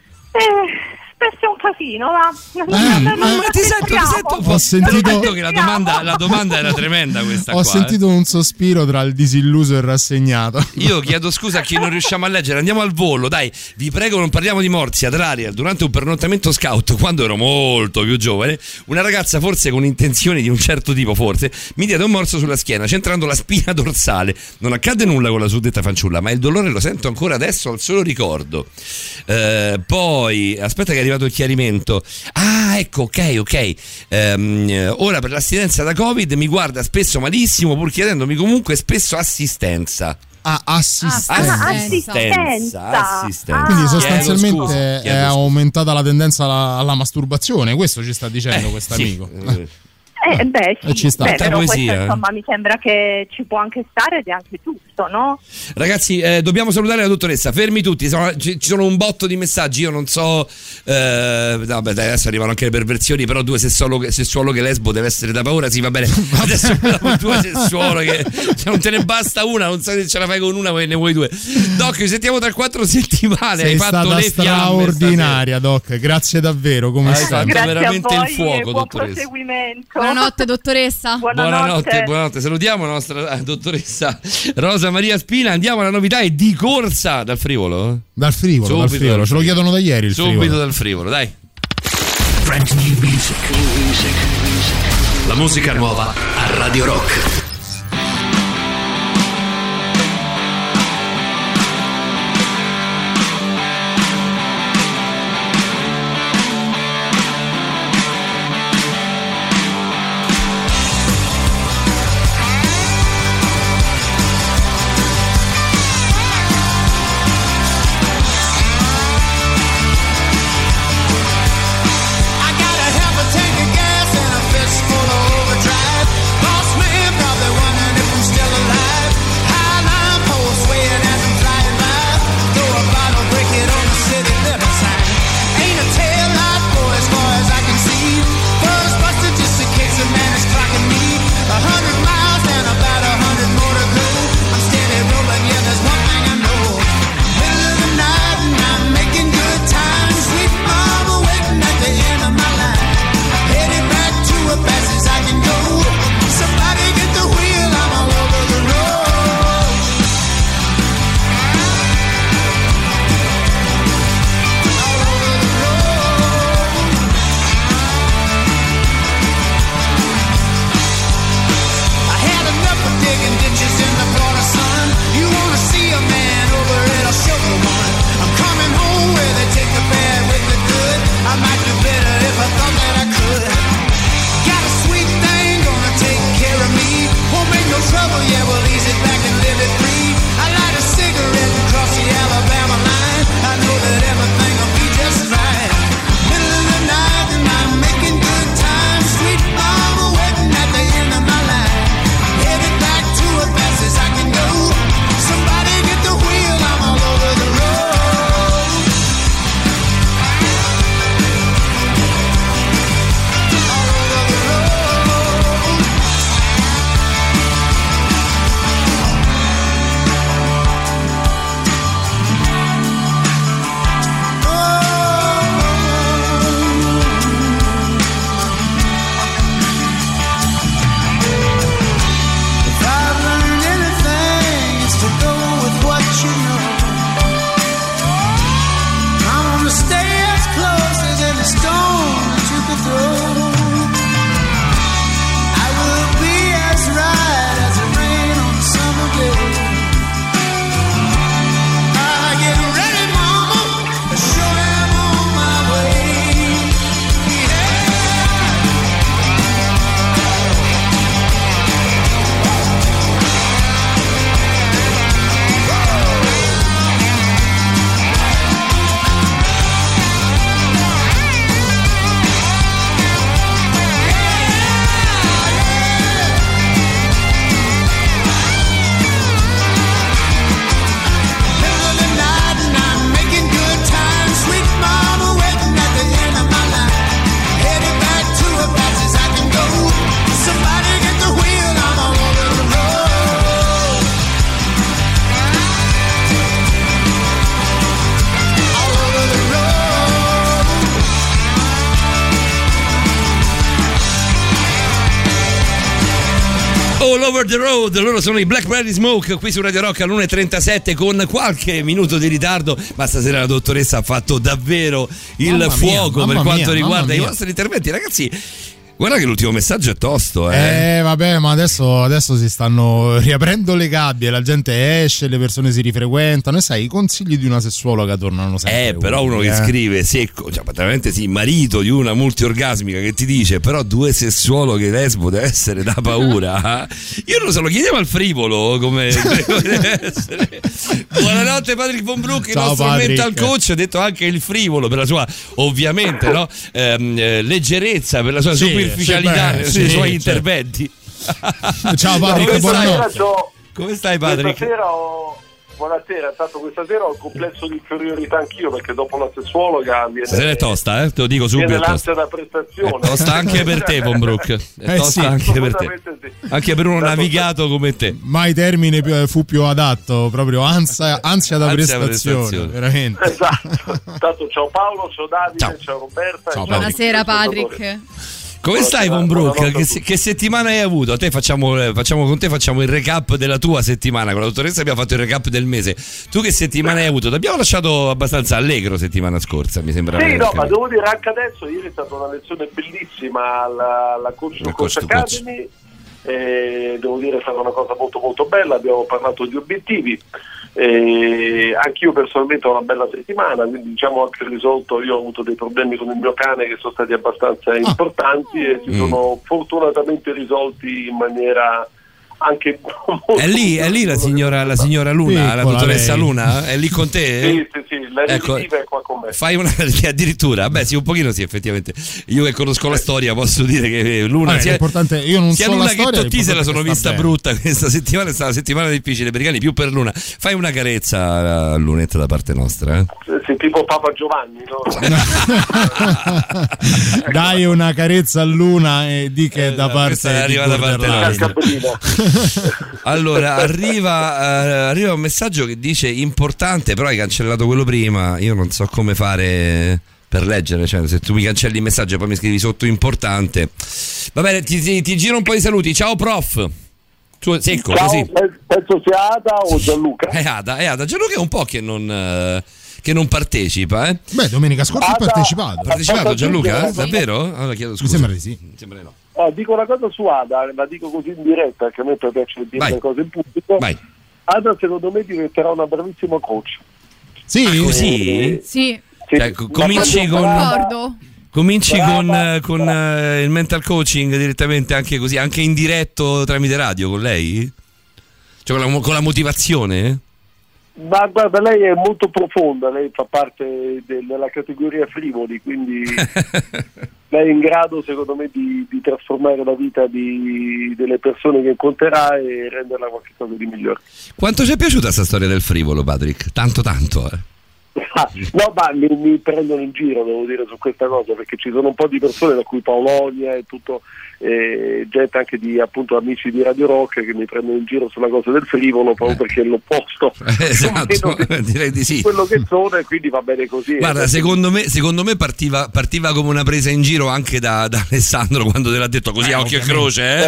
Eh, questo è un casino, va. Eh, non, non ma ti sento, ti sento un po'. Ho sentito che la domanda, la domanda era tremenda questa Ho qua. sentito eh. un sospiro tra il disilluso e il rassegnato. Io chiedo scusa a chi non riusciamo a leggere. Andiamo al volo, dai. Vi prego, non parliamo di morsi. Ad Ariel, durante un pernottamento scout, quando ero molto più giovane, una ragazza, forse con intenzioni di un certo tipo, forse, mi diede un morso sulla schiena, centrando la spina dorsale. Non accadde nulla con la suddetta fanciulla, ma il dolore lo sento ancora adesso al solo ricordo. Eh, poi, aspetta che è arrivato il chiarimento. Ah, ecco, ok, ok. Ehm, ora per l'assistenza da Covid mi guarda spesso malissimo, pur chiedendomi comunque spesso assistenza. Ah, assistenza. Ah, assistenza. Assistenza. Quindi sostanzialmente chiedo scusa, è chiedo aumentata la tendenza alla, alla masturbazione. Questo ci sta dicendo eh, questo sì. amico. Eh, beh, sì, E ci sta. beh, però poesia, questo, eh. insomma, mi sembra che ci può anche stare ed è anche giusto, no? Ragazzi, eh, dobbiamo salutare la dottoressa. Fermi tutti, sono- ci, ci sono un botto di messaggi. Io non so. Eh, vabbè, dai, adesso arrivano anche le perversioni. Però due sessuologhe, sessuologhe lesbo deve essere da paura. Sì, va bene. Adesso abbiamo due sessuologhe. Se non te ne basta una, non so se ce la fai con una, poi ne vuoi due. Doc, ci sentiamo tra quattro settimane. Sei Hai fatto stata le fiamme straordinaria, Doc. Grazie davvero. Come Hai stai? fatto Grazie veramente a voi il fuoco, e buon dottoressa. proseguimento. Buonanotte, dottoressa. Buonanotte, buonanotte. Salutiamo la nostra dottoressa Rosa Maria Spina. Andiamo alla novità e di corsa dal frivolo. Dal frivolo, Subito dal frivolo. dal Ce lo chiedono da ieri il Subito frivolo. dal frivolo, dai. Brand new music. La musica nuova a Radio Rock. I got a half a tank of gas and a fistful of overdrive. Lost man, probably All Over the Road, loro sono i Blackberry Smoke qui su Radio Rock all'una e trentasette con qualche minuto di ritardo, ma stasera la dottoressa ha fatto davvero il Mamma fuoco mia, per quanto mia, riguarda i mia. vostri interventi, ragazzi. Guarda che l'ultimo messaggio è tosto, eh. Eh vabbè, ma adesso, adesso si stanno riaprendo le gabbie, la gente esce, le persone si rifrequentano e sai, i consigli di una sessuologa tornano sempre. Eh, però uno utili, che eh. scrive secco, cioè praticamente sì, marito di una multiorgasmica che ti dice però due sessuologhe lesbo deve essere da paura. Io non so, lo chiediamo al frivolo come deve essere. Buonanotte Patrick Von Broek, il Ciao, nostro Patrick. mental coach, ha detto anche il frivolo per la sua ovviamente no, ehm, eh, leggerezza, per la sua Sì, superficialità sì, beh, nei sì, suoi certo. interventi. Ciao Patrick, Come stai? buonanotte. Come stai Patrick? Questa sera ho... Buonasera, intanto questa sera ho il complesso di inferiorità anch'io perché dopo la sessuologa viene, Stasera è tosta, eh? Te lo dico subito. viene È tosta. l'ansia da prestazione. È tosta anche per te, Von Broek. È Eh, tosta sì. anche per te. Assolutamente sì. Anche per uno navigato come te. Mai termine più- fu più adatto, proprio ansia, ansia da Ansia da prestazione, prestazione. veramente. Esatto. Intanto ciao Paolo, ciao Davide, Ciao. ciao, Roberta. Ciao, e Buonasera Patrick. Come stai, Von Broek? Che, se- che settimana hai avuto? A te facciamo, eh, facciamo con te facciamo il recap della tua settimana. Con la dottoressa abbiamo fatto il recap del mese. Tu che settimana hai avuto? Ti abbiamo lasciato abbastanza allegro settimana scorsa, mi sembra. Sì, aver no, capito. ma devo dire anche adesso, ieri è stata una lezione bellissima alla, alla Coach La to Coach Coach to Coach. Academy, e devo dire è stata una cosa molto molto bella, abbiamo parlato di obiettivi, e anch'io personalmente ho una bella settimana, quindi diciamo anche risolto, io ho avuto dei problemi con il mio cane che sono stati abbastanza importanti e si Mm. sono fortunatamente risolti in maniera anche molto È lì, è lì la signora, la signora Luna, la Piccola dottoressa lei. Luna? È lì con te? Sì, sì, sì, la Ecco, rediviva è qua con me. fai una addirittura, beh sì, un pochino sì, effettivamente. Io che conosco la storia posso dire che Luna Vabbè, sia, l'importante- io non sia so Luna la che storia, Totti se la l'importante sono è che vista sta brutta questa settimana, è stata una settimana difficile per i cani, più per Luna. Fai una carezza a Lunetta da parte nostra, eh? Sì, tipo Papa Giovanni, no? Dai una carezza a Luna e di che è da questa parte di arriva da parte Borderline. Allora, arriva, eh, arriva un messaggio che dice importante, però hai cancellato quello prima. Io non so come fare per leggere, cioè se tu mi cancelli il messaggio e poi mi scrivi sotto importante. Va bene, ti, ti, ti giro un po' di saluti. Ciao prof. Tu, secco, Ciao, così. pe- penso sia Ada o Gianluca. È Ada, è Ada. Gianluca è un po' che non, eh, che non partecipa, eh? Beh, domenica scorsa ha Ada- partecipato. Ha partecipato Gianluca? Sì. Davvero? Allora chiedo scusa. Mi sembra di sì. Mi sembra di no. Oh, dico una cosa su Ada, la dico così in diretta, perché a me piace dire Vai. le cose in pubblico. Vai. Ada secondo me diventerà una bravissima coach. Sì, Ah, così? Sì, Cioè, co- cominci con... d'accordo. Cominci Brava, con, eh, con eh, il mental coaching direttamente, anche così, anche in diretto tramite radio con lei? Cioè con la, con la motivazione? Ma guarda, lei è molto profonda, lei fa parte de- della categoria frivoli, quindi lei è in grado secondo me di, di trasformare la vita di- delle persone che incontrerà e renderla qualcosa di migliore. Quanto ci è piaciuta questa storia del frivolo, Patrick? Tanto tanto, eh. Ah, no, ma mi, mi prendono in giro, devo dire, su questa cosa, perché ci sono un po' di persone, da cui Paolonia e tutto, eh, gente anche di appunto amici di Radio Rock che mi prendono in giro sulla cosa del frivolo proprio perché è l'opposto. Esatto, direi di sì. Quello che sono e quindi va bene così. Guarda, eh. secondo me, secondo me partiva, partiva come una presa in giro anche da, da Alessandro quando te l'ha detto così a occhio e croce, eh?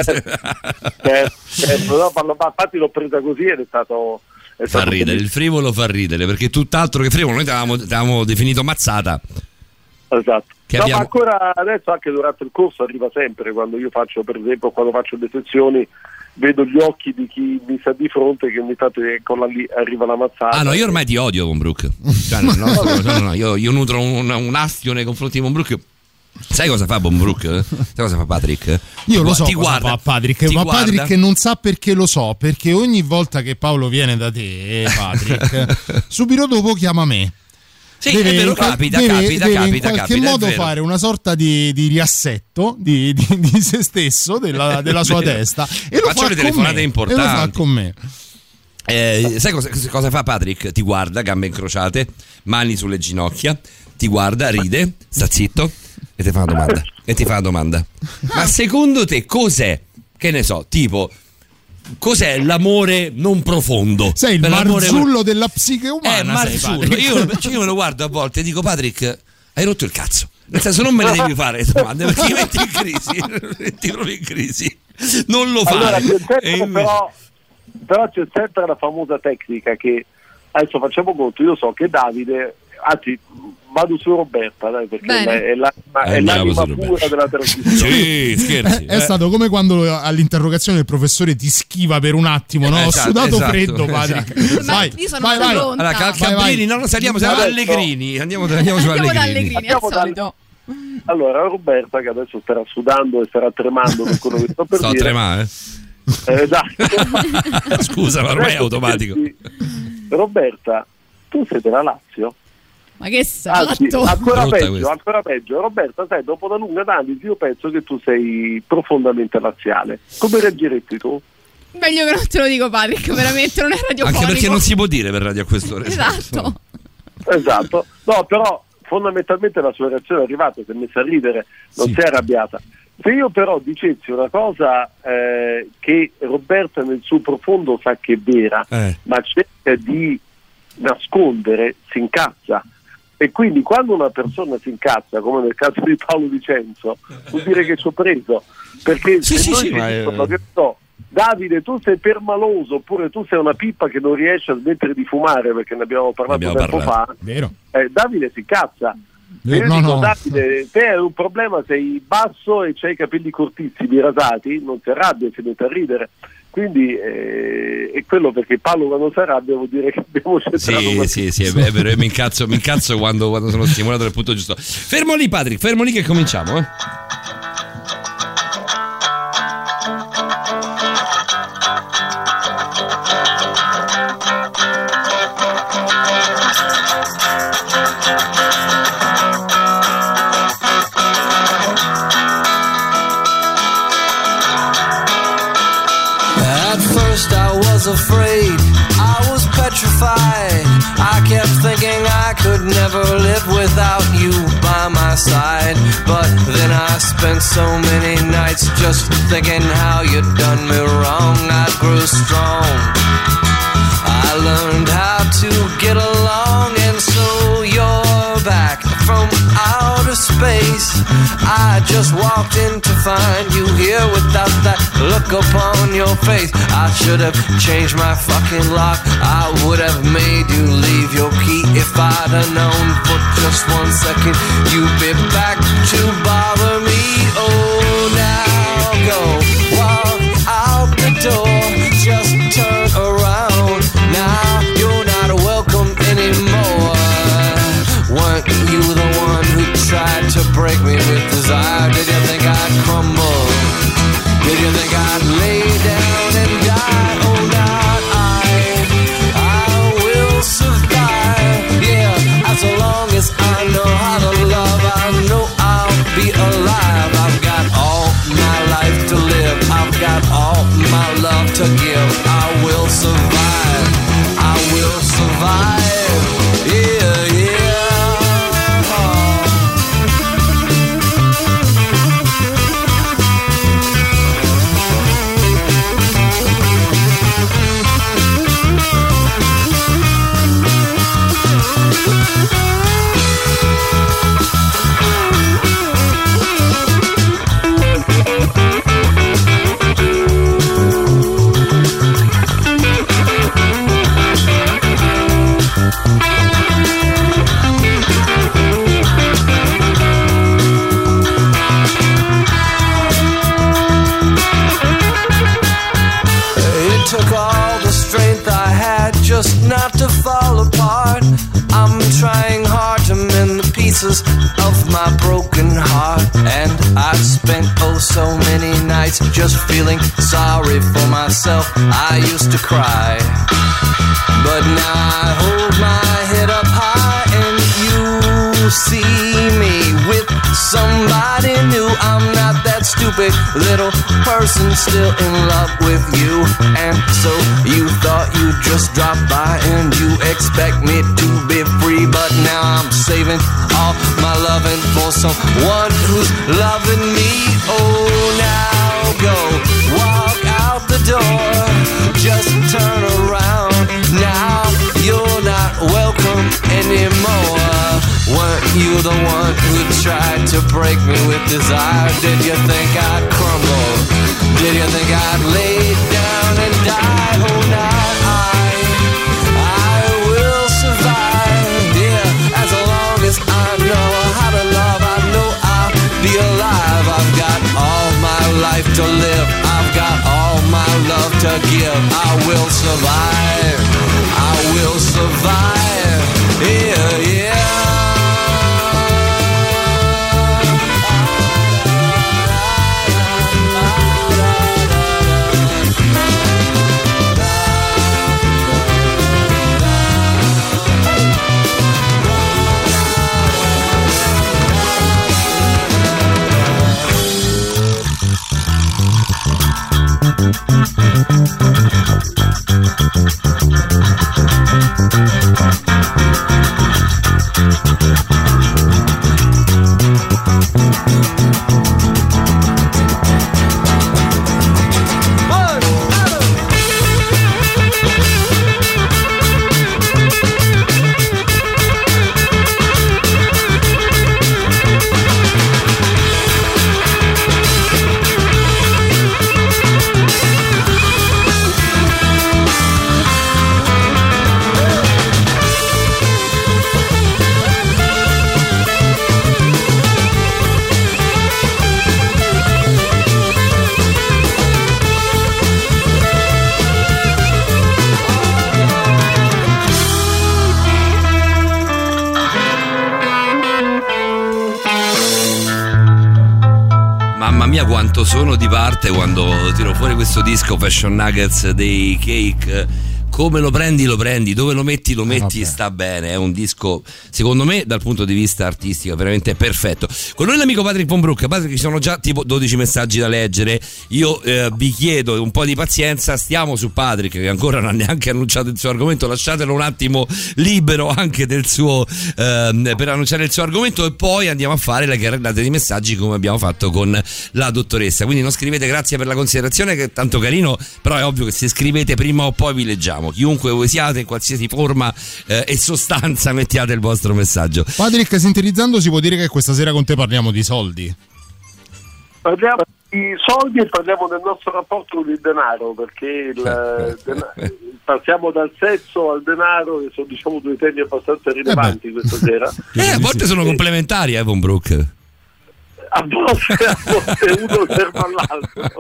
Eh, eh, no, ma, ma infatti l'ho presa così ed è stato... È Fa stato ridere, il frivolo fa ridere perché tutt'altro che frivolo, noi ti avevamo, ti avevamo definito mazzata. Esatto. Che No, abbiamo- ma ancora adesso anche durante il corso arriva sempre, quando io faccio per esempio quando faccio le sezioni vedo gli occhi di chi mi sta di fronte che ogni tanto eccola lì arriva la mazzata. Ah no, io ormai ti odio Von Broek. Cioè, no, no, no, no, no, io, io nutro un, un astio nei confronti di Von Broek. Sai cosa fa Von Broek? Sai cosa fa Patrick? Io lo so ti cosa guarda, fa Patrick, ti ma guarda. Patrick non sa perché lo so, perché ogni volta che Paolo viene da te, Patrick, subito dopo chiama me. Sì, è vero, capita, deve, capita, deve capita, in qualche capita, è modo vero. fare una sorta di, di riassetto di, di, di se stesso, della, della sua Vero. testa, e lo Faccio fa le con telefonate me, importanti. e lo fa con me. Eh, sai cosa, cosa fa Patrick? Ti guarda, gambe incrociate, mani sulle ginocchia, ti guarda, ride, sta zitto e ti fa una domanda. E ti fa una domanda. Ma secondo te cos'è? Che ne so, tipo, cos'è l'amore non profondo? Sei il Per l'amore- Marzullo della psiche umana. Eh, Marzullo. sei, Patrick. Io, cioè, io me lo guardo a volte e dico, Patrick, hai rotto il cazzo. Nel senso, non me le devi fare le domande perché mi metti in crisi. Mi metti proprio in crisi. non lo fa. Allora, c'è sempre, E invece- però, però c'è sempre la famosa tecnica che adesso facciamo conto, io so che Davide, anzi vado su Roberta, dai, perché Bene. è, la, è Eh, andiamo l'anima su Roberta. pura della trasmissione. Sì, scherzi. È eh. stato come quando all'interrogazione il professore ti schiva per un attimo, no? Ho Esatto, sudato esatto, freddo, Patrick. esatto. Vai, io sono vai, stata vai. pronta. Allora, Calcabrini, Vai, vai. no, no, saliamo, siamo Adesso- Allegrini. Andiamo, andiamo su Andiamo da Allegrini. Allegrini, al Andiamo da- solito. Allora, Roberta, che adesso starà sudando e starà tremando per quello che sto per Sto a dire. tremare. Eh, esatto. Scusa, ma ormai è automatico. Roberta, tu sei della Lazio? Ma che Anzi, salto! ancora Brutta peggio, questa. ancora peggio. Roberta, sai, dopo una lunga analisi io penso che tu sei profondamente laziale. Come reagiresti tu? Meglio che non te lo dico, Patrick, veramente non è radiofonico. Anche perché non si può dire per radio a quest'ora. Esatto. Esatto. No, però fondamentalmente la sua reazione è arrivata, si è messa a ridere, non Sì. si è arrabbiata. Se io però dicessi una cosa eh, che Roberta nel suo profondo sa che è vera, Eh. ma cerca di nascondere, si incazza. E quindi quando una persona si incazza, come nel caso di Paolo Vicenzo, vuol dire che ci ho preso. Perché Sì, se sì, noi sì, ci ma è- dicono che so, Davide, tu sei permaloso, oppure tu sei una pippa che non riesce a smettere di fumare, perché ne abbiamo parlato Abbiamo tempo parlato. fa, Vero? eh, Davide si incazza. Eh, E io no, dico, no. Davide, te hai un problema, sei basso e c'hai i capelli cortissimi, rasati, non si arrabbia, si mette a ridere. Quindi eh, è quello, perché Paolo quando si arrabbia vuol dire che abbiamo centrato Sì, qualche- sì, sì, è vero, è vero, io mi incazzo, mi incazzo quando, quando sono stimolato dal punto giusto. Fermo lì, Patrick, fermo lì che cominciamo, eh. At first I was afraid, I was petrified. I kept thinking I could never live without you by my side. But then I spent so many nights just thinking how you'd done me wrong. I grew strong, I learned how to get along, and so you're back from outer space. I just walked in to find you here without that look upon your face. I should have changed my fucking lock, I would have made you leave your key. If I'd have known for just one second you'd be back to bother me. Oh, now go walk out the door, just turn around. Now you're not welcome anymore. Weren't you the one who tried to break me with desire? Did you think I'd crumble? Did you think I'd lay down and die? Oh, not I. I will survive. Yeah, as long as I know how to love, I know I'll be alive. I've got all my life to live. I've got all my love to give. I will survive. I will survive. Yeah, yeah. It took all the strength I had just not to fall apart. I'm trying hard to mend the pieces of my broken heart. And I've spent oh so many nights just feeling sorry for myself. I used to cry, but now I hold my head up high and you see me with somebody new. I'm not that stupid little person still in love with you. And so you thought you'd just drop by and you expect me to be free. But now I'm saving all my loving for someone who's loving me. Oh, now go walk out the door, just turn around. Now you're not welcome anymore. Weren't you the one who tried to break me with desire? Did you think I'd crumble? Did you think I'd lay down and die? Oh, now I, I will survive. Yeah, as long as I know how to love, I know I'll be alive. I've got all my life to live. I've got all my love to give. I will survive. I will survive. Yeah, yeah. Quanto sono di parte quando tiro fuori questo disco Fashion Nuggets dei Cake. Come lo prendi lo prendi, dove lo metti lo metti, eh, sta bene. È un disco secondo me dal punto di vista artistico veramente perfetto. Con noi l'amico Patrick Von Broek. Patrick, ci sono già tipo dodici messaggi da leggere. Io eh, vi chiedo un po' di pazienza. Stiamo su Patrick che ancora non ha neanche annunciato il suo argomento. Lasciatelo un attimo libero anche del suo eh, per annunciare il suo argomento, e poi andiamo a fare le carrellate di messaggi come abbiamo fatto con la dottoressa. Quindi non scrivete, grazie per la considerazione, che è tanto carino, però è ovvio che se scrivete prima o poi vi leggiamo. Chiunque voi siate, in qualsiasi forma eh, e sostanza, mettiate il vostro messaggio. Patrick, sintetizzando, si può dire che questa sera con te parliamo di soldi? Parliamo di soldi e parliamo del nostro rapporto con il denaro, perché il denaro, passiamo dal sesso al denaro, che sono, diciamo, due temi abbastanza rilevanti eh questa sera. Eh, a volte sono complementari, eh, Von Broek. A volte, a volte uno serve all'altro.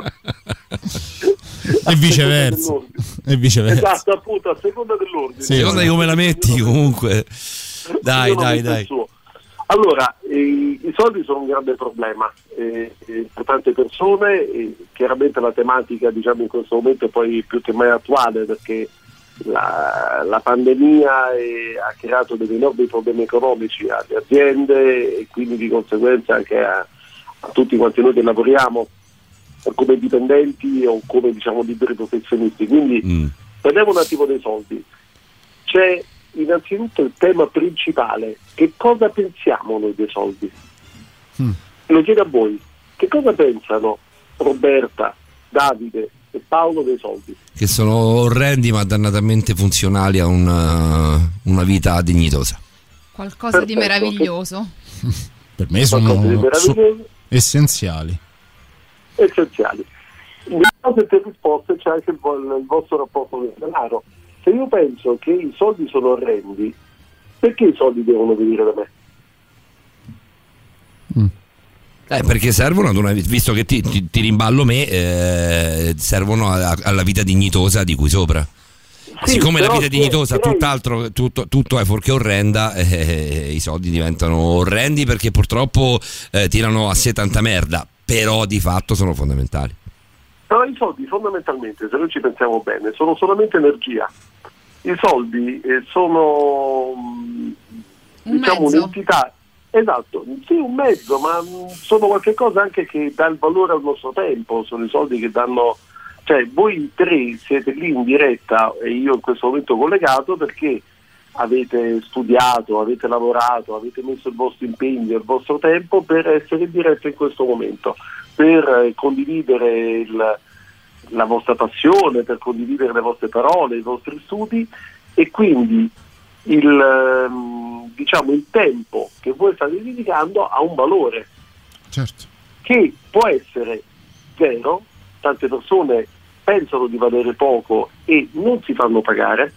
E viceversa. E viceversa. Esatto, appunto, a seconda dell'ordine. Sì, a seconda di come la metti, comunque. Dai, dai, dai. Allora, i, i soldi sono un grande problema eh, eh, per tante persone, e chiaramente la tematica, diciamo, in questo momento è poi più che mai attuale, perché la, la pandemia è, ha creato degli enormi problemi economici alle aziende e quindi di conseguenza anche a, a tutti quanti noi che lavoriamo come dipendenti o come, diciamo, liberi professionisti. Quindi mm. parliamo un attimo dei soldi. C'è innanzitutto il tema principale: che cosa pensiamo noi dei soldi? Mm. Lo chiedo a voi, che cosa pensano Roberta, Davide e Paolo dei soldi? Che sono orrendi ma dannatamente funzionali a una, una vita dignitosa. Qualcosa Perfetto. Di meraviglioso. Per me sono su- essenziali. essenziali. Nelle vostre risposte c'è anche il, il vostro rapporto con il denaro. Se io penso che i soldi sono orrendi, perché i soldi devono venire da me? Mm. Eh, perché servono ad una, visto che ti, ti, ti rimballo me, eh, servono a, alla vita dignitosa di cui sopra. Sì, siccome la vita è dignitosa, direi... tutt'altro, tutto, tutto è fuorché orrenda, eh, i soldi diventano orrendi perché purtroppo eh, tirano a sé tanta merda, però di fatto sono fondamentali. Però i soldi fondamentalmente, se noi ci pensiamo bene, sono solamente energia. I soldi eh, sono un diciamo mezzo. Un'entità, esatto, sì, un mezzo, ma sono qualche cosa anche che dà il valore al nostro tempo. Sono i soldi che danno, cioè voi tre siete lì in diretta e io in questo momento collegato perché avete studiato, avete lavorato, avete messo il vostro impegno, il vostro tempo per essere in diretta in questo momento, per condividere il, la vostra passione, per condividere le vostre parole, i vostri studi, e quindi il, diciamo, il tempo che voi state dedicando ha un valore. Certo. Che può essere zero, tante persone pensano di valere poco e non si fanno pagare.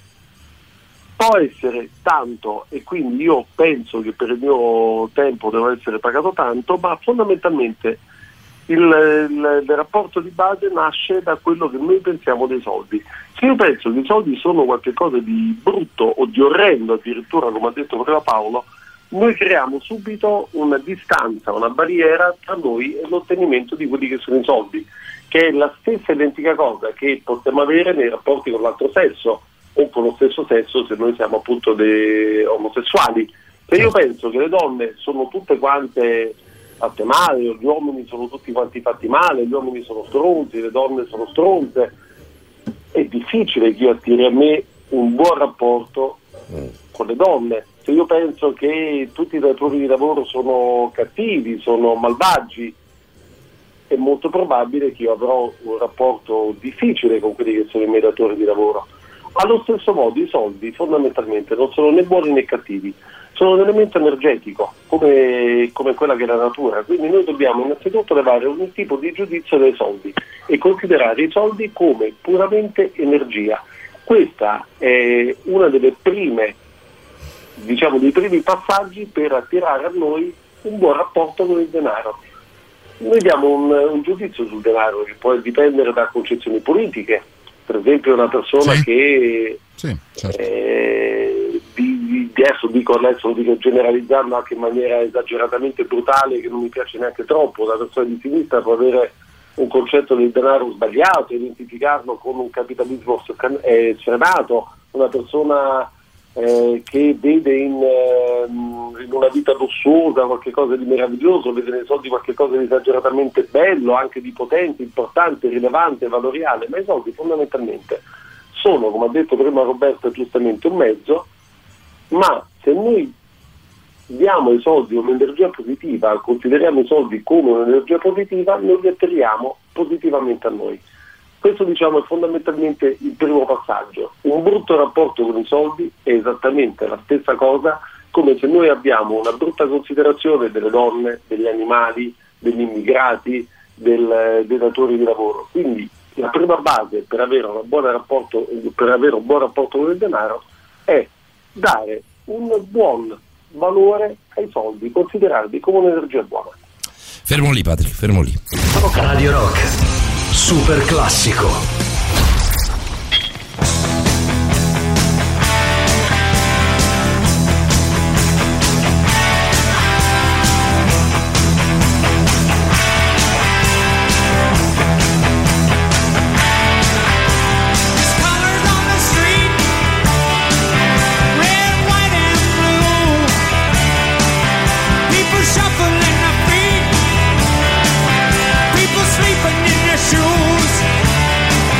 Può essere tanto e quindi io penso che per il mio tempo devo essere pagato tanto, ma fondamentalmente il, il, il rapporto di base nasce da quello che noi pensiamo dei soldi. Se io penso che i soldi sono qualcosa di brutto o di orrendo, addirittura come ha detto prima Paolo, noi creiamo subito una distanza, una barriera tra noi e l'ottenimento di quelli che sono i soldi, che è la stessa identica cosa che possiamo avere nei rapporti con l'altro sesso o con lo stesso sesso se noi siamo appunto dei omosessuali. Se io penso che le donne sono tutte quante fatte male, gli uomini sono tutti quanti fatti male, gli uomini sono stronzi, le donne sono stronze, è difficile che io attiri a me un buon rapporto con le donne. Se io penso che tutti i datori di lavoro sono cattivi, sono malvagi, è molto probabile che io avrò un rapporto difficile con quelli che sono i miei datori di lavoro. Allo stesso modo i soldi fondamentalmente non sono né buoni né cattivi, sono un elemento energetico come, come quella che è la natura, quindi noi dobbiamo innanzitutto levare ogni tipo di giudizio dai soldi e considerare i soldi come puramente energia. Questa è una delle prime, diciamo, dei primi passaggi per attirare a noi un buon rapporto con il denaro. Noi diamo un, un giudizio sul denaro che può dipendere da concezioni politiche. Per esempio una persona sì. che sì, certo. eh, di, di adesso dico adesso dico generalizzando anche in maniera esageratamente brutale, che non mi piace neanche troppo, una persona di sinistra può avere un concetto del denaro sbagliato, identificarlo con un capitalismo sfrenato, una persona eh, che vede in, eh, in una vita lussuosa qualcosa di meraviglioso, vede nei soldi qualcosa di esageratamente bello, anche di potente, importante, rilevante, valoriale, ma i soldi fondamentalmente sono, come ha detto prima Roberto giustamente, un mezzo, ma se noi diamo ai soldi un'energia positiva, consideriamo i soldi come un'energia positiva, noi li attiriamo positivamente a noi. Questo diciamo è fondamentalmente il primo passaggio. Un brutto rapporto con i soldi è esattamente la stessa cosa come se noi abbiamo una brutta considerazione delle donne, degli animali, degli immigrati, del, dei datori di lavoro. Quindi la prima base per avere, una buona rapporto, per avere un buon rapporto con il denaro è dare un buon valore ai soldi, considerarli come un'energia buona. Fermo lì, Patrick, fermo lì. Radio Rock, super classico. Sleeping in your shoes.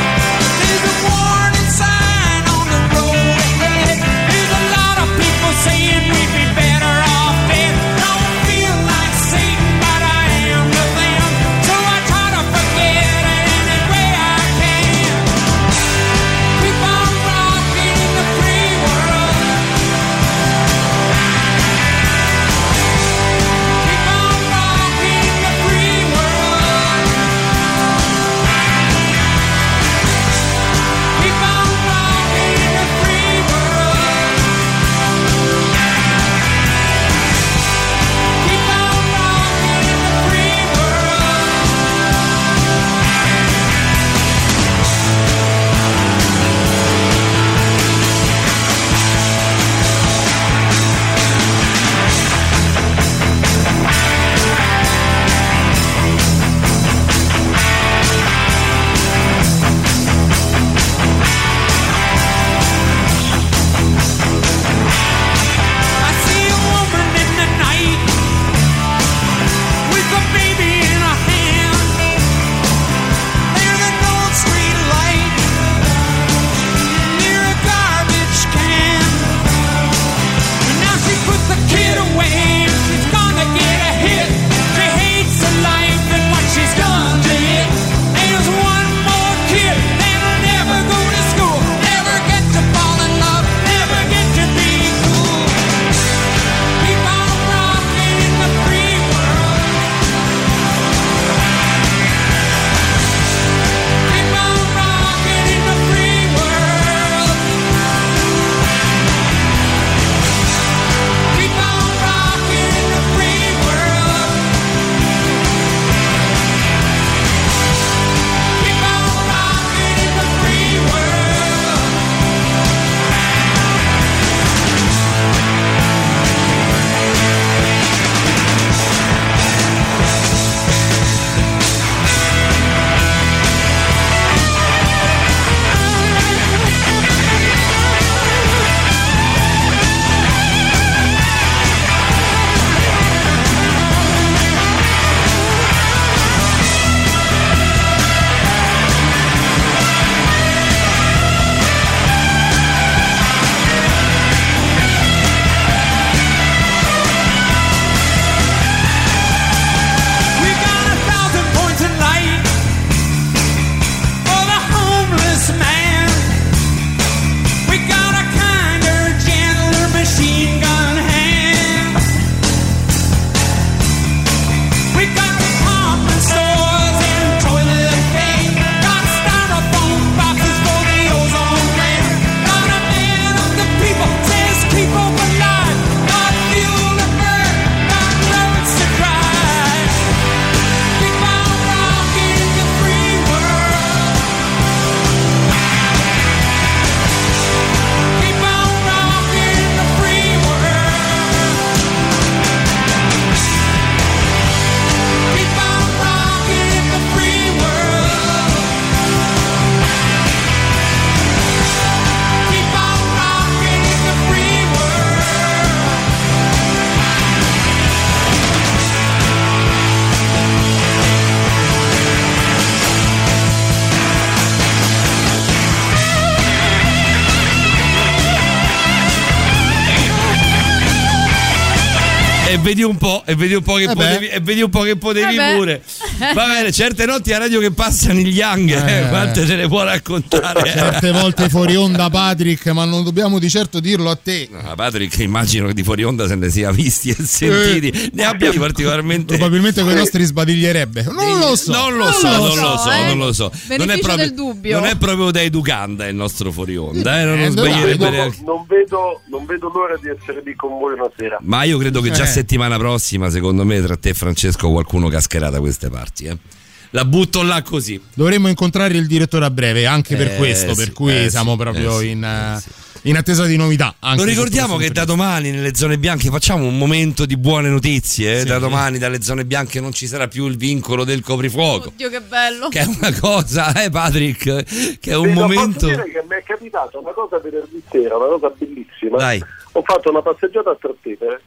E vedi un po', e vedi un po' che Eh potevi, e vedi un po' che potevi Eh beh. pure. Va bene, certe notti a radio che passano gli Young, eh, Eh. quante ce ne può raccontare? Certe volte fuori onda Patrick, ma non dobbiamo di certo dirlo a te. No, Patrick, immagino che di fuori onda se ne sia visti e sentiti, ne abbia particolarmente. Probabilmente con i nostri sbadiglierebbe. Non lo so. Non lo so, non lo so, eh. non lo so. Non è, Beneficio proprio, del dubbio. non è proprio da educanda il nostro fuori onda, eh, non Eh, lo sbaglierebbe Vedo- neanche. non, vedo, non vedo l'ora di essere lì con voi una sera. Ma io credo che già Eh. settimana prossima, secondo me, tra te e Francesco qualcuno cascherà da queste parti. Eh. La butto là così. Dovremmo incontrare il direttore a breve, anche per Eh, questo, sì, per cui eh, siamo sì, proprio eh, sì, in, eh, eh, sì. in attesa di novità. Anche Lo sotto ricordiamo questo che da punto domani nelle zone bianche facciamo un momento di buone notizie. Eh? Sì, da sì. domani dalle zone bianche non ci sarà più il vincolo del coprifuoco. Oddio, che bello. Che è una cosa, eh Patrick? Che è un Sì, no, momento. posso dire che mi è capitata una cosa venerdì sera, una cosa bellissima. Dai. Ho fatto una passeggiata a Trastevere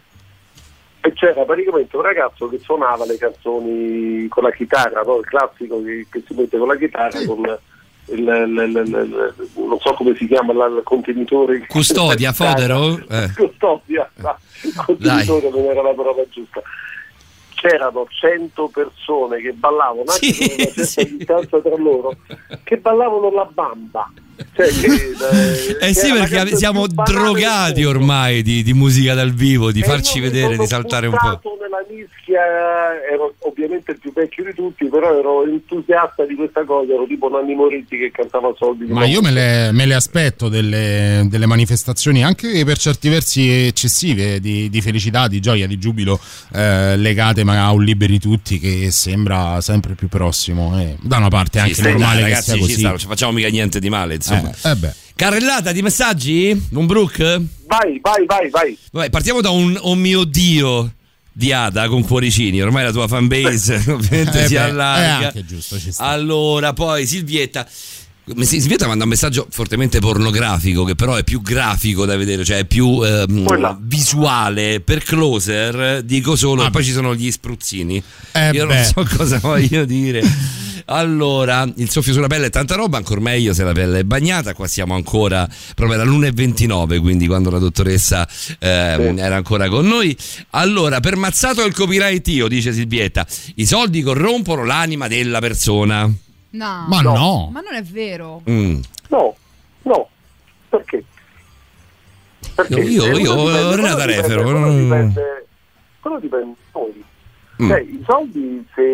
e c'era praticamente un ragazzo che suonava le canzoni con la chitarra, no? Il classico che, che si mette con la chitarra con il, il- il- il- il- non so come si chiama la- il contenitore. Custodia, fodero? Eh. Custodia, no, il contenitore non era la parola giusta. C'erano cento persone che ballavano anche Sì, con una certa sì. distanza tra loro, che ballavano la bamba. Cioè, che, Eh sì, era la perché canzone siamo più banale del drogati mondo. ormai di, di musica dal vivo, di E farci io mi vedere, sono di saltare un po'. buttato nella mischia, ero ovviamente il più vecchio di tutti, però ero entusiasta di questa cosa, ero tipo Nanni Moretti che cantava soldi. di Ma io notte. me le, me le aspetto delle, delle manifestazioni anche per certi versi eccessive di, di felicità, di gioia, di giubilo eh, legate ma a un liberi tutti che sembra sempre più prossimo. Eh, da una parte è Ci anche sta, normale che ragazzi, sia ci così. sta, non ci facciamo mica niente di male, insomma. Eh, eh beh. Carrellata di messaggi? Un Brook? Vai, vai, vai, vai. Vai, partiamo da un oh mio Dio di Ada con Cuoricini. Ormai la tua fanbase ovviamente Eh si beh, allarga. è anche giusto, ci sta. Allora, poi Silvietta. Silvietta manda un messaggio fortemente pornografico, che però è più grafico da vedere, cioè è più ehm, visuale. Per Closer dico solo, Ah, e poi ci sono gli spruzzini. Eh Io beh. non so cosa voglio dire. Allora, il soffio sulla pelle è tanta roba, ancora meglio se la pelle è bagnata. Qua siamo ancora proprio all'una e ventinove, quindi quando la dottoressa ehm, era ancora con noi. Allora, per mazzato il copyright io, dice Silvietta, i soldi corrompono l'anima della persona. No. Ma no. Ma non è vero. Mm. No, no, perché? Perché Io- io- quello dipende- Renata quello dipende- Refero, quello non- dipende- quello dipende da noi. Mm. Cioè, i soldi, se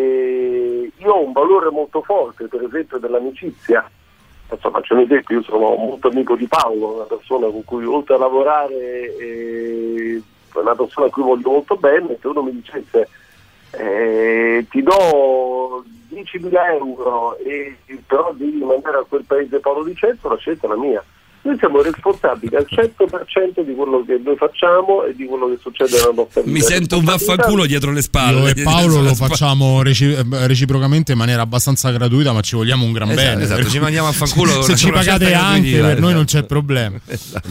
io ho un valore molto forte, per esempio dell'amicizia, adesso faccio un esempio, io sono molto amico di Paolo, una persona con cui oltre a lavorare eh, è una persona a cui voglio molto bene, se uno mi dicesse eh, ti do diecimila euro e però devi mandare a quel paese Paolo Di Cento, la scelta è la mia. Noi siamo responsabili al cento per cento di quello che noi facciamo e di quello che succede nella nostra vita. Mi sento un vaffanculo dietro le spalle. Io e Paolo lo Sulla facciamo reci- reciprocamente in maniera abbastanza gratuita, ma ci vogliamo un gran Esatto, bene. esatto, per ci cui mandiamo a fanculo se con ci una pagate certa anche, gratuità, per noi non esatto. c'è problema.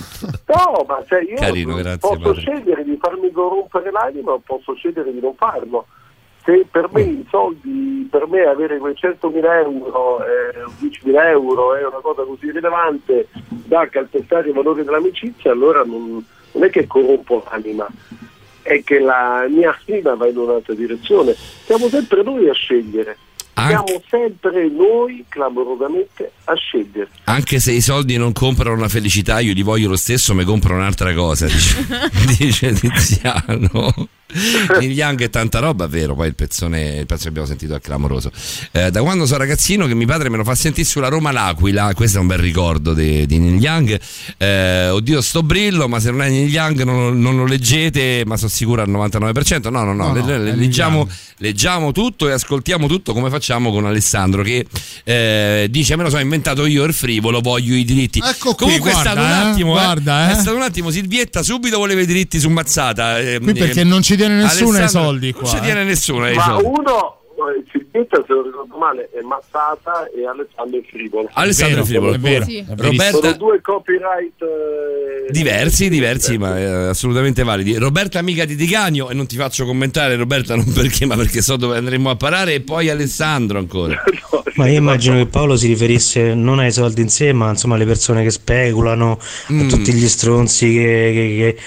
No, ma cioè io Carino, grazie, posso padre. scegliere di farmi corrompere l'anima o posso scegliere di non farlo. Se per me i soldi, per me avere quei centomila euro, eh, diecimila euro è una cosa così rilevante da calpestare i valori dell'amicizia, allora non, non è che corrompo l'anima, è che la mia anima va in un'altra direzione. Siamo sempre noi a scegliere. Siamo sempre noi clamorosamente a scegliere. Anche se i soldi non comprano la felicità, io li voglio lo stesso, mi comprano un'altra cosa, dice, dice Tiziano. Il Young è tanta roba, vero? Poi il pezzone, il pezzo che abbiamo sentito è clamoroso. Eh, da quando sono ragazzino che mio padre me lo fa sentire sulla Roma L'Aquila, questo è un bel ricordo di, di Neil Young. Eh, oddio, sto brillo, ma se non è Neil Young non, non lo leggete, ma sono sicuro al novantanove per cento. No, no, no, No, le- no, le- è Neil leggiamo, Young. leggiamo tutto e ascoltiamo tutto come facciamo con Alessandro che eh, dice me lo so inventato io il frivolo, voglio i diritti. Ecco qui, Comunque guarda, è stato un eh, attimo, eh, guarda, eh. è stato un attimo Silvietta subito voleva i diritti su Mazzata. eh, Qui perché eh, non ci tiene nessuno ai Alessandro, soldi qua. Non ci tiene eh. nessuno ai Ma soldi. uno, eh, Silvietta, se non ricordo male, è Mazzata e Alessandro è Frivolo. Alessandro È vero, Frivolo. è vero, Sì. è verissimo. Roberta- Sono due copyright eh, Diversi, diversi, ma eh, assolutamente validi. Roberta amica di Ticagno, e non ti faccio commentare Roberta non perché, ma perché so dove andremo a parare, e poi Alessandro ancora. Ma io immagino che Paolo si riferisse non ai soldi in sé, ma insomma alle persone che speculano, Mm. a tutti gli stronzi che, che- che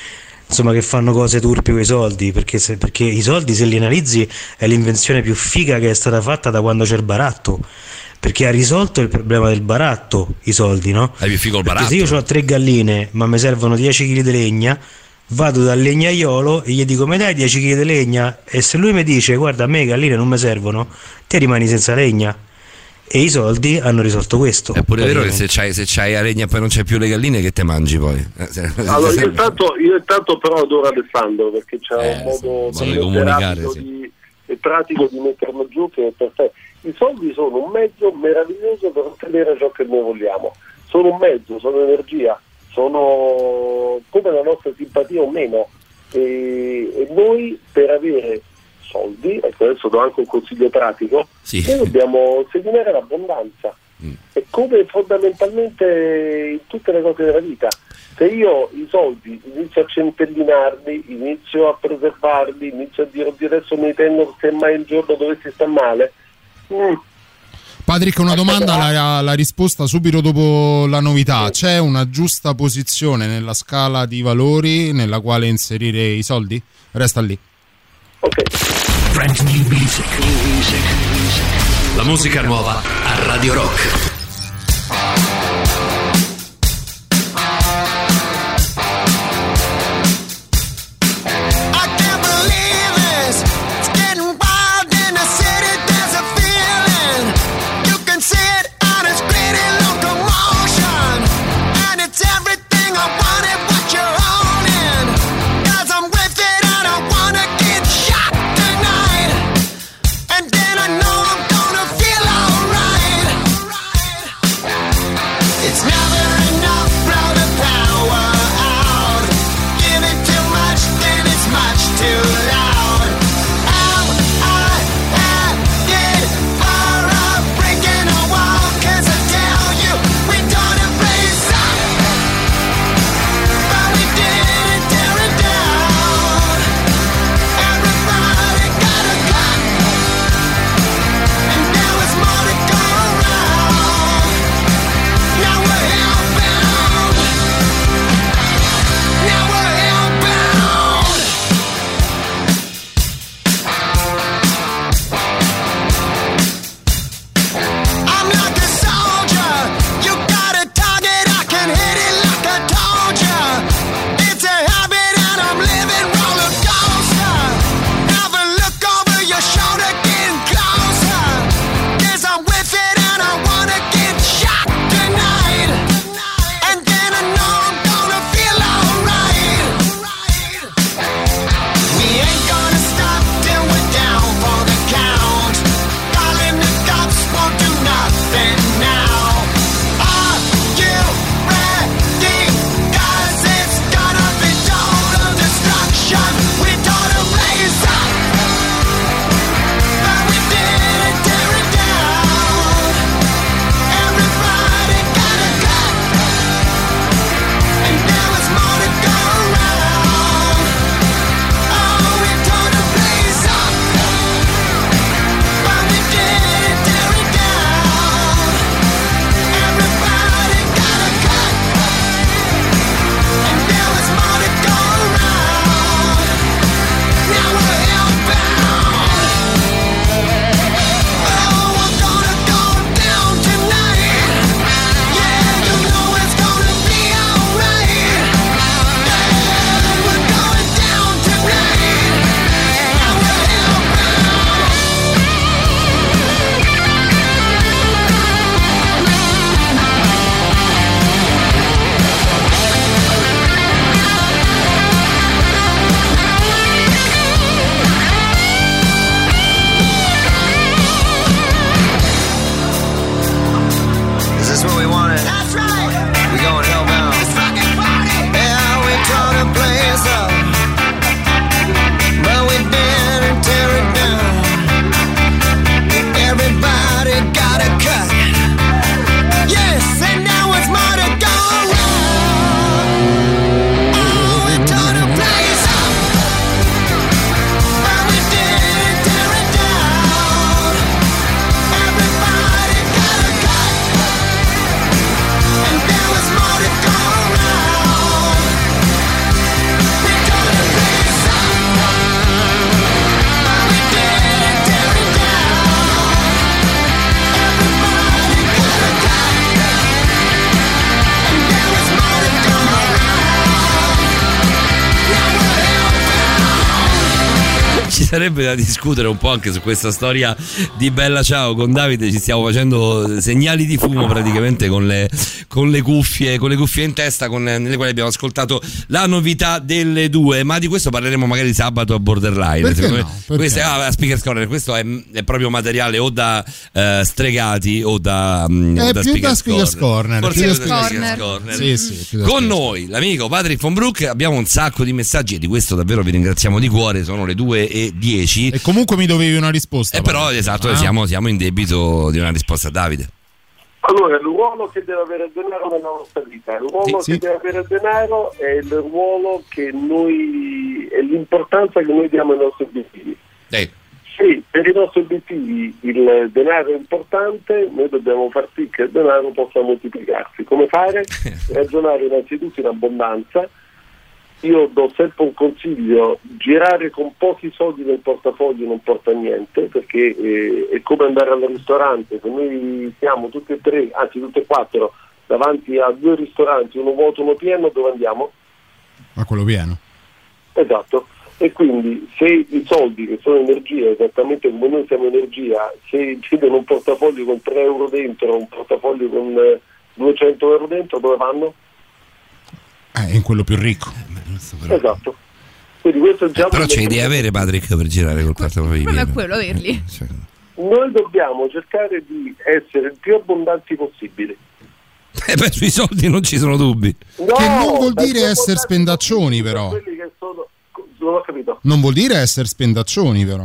insomma, che fanno cose turpi con i soldi, perché, se, perché i soldi, se li analizzi, è l'invenzione più figa che è stata fatta da quando c'è il baratto, perché ha risolto il problema del baratto, i soldi, no? Hai più figo il Perché baratto? se io ho tre galline ma mi servono dieci chili di legna, vado dal legnaiolo e gli dico: mi dai dieci chili di legna? E se lui mi dice: guarda, a me le galline non mi servono, te rimani senza legna. E i soldi hanno risolto questo. È pure vero che se c'hai, se c'hai la legna e poi non c'hai più le galline, che te mangi poi? Allora, io intanto, io intanto però adoro Alessandro, perché c'è Eh, un modo, modo di comunicare, rapido sì. di- e pratico di metterlo giù, che è perfetto. I soldi sono un mezzo meraviglioso per ottenere ciò che noi vogliamo. Sono un mezzo, sono energia, sono come la nostra simpatia o meno. E, e noi, per avere soldi, ecco, adesso do anche un consiglio pratico, Sì. noi dobbiamo seminare l'abbondanza. È come fondamentalmente in tutte le cose della vita. Se io i soldi inizio a centellinarli, inizio a preservarli, inizio a dire: oddio, adesso mi tengo, se mai un giorno dovessi star male, mm, Patrick, una domanda, la, la risposta subito dopo la novità. C'è una giusta posizione nella scala di valori nella quale inserire i soldi? Resta lì. Brand new music. La musica nuova a Radio Rock. I can't believe this. It's getting wild in the city. There's a feeling. You can see it on its gritty locomotion. And it's everything I wanted, what you're owning. 'Cause I'm with it, I don't wanna get shot tonight. And then I know I'm gonna feel alright. sarebbe da discutere un po' anche su questa storia di Bella Ciao. Con Davide ci stiamo facendo segnali di fumo praticamente con le, con le cuffie con le cuffie in testa, con, nelle quali abbiamo ascoltato la novità delle due, ma di questo parleremo magari sabato a Borderline. Perché Secondo no? me, Perché? questo è, ah, Speakers Corner, questo è, è proprio materiale o da uh, stregati o da, um, è da più Speakers da Speakers Corner, Forse più è da da Speakers Speakers Corner. Sì, sì, più da Con Speakers. noi l'amico Patrick von Broek, abbiamo un sacco di messaggi e di questo davvero vi ringraziamo di cuore. Sono le due e dieci e comunque mi dovevi una risposta. E però esatto, ah. siamo, siamo in debito di una risposta a Davide. Allora, il ruolo che deve avere il denaro nella nostra vita, il ruolo Sì, che sì. deve avere il denaro è il ruolo che noi, è l'importanza che noi diamo ai nostri obiettivi. Eh. Se per i nostri obiettivi il denaro è importante, noi dobbiamo far sì che il denaro possa moltiplicarsi. Come fare? Ragionare innanzitutto in abbondanza. Io do sempre un consiglio: girare con pochi soldi nel portafoglio non porta niente, perché eh, è come andare al ristorante. Se noi siamo tutti e tre, anzi tutti e quattro, davanti a due ristoranti, uno vuoto, uno pieno, dove andiamo? A quello pieno. Esatto. E quindi se i soldi, che sono energia, esattamente come noi siamo energia, se vedono un portafoglio con tre euro dentro, un portafoglio con eh, duecento euro dentro, dove vanno? Eh, in quello più ricco. Esatto. Quindi questo è già Però un c'è idea avere, Patrick, per girare col portafoglio Il problema è pieno. quello, averli. Noi dobbiamo cercare di essere il più abbondanti possibile. Eh beh, sui soldi non ci sono dubbi. No, Che non vuol perché dire essere spendaccioni, però. quelli che sono, non ho capito. Non vuol dire essere spendaccioni, però.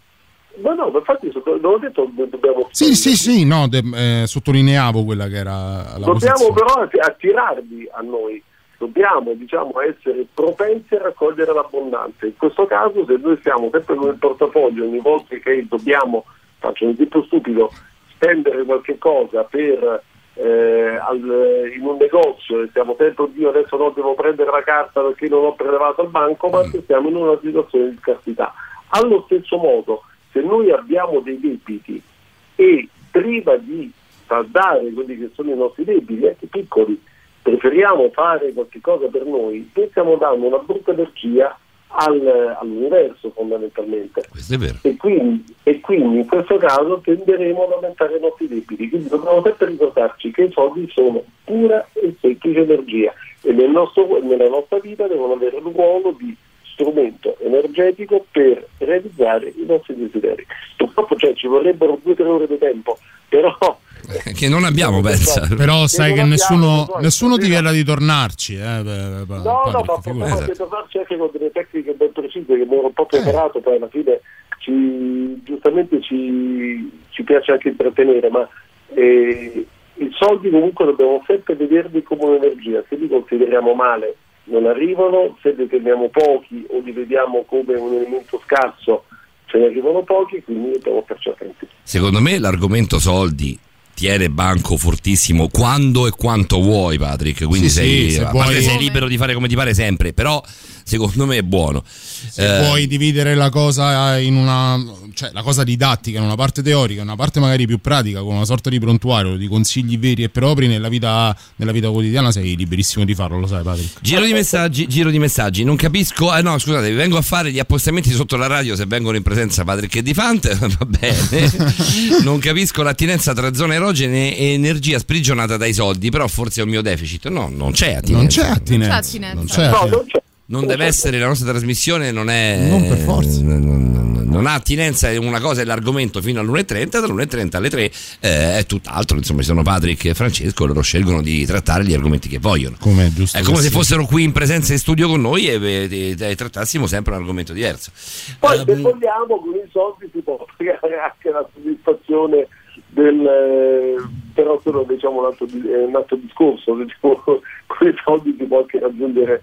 Ma no, infatti non ho detto che dobbiamo Sì, sì, sì, no, de- eh, sottolineavo quella che era la dobbiamo posizione. però att- attirarli a noi. Dobbiamo, diciamo, essere propensi a raccogliere l'abbondanza. In questo caso, se noi siamo sempre nel portafoglio ogni volta che dobbiamo, faccio un esempio stupido, spendere qualche cosa per eh, al, in un negozio e siamo sempre, oddio, adesso no, devo prendere la carta perché non ho prelevato al banco, ma se siamo in una situazione di scarsità. Allo stesso modo, se noi abbiamo dei debiti e prima di saldare quelli che sono i nostri debiti, anche piccoli, preferiamo fare qualche cosa per noi, che stiamo dando una brutta energia al, all'universo fondamentalmente. Questo è vero. E quindi, e quindi in questo caso tenderemo ad aumentare i nostri debiti. Quindi dobbiamo sempre ricordarci che i soldi sono pura e semplice energia e nel nostro, nella nostra vita devono avere il ruolo di strumento energetico per realizzare i nostri desideri. Purtroppo cioè, ci vorrebbero due o tre ore di tempo, però che non abbiamo, pensa. Però sai che nessuno, abbiamo, nessuno ti viene di tornarci. Eh, beh, beh, no, no, ma possiamo tornarci anche con delle tecniche ben precise che mi ero un po' preparato, poi alla fine ci, giustamente ci, ci piace anche intrattenere, ma eh, i soldi comunque dobbiamo sempre vederli come un'energia. Se li consideriamo male non arrivano, se li teniamo pochi o li vediamo come un elemento scarso ce ne arrivano pochi, quindi dobbiamo starci attenti. Secondo me l'argomento soldi tiene banco fortissimo quando e quanto vuoi, Patrick, quindi Sì, sei, sì, se a parte vuoi- sei libero di fare come ti pare sempre, però secondo me è buono. Se Eh, puoi dividere la cosa in una, cioè la cosa didattica in una parte teorica, una parte magari più pratica, con una sorta di prontuario di consigli veri e propri nella vita, nella vita quotidiana, sei liberissimo di farlo, lo sai, Patrick. Giro di messaggi, giro di messaggi. Non capisco. Eh no, scusate, vi vengo a fare gli appostamenti sotto la radio se vengono in presenza Patrick e Di Fante. Va bene. Non capisco l'attinenza tra zone erogene e energia sprigionata dai soldi, però forse è un mio deficit. No, non c'è attinenza. Non c'è attinenza. Non c'è attinenza. Non c'è No, attinenza. non c'è. Non deve essere, la nostra trasmissione non è. Non per forza. Non, non- non ha attinenza, una cosa è l'argomento fino all'una e trenta, dall'una e trenta alle tre eh, è tutt'altro. Insomma, ci sono Patrick e Francesco, loro scelgono di trattare gli argomenti che vogliono. Come è giusto. È come che se sia. fossero qui in presenza in studio con noi e, e- e trattassimo sempre un argomento diverso. Poi se Ehm, vogliamo con i soldi si può pagare anche la soddisfazione del eh, però quello diciamo un altro, di- è un altro discorso, diciamo, con i soldi si può anche raggiungere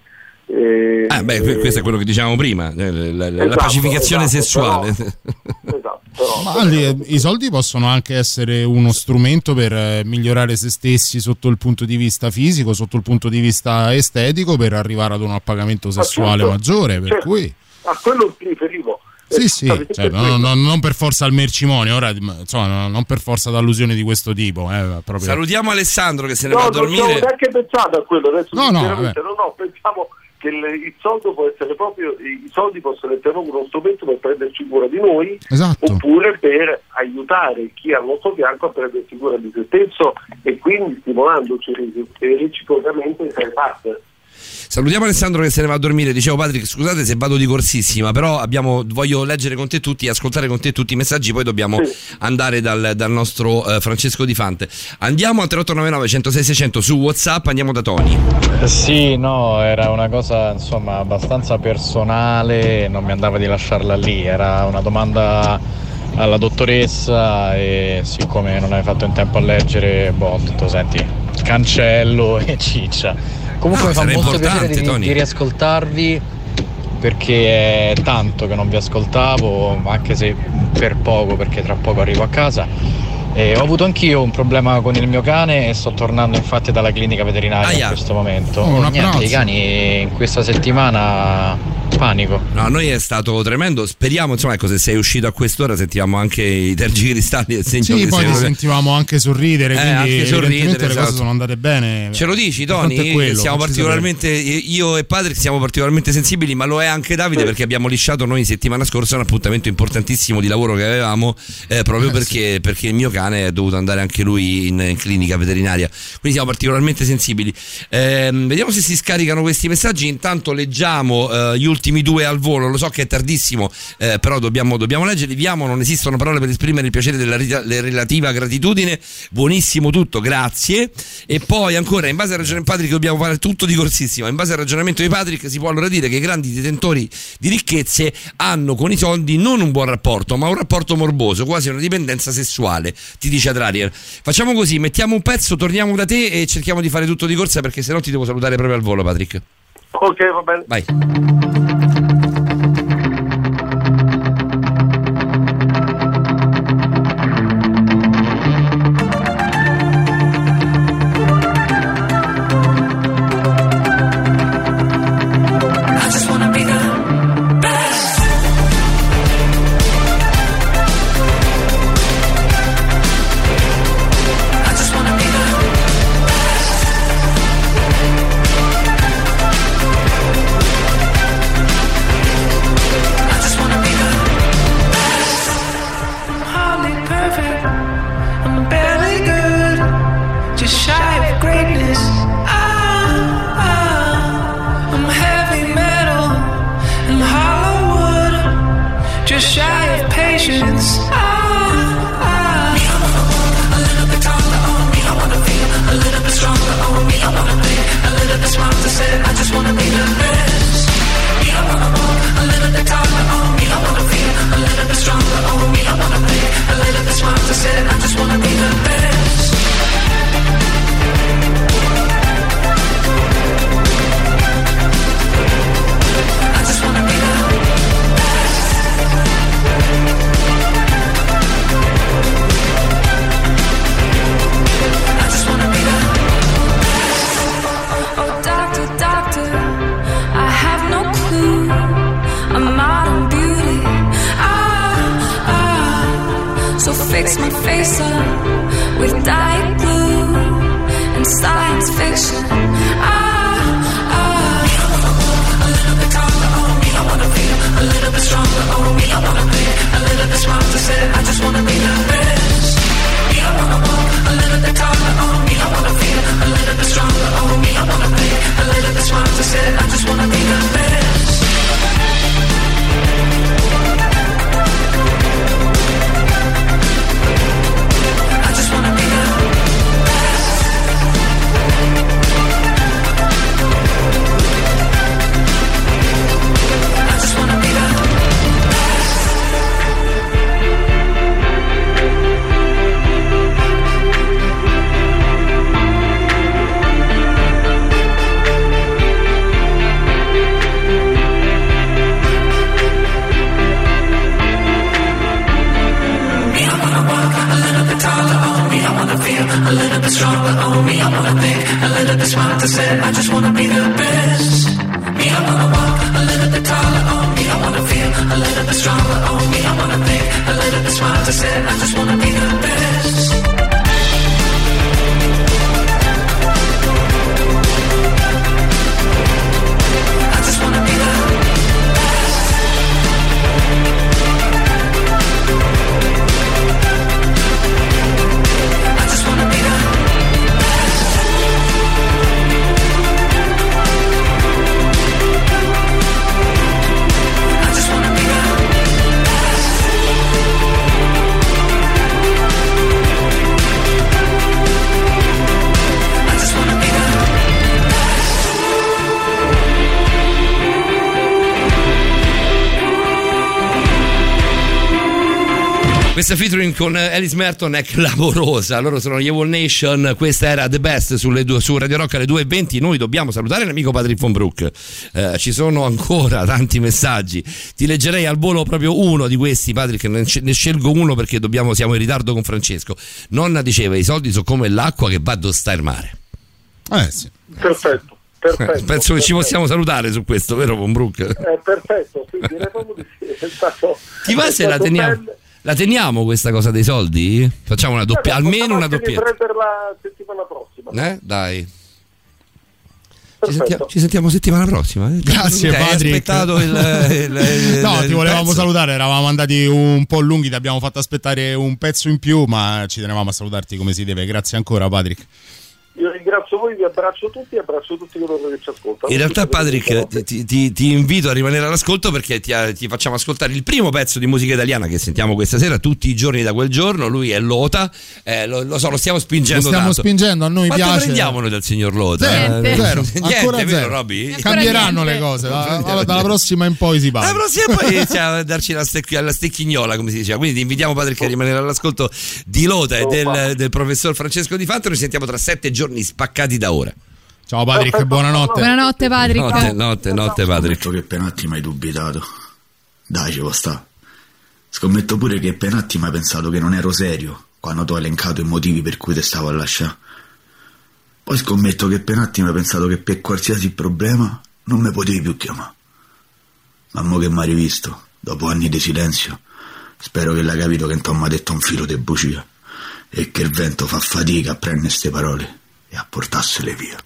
eh, Ah, beh, que- questo è quello che dicevamo prima, eh, la, la- la Esatto, pacificazione esatto, sessuale. però- esatto, però, Ma lì, eh, i soldi possono anche essere uno strumento per eh, migliorare se stessi sotto il punto di vista fisico, sotto il punto di vista estetico, per arrivare ad un appagamento sessuale certo, maggiore, per certo. cui a quello mi riferivo. sì, Eh, sì, sapete, cioè, per no, quello. no, non per forza al mercimonio, ora insomma, non per forza ad allusioni di questo tipo, eh, proprio. Salutiamo Alessandro che se ne No, va a non ci avevo dormire. neanche pensato a quello, adesso No, no, sinceramente vabbè. non ho, pensavo che il, il soldo può essere proprio, i soldi possono essere proprio uno strumento per prenderci cura di noi, esatto. oppure per aiutare chi ha al nostro fianco a prendersi cura di se stesso e quindi stimolandoci reciprocamente in sei partner. Salutiamo Alessandro che se ne va a dormire. Dicevo, Patrick, scusate se vado di corsissima, però abbiamo, voglio leggere con te tutti, ascoltare con te tutti i messaggi, poi dobbiamo sì. andare dal, dal nostro uh, Francesco Di Fante. Andiamo a tre otto nove nove uno zero sei sei zero zero su WhatsApp, andiamo da Tony. Eh sì, no, era una cosa insomma abbastanza personale, non mi andava di lasciarla lì, era una domanda alla dottoressa e siccome non hai fatto in tempo a leggere, boh, ho detto senti, cancello e ciccia. Comunque ah, mi fa molto piacere di, Tony. di riascoltarvi, perché è tanto che non vi ascoltavo, anche se per poco, perché tra poco arrivo a casa. E ho avuto anch'io un problema con il mio cane e sto tornando infatti dalla clinica veterinaria Aia. in questo momento. Oh, oh, niente, i cani in questa settimana panico. No, a noi è stato tremendo. Speriamo, insomma, ecco, se sei uscito a quest'ora sentivamo anche i tergicristalli del segno sì, che poi sei... ti sentivamo anche sorridere, eh, quindi anche sorridere, le esatto. cose sono andate bene. Ce lo dici, Tony? Quello, siamo particolarmente io e Patrick siamo particolarmente sensibili, ma lo è anche Davide, sì. perché abbiamo lisciato noi settimana scorsa un appuntamento importantissimo di lavoro che avevamo, eh, proprio eh, perché, sì. perché il mio cane è dovuto andare anche lui in, in clinica veterinaria, quindi siamo particolarmente sensibili. Eh, vediamo se si scaricano questi messaggi. Intanto leggiamo eh, gli ultimi due al volo. Lo so che è tardissimo, eh, però dobbiamo, dobbiamo leggerli. Vi amo, non esistono parole per esprimere il piacere della relativa gratitudine. Buonissimo tutto, grazie. E poi ancora, in base al ragionamento di Patrick, dobbiamo fare tutto di corsissimo. In base al ragionamento di Patrick si può allora dire che i grandi detentori di ricchezze hanno con i soldi non un buon rapporto, ma un rapporto morboso, quasi una dipendenza sessuale, ti dice Adrarier. Facciamo così, mettiamo un pezzo, torniamo da te e cerchiamo di fare tutto di corsa, perché sennò ti devo salutare proprio al volo, Patrick. Ok, va bene. Vai. Fix my face up with diet glue and science fiction. Ah, ah. A little bit taller, oh me, I wanna feel a little bit stronger, oh me, I wanna be a little bit smarter, said I just wanna be the best. Me, I wanna walk a little bit taller, oh me, I wanna feel a little bit stronger, oh me, I wanna be a little bit smarter, said I just wanna be the best. A little bit stronger, oh me, I wanna think a little bit smarter, said I just wanna be the best. Me, I wanna walk a little bit taller, oh me, I wanna feel a little bit stronger, oh me, I wanna think a little bit smarter, said I just wanna be the best. I Questa featuring con Alice Merton è clamorosa. Loro sono gli Evil Nation. Questa era The Best sulle due, su Radio Rock alle due e venti. Noi dobbiamo salutare l'amico Patrick Von Broek. Eh, ci sono ancora tanti messaggi. Ti leggerei al volo proprio uno di questi, Patrick. Ne, ne scelgo uno perché dobbiamo, siamo in ritardo con Francesco. Nonna diceva: i soldi sono come l'acqua che va a dostare il mare. Eh sì. Perfetto. Perfetto, Penso perfetto. che ci possiamo salutare su questo, vero Von Broek? È perfetto, sì, direi proprio di sì. È stato, Ti va è se la stato teniamo? bello. La teniamo questa cosa dei soldi? Facciamo una doppia, Guarda, almeno una possiamo anche doppietta. riprenderla la settimana prossima. Eh? Dai. Ci sentiamo, ci sentiamo settimana prossima. Eh? Grazie Hai Patrick. aspettato il, il, il, no, il ti volevamo pezzo. salutare, eravamo andati un po' lunghi, ti abbiamo fatto aspettare un pezzo in più, ma ci tenevamo a salutarti come si deve. Grazie ancora Patrick. Io ringrazio voi, vi abbraccio tutti e abbraccio tutti coloro che ci ascoltano. In realtà Patrick ti, ti, ti invito a rimanere all'ascolto perché ti, ti facciamo ascoltare il primo pezzo di musica italiana che sentiamo questa sera tutti i giorni da quel giorno. Lui è Lota, eh, lo, lo so, lo stiamo spingendo Lo stiamo tanto. spingendo, a noi Quanto piace. prendiamo noi dal signor Lota? Zero, Eh, zero. niente, Ancora vero, zero. Robby? Cambieranno le cose, da- da- dalla prossima in poi si parla. La prossima poi iniziamo a darci la, stec- la stecchignola, come si diceva. Quindi ti invitiamo Patrick a rimanere all'ascolto di Lota e del, del professor Francesco Di Fatto. Noi sentiamo tra sette giorni spaccati da ora. Ciao Patrick, buonanotte. Buonanotte Patrick. Notte, notte, notte Patrick. Scommetto che per un attimo hai dubitato. Dai, ci può sta. Scommetto pure che per un attimo hai pensato che non ero serio quando ti ho elencato i motivi per cui ti stavo a lasciare. Poi scommetto che per un attimo hai pensato che per qualsiasi problema non mi potevi più chiamare. Ma mo che mi hai rivisto, dopo anni di silenzio, spero che l'hai capito che non mi ha detto un filo di bugia e che il vento fa fatica a prendere ste parole e a portarsele via.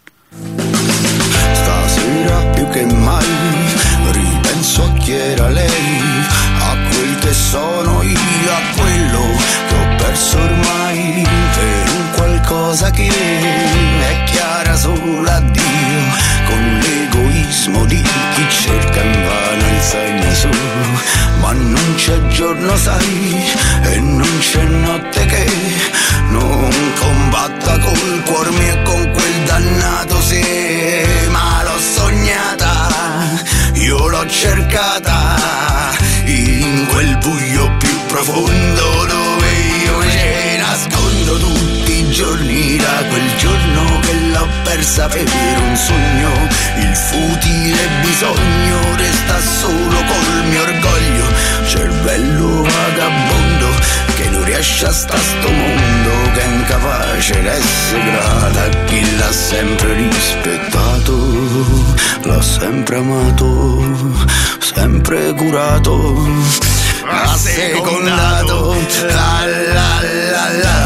Stasera più che mai ripenso a chi era lei, a quel che sono io, a quello che ho perso ormai per un qualcosa che è chiara solo a Dio, con l'egoismo di chi cerca invano il segno su. Ma non c'è giorno sai e non c'è notte che non combatta col cuor mio e con quel dannato se, ma l'ho sognata, io l'ho cercata in quel buio più profondo dove io mi ci nascondo tutti i giorni, da quel giorno che l'ho persa per un sogno, il futile bisogno resta solo col mio orgoglio, cervello vagabondo che non riesce a sta sto mondo, che è incapace d'essere grata a chi l'ha sempre rispettato, l'ha sempre amato, sempre curato, assecondato, la la la la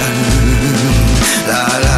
la la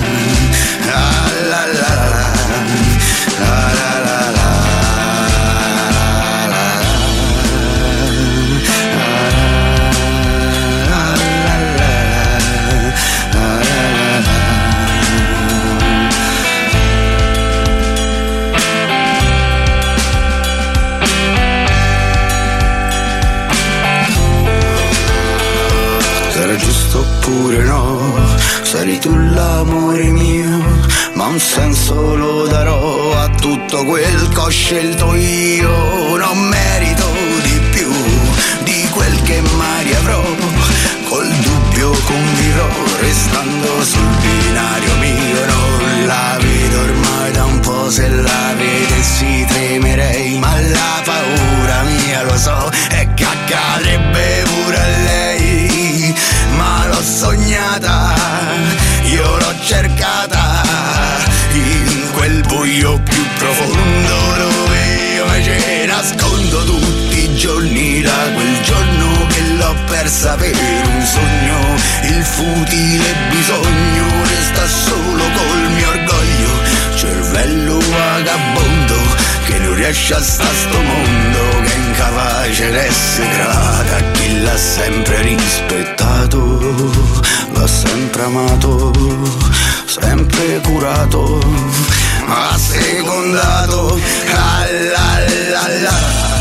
oppure no, sei tu l'amore mio, ma un senso lo darò a tutto quel che ho scelto io, non merito di più di quel che mai avrò, col dubbio convivrò, restando sul binario mio, non la vedo ormai da un po', se la vedessi tremerei, ma la paura mia lo so, è che accadrebbe pure a lei, ma l'ho sognata, io l'ho cercata in quel buio più profondo dove io mi ci nascondo tutti i giorni, da quel giorno che l'ho persa per un sogno, il futile bisogno resta solo col mio orgoglio, cervello vagabondo che non riesce a sta sto mondo, che è incapace d'essere grata a chi l'ha sempre rispettato, l'ha sempre amato, sempre curato, assecondato, la la la la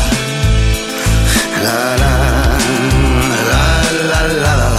la la la la la la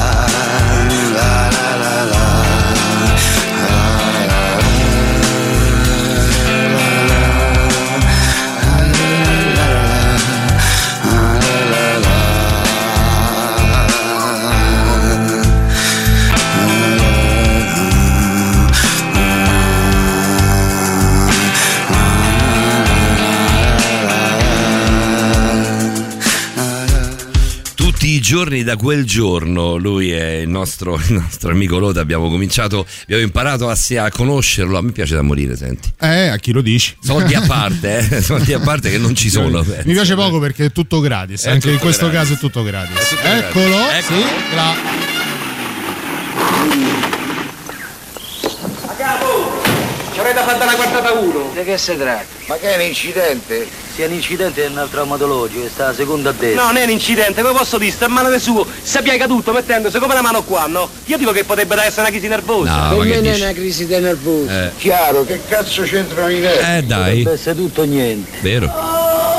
giorni da quel giorno, lui è il nostro, il nostro amico Lota, abbiamo cominciato, abbiamo imparato a, a conoscerlo, a me piace da morire, senti. Eh, a chi lo dici? Soldi a parte, eh, soldi a parte che non ci sono. Mi piace poco perché è tutto gratis, È anche tutto in questo gratis. caso è tutto gratis. È tutto Eccolo, gratis. sì, là. Ci avrei da fare una quartata uno. Di che si tratta? Ma che è un incidente? Sia un incidente è un traumatologico, sta la seconda a destra. No, non è un incidente, come posso dire, sta a mano del suo, si è caduto mettendosi come la mano qua, no? Io dico che potrebbe essere una crisi nervosa. No, ma che Per me non dici? è una crisi di nervosa. Eh. Chiaro, che cazzo c'entrano i nervi? Eh, dai. Potrebbe essere tutto o niente. Vero?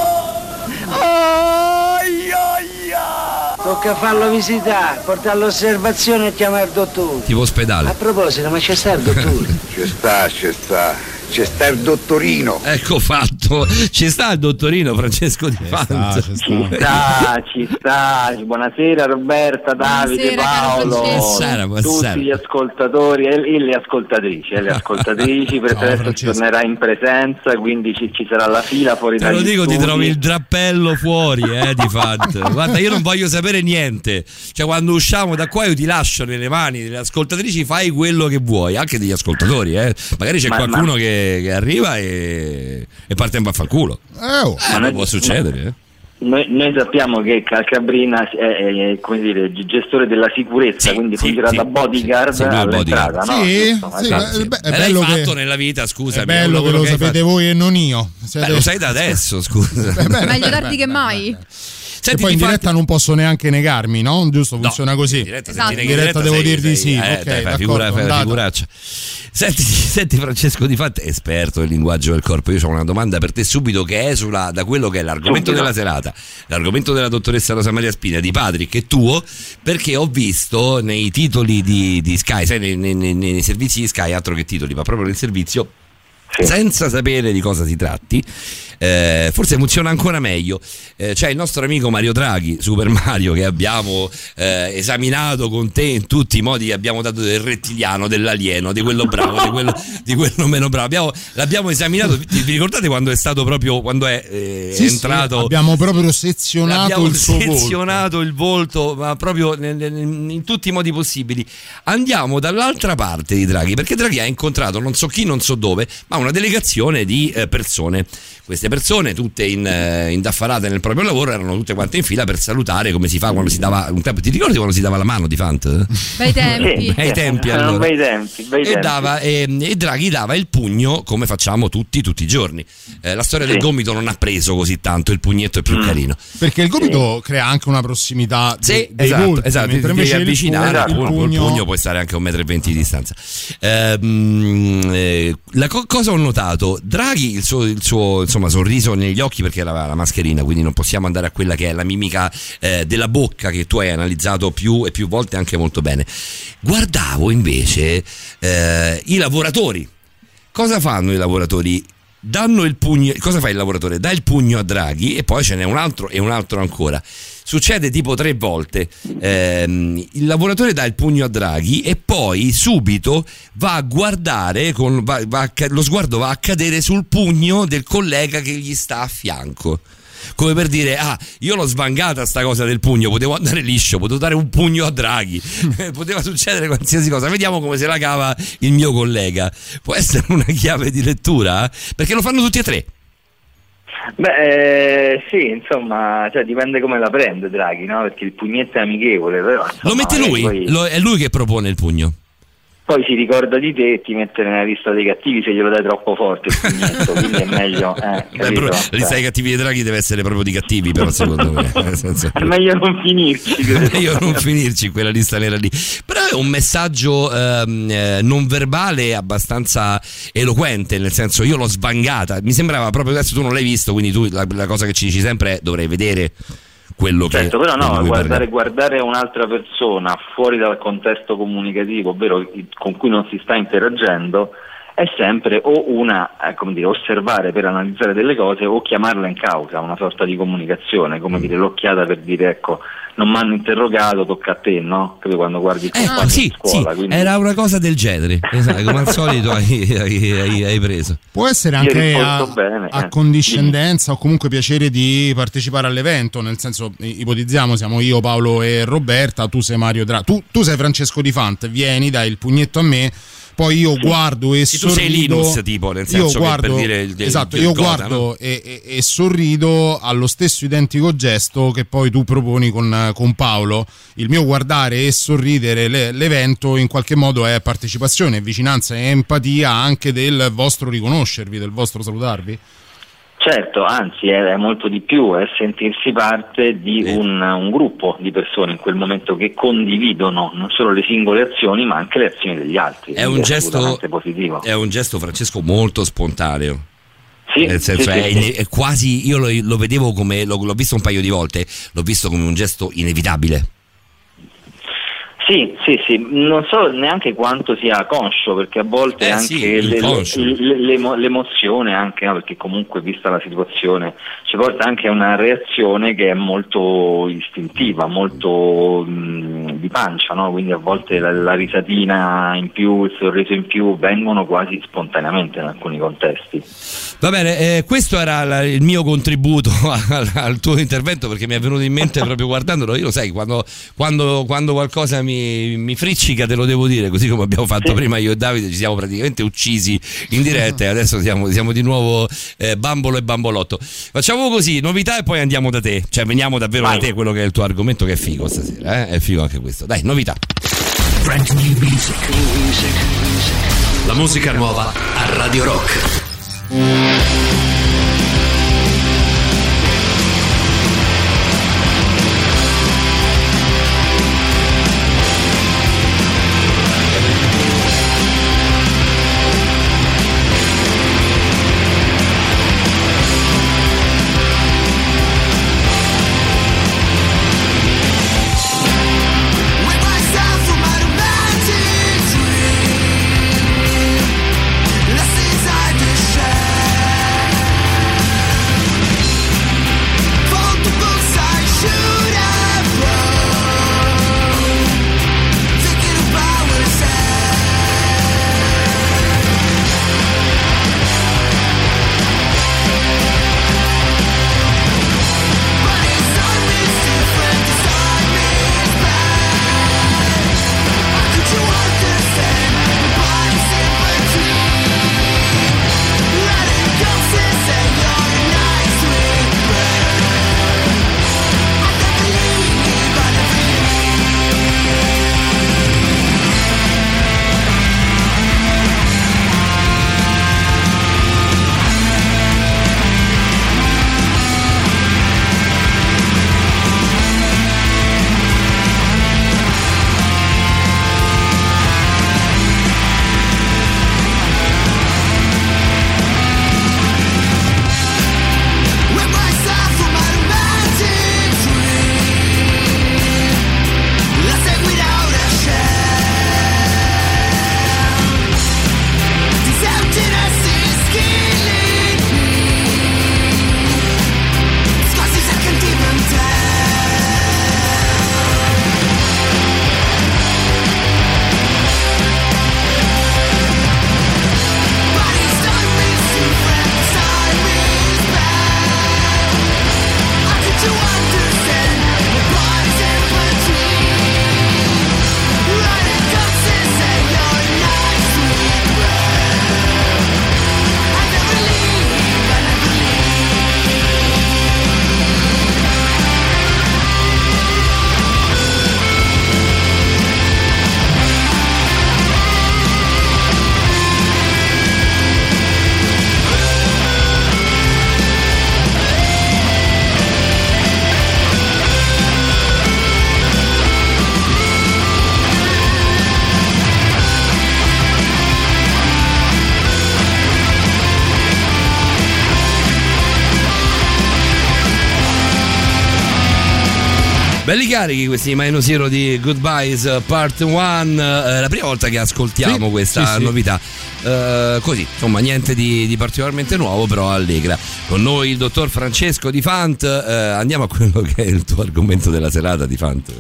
Tocca farlo visitare, portarlo all'osservazione e chiamare il dottore. Tipo ospedale. A proposito, ma c'è sta il dottore? Ci sta, ci sta. C'è sta il dottorino. Ecco fatto. Ci sta il dottorino Francesco Di Fanta. Ci sta, ci sta. Buonasera Roberta, Davide, Buonasera, caro Paolo, Buonasera, buonasera. tutti gli ascoltatori e, e le ascoltatrici, e le ascoltatrici, per adesso ci tornerà in presenza, quindi ci, ci sarà la fila fuori Te dagli lo dico, ti studi. trovi il drappello fuori, eh, di Fanta. Guarda, io non voglio sapere niente. Cioè, quando usciamo da qua io ti lascio nelle mani delle ascoltatrici, fai quello che vuoi, anche degli ascoltatori, eh. Magari c'è Ma- qualcuno ma- che, che arriva e, e parte in vaffanculo. Eh, oh. Eh, ma può succedere, eh. Noi, noi sappiamo che Calcabrina è, è, è, come dire, il gestore della sicurezza, quindi fungerà sì, da bodyguard sì, lui è all'entrata, bodyguard. no? Sì, Insomma, sì, esatto. beh, beh, è Eh, bello l'hai che, fatto nella vita, scusami. è bello che lo hai sapete fatto. voi e non io. Siete- Beh, lo sai da adesso, scusa. Meglio tardi che mai. E poi in diretta non posso neanche negarmi, no? Giusto, funziona così. In diretta, Esatto. se ti In neghi diretta sei- devo dir di sei- sì. eh, Ok, dai, fai d'accordo, figura, fai andata. figuraccia. Senti, senti Francesco Di Fanta, esperto del linguaggio del corpo. Io ho una domanda per te subito che esula da quello che è l'argomento Subito. della serata, l'argomento della dottoressa Rosa Maria Spina, di Patrick e tuo, perché ho visto nei titoli di, di Sky, sai, nei, nei- nei- nei servizi di Sky, altro che titoli, ma proprio nel servizio, senza sapere di cosa si tratti, eh, forse funziona ancora meglio. Eh, c'è il nostro amico Mario Draghi, Super Mario, che abbiamo eh, esaminato con te in tutti i modi, abbiamo dato del rettiliano, dell'alieno, di quello bravo, di quello, di quello meno bravo. Abbiamo, l'abbiamo esaminato. Vi vi ricordate quando è stato proprio quando è, eh, Sì, sì, entrato? abbiamo proprio sezionato Abbiamo il suo volto. sezionato il volto, ma proprio nel- nel- in tutti i modi possibili. Andiamo dall'altra parte di Draghi, perché Draghi ha incontrato non so chi, non so dove, ma una delegazione di eh, persone. Queste persone, tutte in, eh, indaffarate nel proprio lavoro, erano tutte quante in fila per salutare, come si fa quando si dava un tempo. Ti ricordi quando si dava la mano di Fant? Bei tempi. Bei tempi, Erano allora. bei tempi, bei E, tempi. dava, e, e Draghi dava il pugno come facciamo tutti tutti i giorni. Eh, la storia del gomito non ha preso così tanto, il pugnetto è più carino. Perché il gomito crea anche una prossimità de- Sì, dei esatto, volti, esatto, ti mentre devi invece il avvicinare, pugno- il il pugno, il pugno- pugno può stare anche a un metro e venti di distanza. Ehm, eh, la co- cosa ho notato? Draghi, il suo, il suo insomma, sorriso negli occhi, perché era la mascherina, quindi non possiamo andare a quella che è la mimica eh, della bocca, che tu hai analizzato più e più volte anche molto bene. Guardavo invece eh, i lavoratori. Cosa fanno i lavoratori? Danno il pugno. Cosa fa il lavoratore? Dà il pugno a Draghi e poi ce n'è un altro e un altro ancora. Succede tipo tre volte. Ehm, il lavoratore dà il pugno a Draghi e poi subito va a guardare, con, va, va a ca- lo sguardo va a cadere sul pugno del collega che gli sta a fianco. Come per dire, ah, io l'ho svangata sta cosa del pugno, potevo andare liscio, potevo dare un pugno a Draghi, poteva succedere qualsiasi cosa, vediamo come se la cava il mio collega. Può essere una chiave di lettura? Perché lo fanno tutti e tre. Beh, eh, sì, insomma, cioè dipende come la prende Draghi, no? Perché il pugnetto è amichevole, però insomma, Lo mette lui? poi, Lo- è lui che propone il pugno. poi si ricorda di te e ti mette nella lista dei cattivi se glielo dai troppo forte il pugnetto, quindi è meglio, eh, Beh, capito? però, la lista dei cattivi di Draghi deve essere proprio di cattivi, però secondo me. Nel senso- È meglio non finirci. Meglio non finirci in quella lista nera lì. Però è un messaggio ehm, eh, non verbale abbastanza eloquente, nel senso, io l'ho svangata. Mi sembrava proprio, adesso tu non l'hai visto, quindi tu la, la cosa che ci dici sempre è dovrei vedere quello che. Certo, però quello no, di cui guardare, parliamo. guardare un'altra persona fuori dal contesto comunicativo, ovvero il- con cui non si sta interagendo, è sempre o una, eh, come dire, osservare per analizzare delle cose o chiamarla in causa, una sorta di comunicazione, come mm. dire l'occhiata per dire ecco non mi hanno interrogato, tocca a te, no? Capito, quando guardi il compagno eh, sì, in scuola. Sì, quindi... era una cosa del genere, esatto, come al solito hai, hai, hai, hai preso. Può essere anche a, bene, a eh. condiscendenza o comunque piacere di partecipare all'evento, nel senso, ipotizziamo, siamo io, Paolo e Roberta, tu sei Mario Draghi, tu, tu sei Francesco Di Fant, vieni, dai il pugnetto a me, poi io guardo e sì, sorrido. Tu sei Linus, tipo, nel senso io guardo, che per dire il, esatto, il io Gotha, guardo no? e, e, e sorrido allo stesso identico gesto che poi tu proponi con, con Paolo. Il mio guardare e sorridere le, l'evento in qualche modo è partecipazione, vicinanza e empatia anche del vostro riconoscervi, del vostro salutarvi. Certo, anzi è molto di più, è sentirsi parte di un, un gruppo di persone in quel momento che condividono non solo le singole azioni ma anche le azioni degli altri. È un gesto positivo. È un gesto, Francesco, molto spontaneo. Sì, nel senso sì, è, sì, sì. è quasi, io lo, lo vedevo come, lo, l'ho visto un paio di volte, l'ho visto come un gesto inevitabile. Sì, sì, sì, non so neanche quanto sia conscio, perché a volte eh, anche sì, le, le, le, l'emozione, anche, no, perché comunque vista la situazione ci porta anche a una reazione che è molto istintiva, molto mh, di pancia, no? Quindi a volte la, la risatina in più, il sorriso in più vengono quasi spontaneamente in alcuni contesti. Va bene, eh, questo era la, il mio contributo al, al tuo intervento, perché mi è venuto in mente proprio guardandolo. Io lo sai, quando, quando, quando qualcosa mi, mi friccica te lo devo dire, così come abbiamo fatto sì. prima io e Davide, ci siamo praticamente uccisi in diretta e adesso siamo, siamo di nuovo eh, bambolo e bambolotto. Facciamo così, novità e poi andiamo da te, cioè veniamo davvero Vai. da te, quello che è il tuo argomento, che è figo stasera, eh? È figo anche questo. Dai, novità. Brand new music. New music. La musica nuova a Radio Rock. Let's inside the shade. Belli carichi questi Minus Zero di Goodbyes Part uno, eh, la prima volta che ascoltiamo sì, questa sì, sì. novità, eh, così insomma niente di, di particolarmente nuovo, però allegra. Con noi il dottor Francesco Di Fant, eh, andiamo a quello che è il tuo argomento della serata, Di Fant.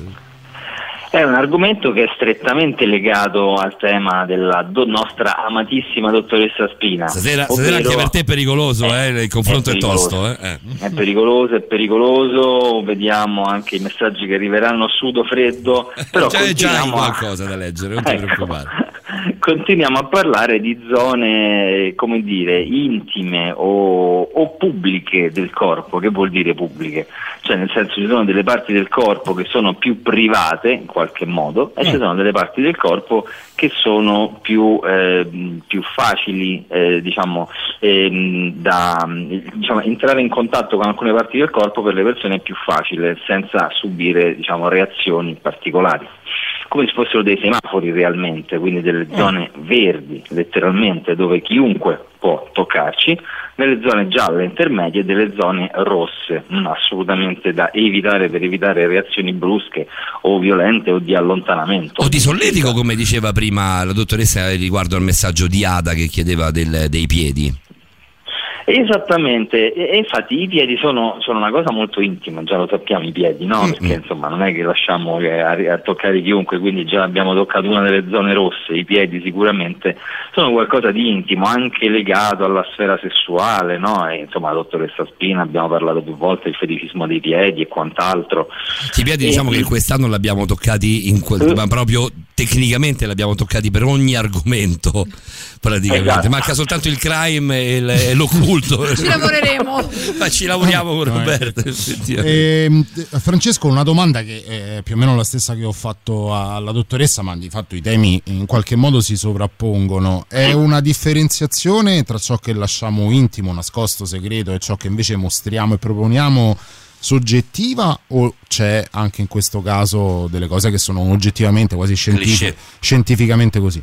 È un argomento che è strettamente legato al tema della do- nostra amatissima dottoressa Spina. Stasera, ovvero... stasera anche per te è pericoloso, eh, il confronto è, è tosto. Eh. Eh. È pericoloso, è pericoloso, vediamo anche i messaggi che arriveranno sudo freddo, però C'è già continuiamo a... qualcosa da leggere, non ti Ecco. preoccupare. Continuiamo a parlare di zone, come dire, intime o, o pubbliche del corpo. Che vuol dire pubbliche? Cioè, nel senso, ci sono delle parti del corpo che sono più private in qualche modo e ci sono delle parti del corpo che sono più, eh, più facili, eh, diciamo, eh, da diciamo, entrare in contatto con alcune parti del corpo. Per le persone è più facile, senza subire, diciamo, reazioni particolari, come se fossero dei semafori realmente, quindi delle zone verdi letteralmente dove chiunque può toccarci, nelle zone gialle intermedie e delle zone rosse, mm, assolutamente da evitare per evitare reazioni brusche o violente o di allontanamento. O di solletico, come diceva prima la dottoressa riguardo al messaggio di Ada che chiedeva del, dei piedi. Esattamente, e, e infatti i piedi sono, sono una cosa molto intima, già lo sappiamo i piedi, no? Mm-hmm. Perché insomma non è che lasciamo che a, a toccare chiunque, quindi già abbiamo toccato una delle zone rosse. I piedi sicuramente sono qualcosa di intimo, anche legato alla sfera sessuale, no? E, insomma, la dottoressa Spina abbiamo parlato più volte del feticismo dei piedi e quant'altro. I piedi, diciamo e, che quest'anno l'abbiamo toccati in quel, ma proprio tecnicamente l'abbiamo toccati per ogni argomento praticamente. Esatto. Manca soltanto il crime e, il, e l'occulto. Ci lavoreremo. Ma ci lavoriamo con Roberto. Eh, Francesco, una domanda che è più o meno la stessa che ho fatto alla dottoressa, ma di fatto i temi in qualche modo si sovrappongono. È una differenziazione tra ciò che lasciamo intimo, nascosto, segreto e ciò che invece mostriamo e proponiamo soggettiva, o c'è anche in questo caso delle cose che sono oggettivamente quasi scientific- scientificamente così?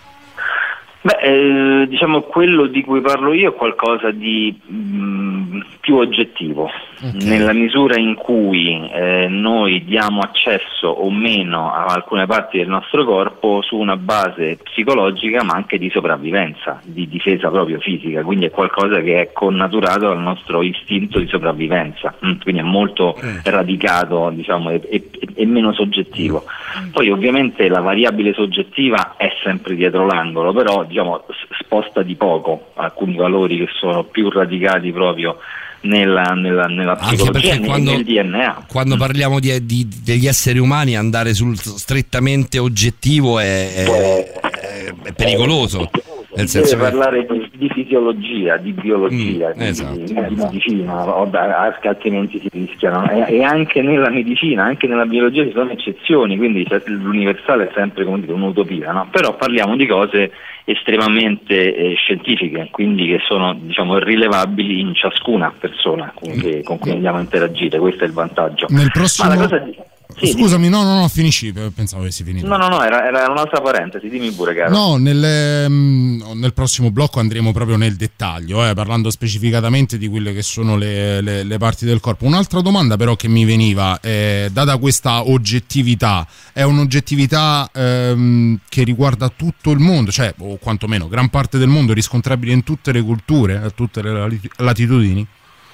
Beh, eh, diciamo quello di cui parlo io è qualcosa di mh, più oggettivo, okay. Nella misura in cui eh, noi diamo accesso o meno a alcune parti del nostro corpo su una base psicologica, ma anche di sopravvivenza, di difesa proprio fisica, quindi è qualcosa che è connaturato al nostro istinto di sopravvivenza, mm, quindi è molto mm. radicato, diciamo, e, e, e meno soggettivo. Mm. Poi ovviamente la variabile soggettiva è sempre dietro l'angolo, però diciamo sposta di poco alcuni valori che sono più radicati proprio nella, nella, nella psicologia e quando, nel D N A. Quando parliamo di, di, degli esseri umani, andare sul strettamente oggettivo è, è, è, è pericoloso. Nel Si deve senso che... parlare di, di fisiologia, di biologia, Mm, di, esatto. di, di medicina, o da- altrimenti si rischiano. E, e anche nella medicina, anche nella biologia ci sono eccezioni, quindi cioè, l'universale è sempre, come dire, un'utopia, no? Però parliamo di cose estremamente eh, scientifiche, quindi che sono, diciamo, rilevabili in ciascuna persona con cui, con cui andiamo a interagire. Questo è il vantaggio. Nel prossimo... Ma la cosa di... Sì, Scusami, no, no, no, finisci, pensavo avessi finito. No, no, no, era, era un'altra parentesi, dimmi pure, caro. No, nel, ehm, nel prossimo blocco andremo proprio nel dettaglio, eh, parlando specificatamente di quelle che sono le, le, le parti del corpo. Un'altra domanda però che mi veniva, eh, data questa oggettività, è un'oggettività ehm, che riguarda tutto il mondo, cioè, o quantomeno gran parte del mondo, riscontrabile in tutte le culture, a tutte le latitudini?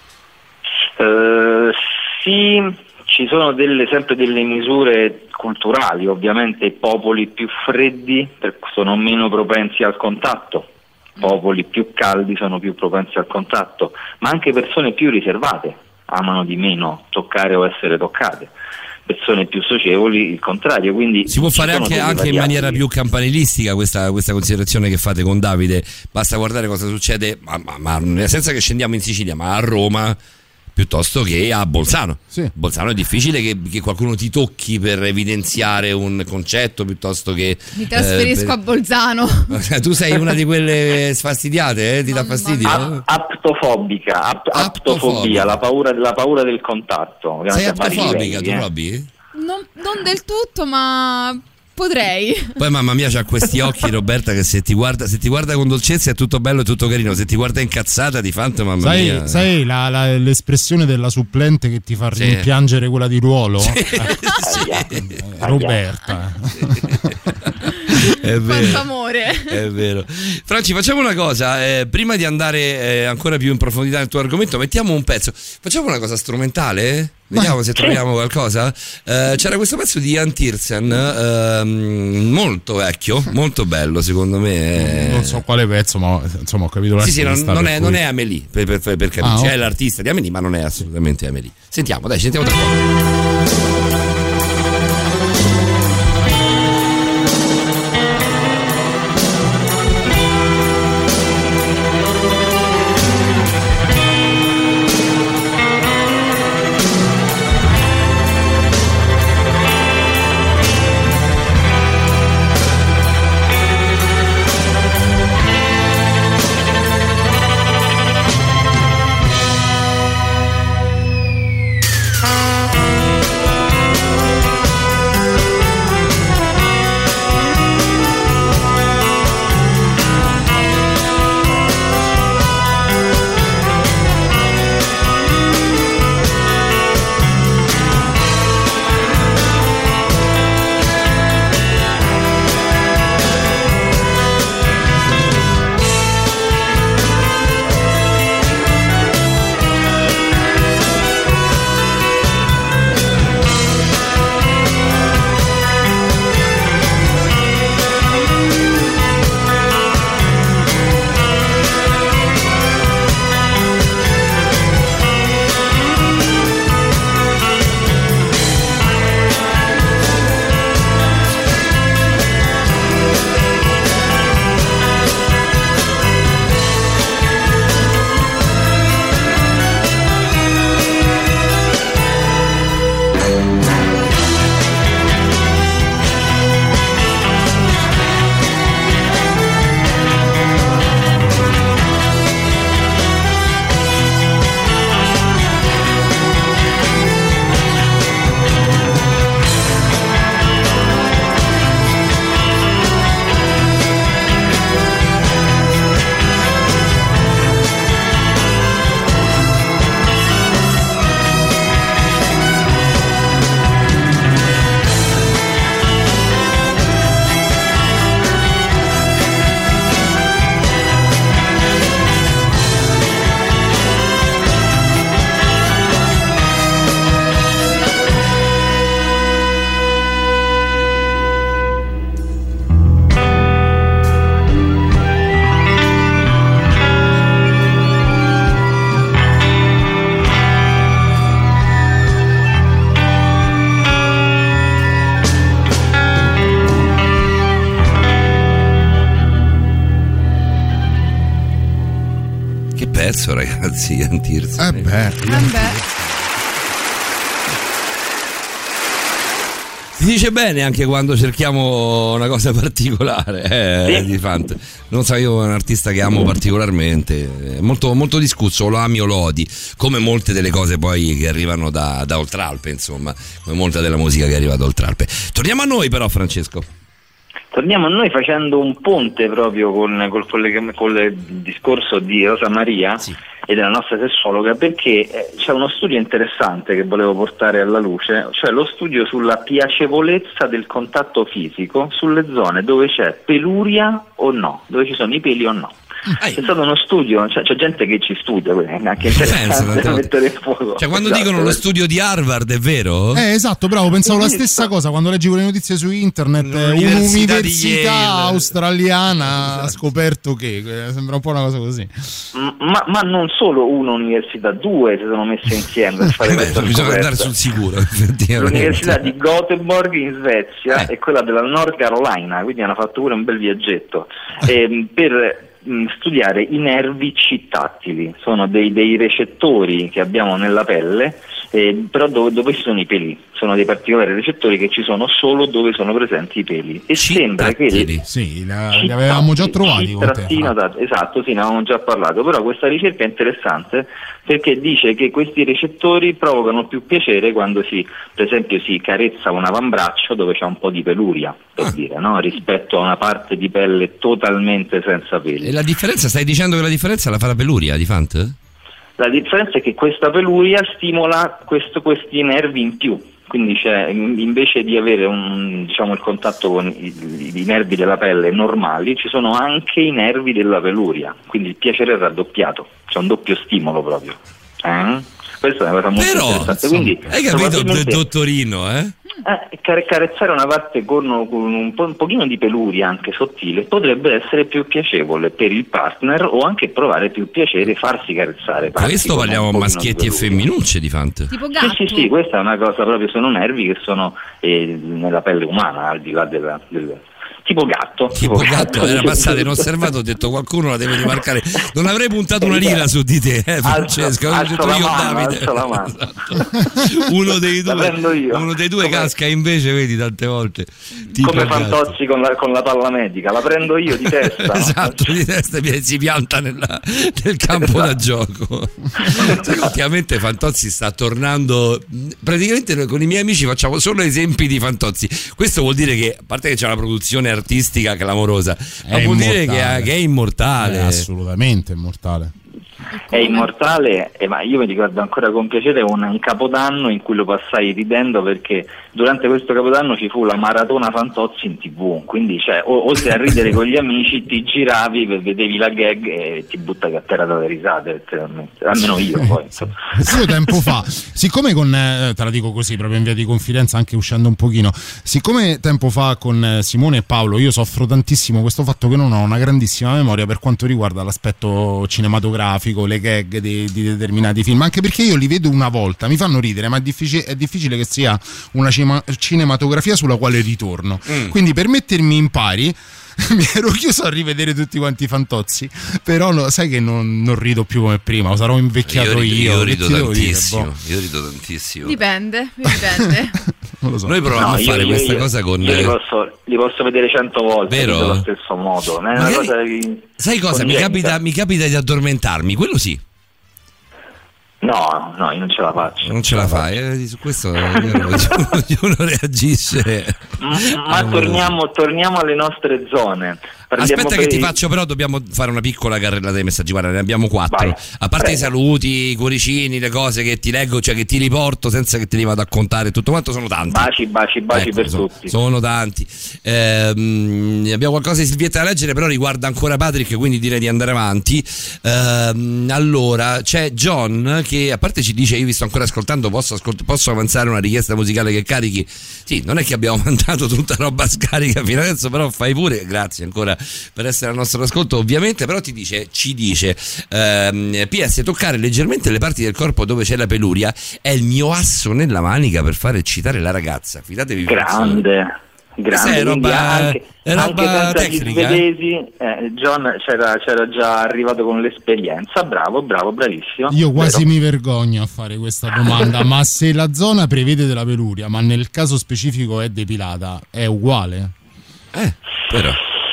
Uh, sì... Ci sono delle, sempre delle misure culturali, ovviamente i popoli più freddi sono meno propensi al contatto, popoli più caldi sono più propensi al contatto, ma anche persone più riservate amano di meno toccare o essere toccate, persone più socievoli il contrario. Quindi si può fare anche, anche in maniera più campanilistica questa, questa considerazione che fate con Davide, basta guardare cosa succede, ma, ma, ma senza che scendiamo in Sicilia, ma a Roma piuttosto che a Bolzano. Sì. Bolzano è difficile che, che qualcuno ti tocchi per evidenziare un concetto piuttosto che... Mi trasferisco eh, per... a Bolzano. Tu sei una di quelle sfastidiate, eh? Ti dà fastidio? A- aptofobica, ap- aptofobia, la paura, la paura del contatto. Sei a vari aptofobica, livelli, tu eh. Robby? Non, non del tutto, ma potrei. Poi mamma mia c'ha questi occhi, Roberta, che se ti guarda, se ti guarda con dolcezza è tutto bello e tutto carino, se ti guarda incazzata di fatto, mamma sai, mia. Sai la, la, l'espressione della supplente che ti fa Sì. rimpiangere quella di ruolo? Sì, Eh, Roberta. È vero. Quanto amore. È vero. Franci, facciamo una cosa, eh, prima di andare eh, ancora più in profondità nel tuo argomento, mettiamo un pezzo. Facciamo una cosa strumentale? Vediamo se troviamo qualcosa. Eh, c'era questo pezzo di Jan Tiersen, ehm, molto vecchio, molto bello secondo me. Non so quale pezzo, ma insomma ho capito Sì, sì, non, l'artista, non per è, cui- non è Amélie, per, per, per capirci, Ah, ok. è l'artista di Amélie, ma non è assolutamente Amélie. Sentiamo, dai, sentiamo tra poco. pezzo, ragazzi, Jan Tiersen. Eh beh, Si dice bene anche quando cerchiamo una cosa particolare, eh, Sì. di Fant. Non so, io è un artista che amo particolarmente, è molto, molto discusso, lo ami o lo odi, come molte delle cose poi che arrivano da, da Oltralpe, insomma, come molta della musica che arriva da Oltralpe. Torniamo a noi però, Francesco. Torniamo a noi facendo un ponte proprio con col, collega- col discorso di Rosa Maria e della nostra sessuologa, perché eh, c'è uno studio interessante che volevo portare alla luce, cioè lo studio sulla piacevolezza del contatto fisico sulle zone dove c'è peluria o no, dove ci sono i peli o no. C'è stato uno studio, cioè, c'è gente che ci studia, quindi è anche interessante da mettere in fuoco. Cioè, quando Esatto. dicono lo studio di Harvard, è vero? Eh, esatto, bravo, pensavo la stessa cosa quando leggevo le notizie su internet. eh, L'università di Un'università Yale. australiana ha scoperto che eh, sembra un po' una cosa così. Ma, ma non solo un'università, due si sono messe insieme per fare Beh, questa bisogna scoperta. andare sul sicuro, effettivamente. L'università di Gothenburg in Svezia e quella della North Carolina, quindi hanno fatto pure un bel viaggetto ehm, per mh, studiare i nervi cittattili. Sono dei, dei recettori che abbiamo nella pelle Eh, però dove, dove ci sono i peli, sono dei particolari recettori che ci sono solo dove sono presenti i peli e sembra che Sì, sì, la- li avevamo già trovati con te. Trattino, esatto, sì, ne avevamo già parlato, però questa ricerca è interessante perché dice che questi recettori provocano più piacere quando si, per esempio, si carezza un avambraccio dove c'è un po' di peluria, per Ah. dire, no? Rispetto a una parte di pelle totalmente senza peli. E la differenza, stai dicendo che la differenza la fa la peluria di Fant? La differenza è che questa peluria stimola questo- questi nervi in più, quindi c'è, in- invece di avere un, diciamo, il contatto con i, i nervi della pelle normali, ci sono anche i nervi della peluria, quindi il piacere è raddoppiato, c'è un doppio stimolo proprio. Eh? Questa è una cosa molto Però, interessante. insomma, Quindi, hai capito, probabilmente- dottorino, eh? Eh, care- carezzare una parte con, con un, po', un pochino di peluria anche sottile potrebbe essere più piacevole per il partner o anche provare più piacere farsi carezzare. parti Questo con parliamo un pochino maschietti di e peluria. femminucce di Fant. Tipo Sì, gatto. sì, sì, questa è una cosa proprio, sono nervi che sono eh, nella pelle umana, al di là della, del tipo gatto. Tipo gatto, era passato inosservato, ho detto qualcuno la deve rimarcare. Non avrei puntato una lira su di te, eh, Francesco. Ho alzo detto la io, mano, Davide. alzo la mano. Esatto. Uno dei La prendo due, io. uno dei due Come- casca invece, vedi, tante volte. Tipo Come gatto. Fantozzi con la, con la palla medica, la prendo io di testa. no? Esatto, di testa e si pianta nella- nel campo da gioco. Sai che ultimamente Fantozzi sta tornando. Praticamente noi con i miei amici facciamo solo esempi di Fantozzi. Questo vuol dire che, a parte che c'è una produzione artistica clamorosa, ma È vuol dire che, immortale. che è immortale. È assolutamente immortale. È immortale, eh, ma io mi ricordo ancora con piacere un, un capodanno in cui lo passai ridendo perché durante questo capodanno ci fu la maratona Fantozzi in tv, quindi cioè, o, oltre a ridere con gli amici ti giravi, vedevi la gag e ti buttavi a terra dalle risate, letteralmente. Almeno io poi. insomma. Io tempo fa, siccome con, eh, te la dico così proprio in via di confidenza, anche uscendo un pochino, siccome tempo fa con eh, Simone e Paolo io soffro tantissimo questo fatto che non ho una grandissima memoria per quanto riguarda l'aspetto cinematografico, le gag di, di determinati film, anche perché io li vedo una volta, mi fanno ridere, ma è difficile, è difficile che sia una cima- cinematografia sulla quale ritorno. Mm. Quindi per mettermi in pari mi ero chiuso a rivedere tutti quanti i Fantozzi, però no, sai che non, non rido più come prima, sarò invecchiato Io io. rido, io che rido ti devo dire, tantissimo. boh. Io rido tantissimo. Dipende, dipende. Non lo so. Noi proviamo No, a io- fare io- questa io- cosa con. io li posso, li posso vedere cento volte Vero? nello stesso modo. È una Magari- cosa che- Sai cosa? Mi congenita. capita, mi capita di addormentarmi, quello sì. No, no, io non ce la faccio. Non ce la fai, eh, su questo eh, ognuno reagisce. Ma, ma torniamo, torniamo alle nostre zone. Parliamo Aspetta per che ti i- faccio, però dobbiamo fare una piccola carrellata dei messaggi. Guarda, ne abbiamo quattro. Vai. A parte Prego. i saluti, i cuoricini, le cose che ti leggo, cioè che ti riporto senza che te li vado a contare, tutto quanto sono tanti. Baci, baci, baci Ecco, per sono, tutti. sono tanti. Ehm, abbiamo qualcosa di Silvietta da leggere, però riguarda ancora Patrick, quindi direi di andare avanti. Ehm, allora, c'è John che, a parte ci dice, io vi sto ancora ascoltando, posso, ascolt- posso avanzare una richiesta musicale che carichi? Sì, non è che abbiamo mandato tutta roba scarica fino adesso, però fai pure, grazie ancora per essere al nostro ascolto, ovviamente. Però ti dice, ci dice ehm, P S, toccare leggermente le parti del corpo dove c'è la peluria è il mio asso nella manica per far eccitare la ragazza, fidatevi. Grande, Questa grande. è Quindi roba- anche, è roba anche senza tecnica, gli svedesi, eh, John c'era, c'era già arrivato con l'esperienza. Bravo, bravo, bravissimo. Io quasi Vero? mi vergogno a fare questa domanda, ma se la zona prevede della peluria, ma nel caso specifico è depilata, è uguale? Eh, però.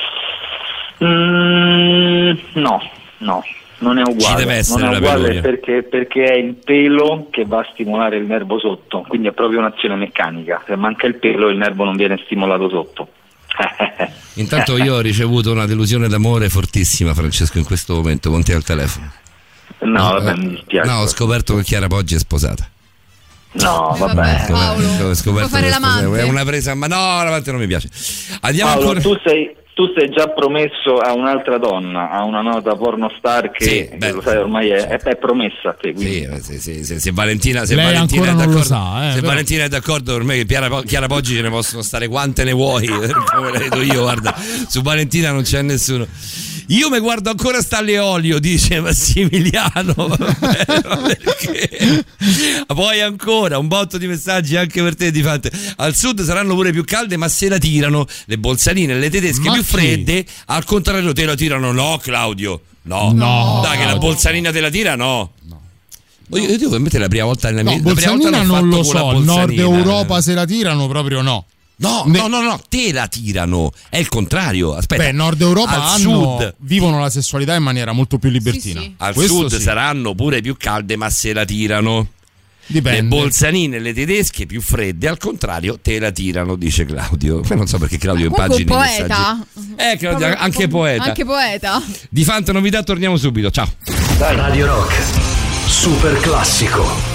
Mm, no, no, non è uguale. Ci deve essere non è la uguale peluria. perché, perché è il pelo che va a stimolare il nervo sotto, quindi è proprio un'azione meccanica. Se manca il pelo, il nervo non viene stimolato sotto. Intanto io ho ricevuto una delusione d'amore fortissima, Francesco, in questo momento con te al telefono. No, vabbè, Eh, mi dispiace. No, ho scoperto che Chiara Poggi è sposata. No, Eh, vabbè. vabbè, Paolo, Ho scoperto puoi fare che è sposata. l'amante. È una presa, ma no, l'amante non mi piace. Andiamo Paolo, ancora. tu sei, tu sei già promesso a un'altra donna, a una nota pornostar che, Sì, che beh, lo sai ormai è, è, è promessa a te. Quindi. Sì, eh, se, se- se- se Valentina, se Lei Valentina è ancora non lo d'accordo, sa, eh, se però. Valentina è d'accordo per me che Chiara, Po- Chiara Poggi ce ne possono stare quante ne vuoi, eh, come le vedo io, guarda, su Valentina non c'è nessuno. Io mi guardo ancora Stanley Olio, dice Massimiliano. Vabbè, perché? Poi ancora un botto di messaggi anche per te, di fante. Al sud saranno pure più calde, ma se la tirano le bolsaline e le tedesche Ma più chi? fredde, al contrario te la tirano. No, Claudio, no, No. dai, che la bolsalina te la tira, no. Io, io dico veramente la prima volta nella mia No, la prima volta Bolzanina l'ho non lo fatto so, con il la Nord Bolzanina. Europa se la tirano proprio no. No, Ne- no, no, no, te la tirano. È il contrario. Aspetta. Beh, Nord Europa al hanno, sud, vivono la sessualità in maniera molto più libertina. Sì, sì. al Questo sud sì. saranno pure più calde, ma se la tirano. Dipende. Le bolzanine e le tedesche più fredde, al contrario, te la tirano, dice Claudio. Poi non so perché Claudio Comunque impagina un i messaggi. poeta. Eh, Claudio, Proprio- anche poeta. Anche poeta. Di Fanta Novità torniamo subito. Ciao. Radio Rock, super classico.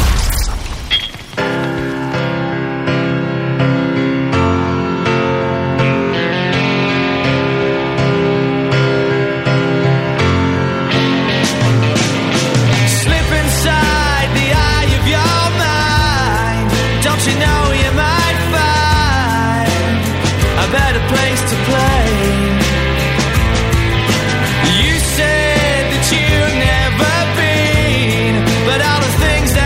Slip inside the eye of your mind. Don't you know you might find a better place to play? You said that you've never been, but all the things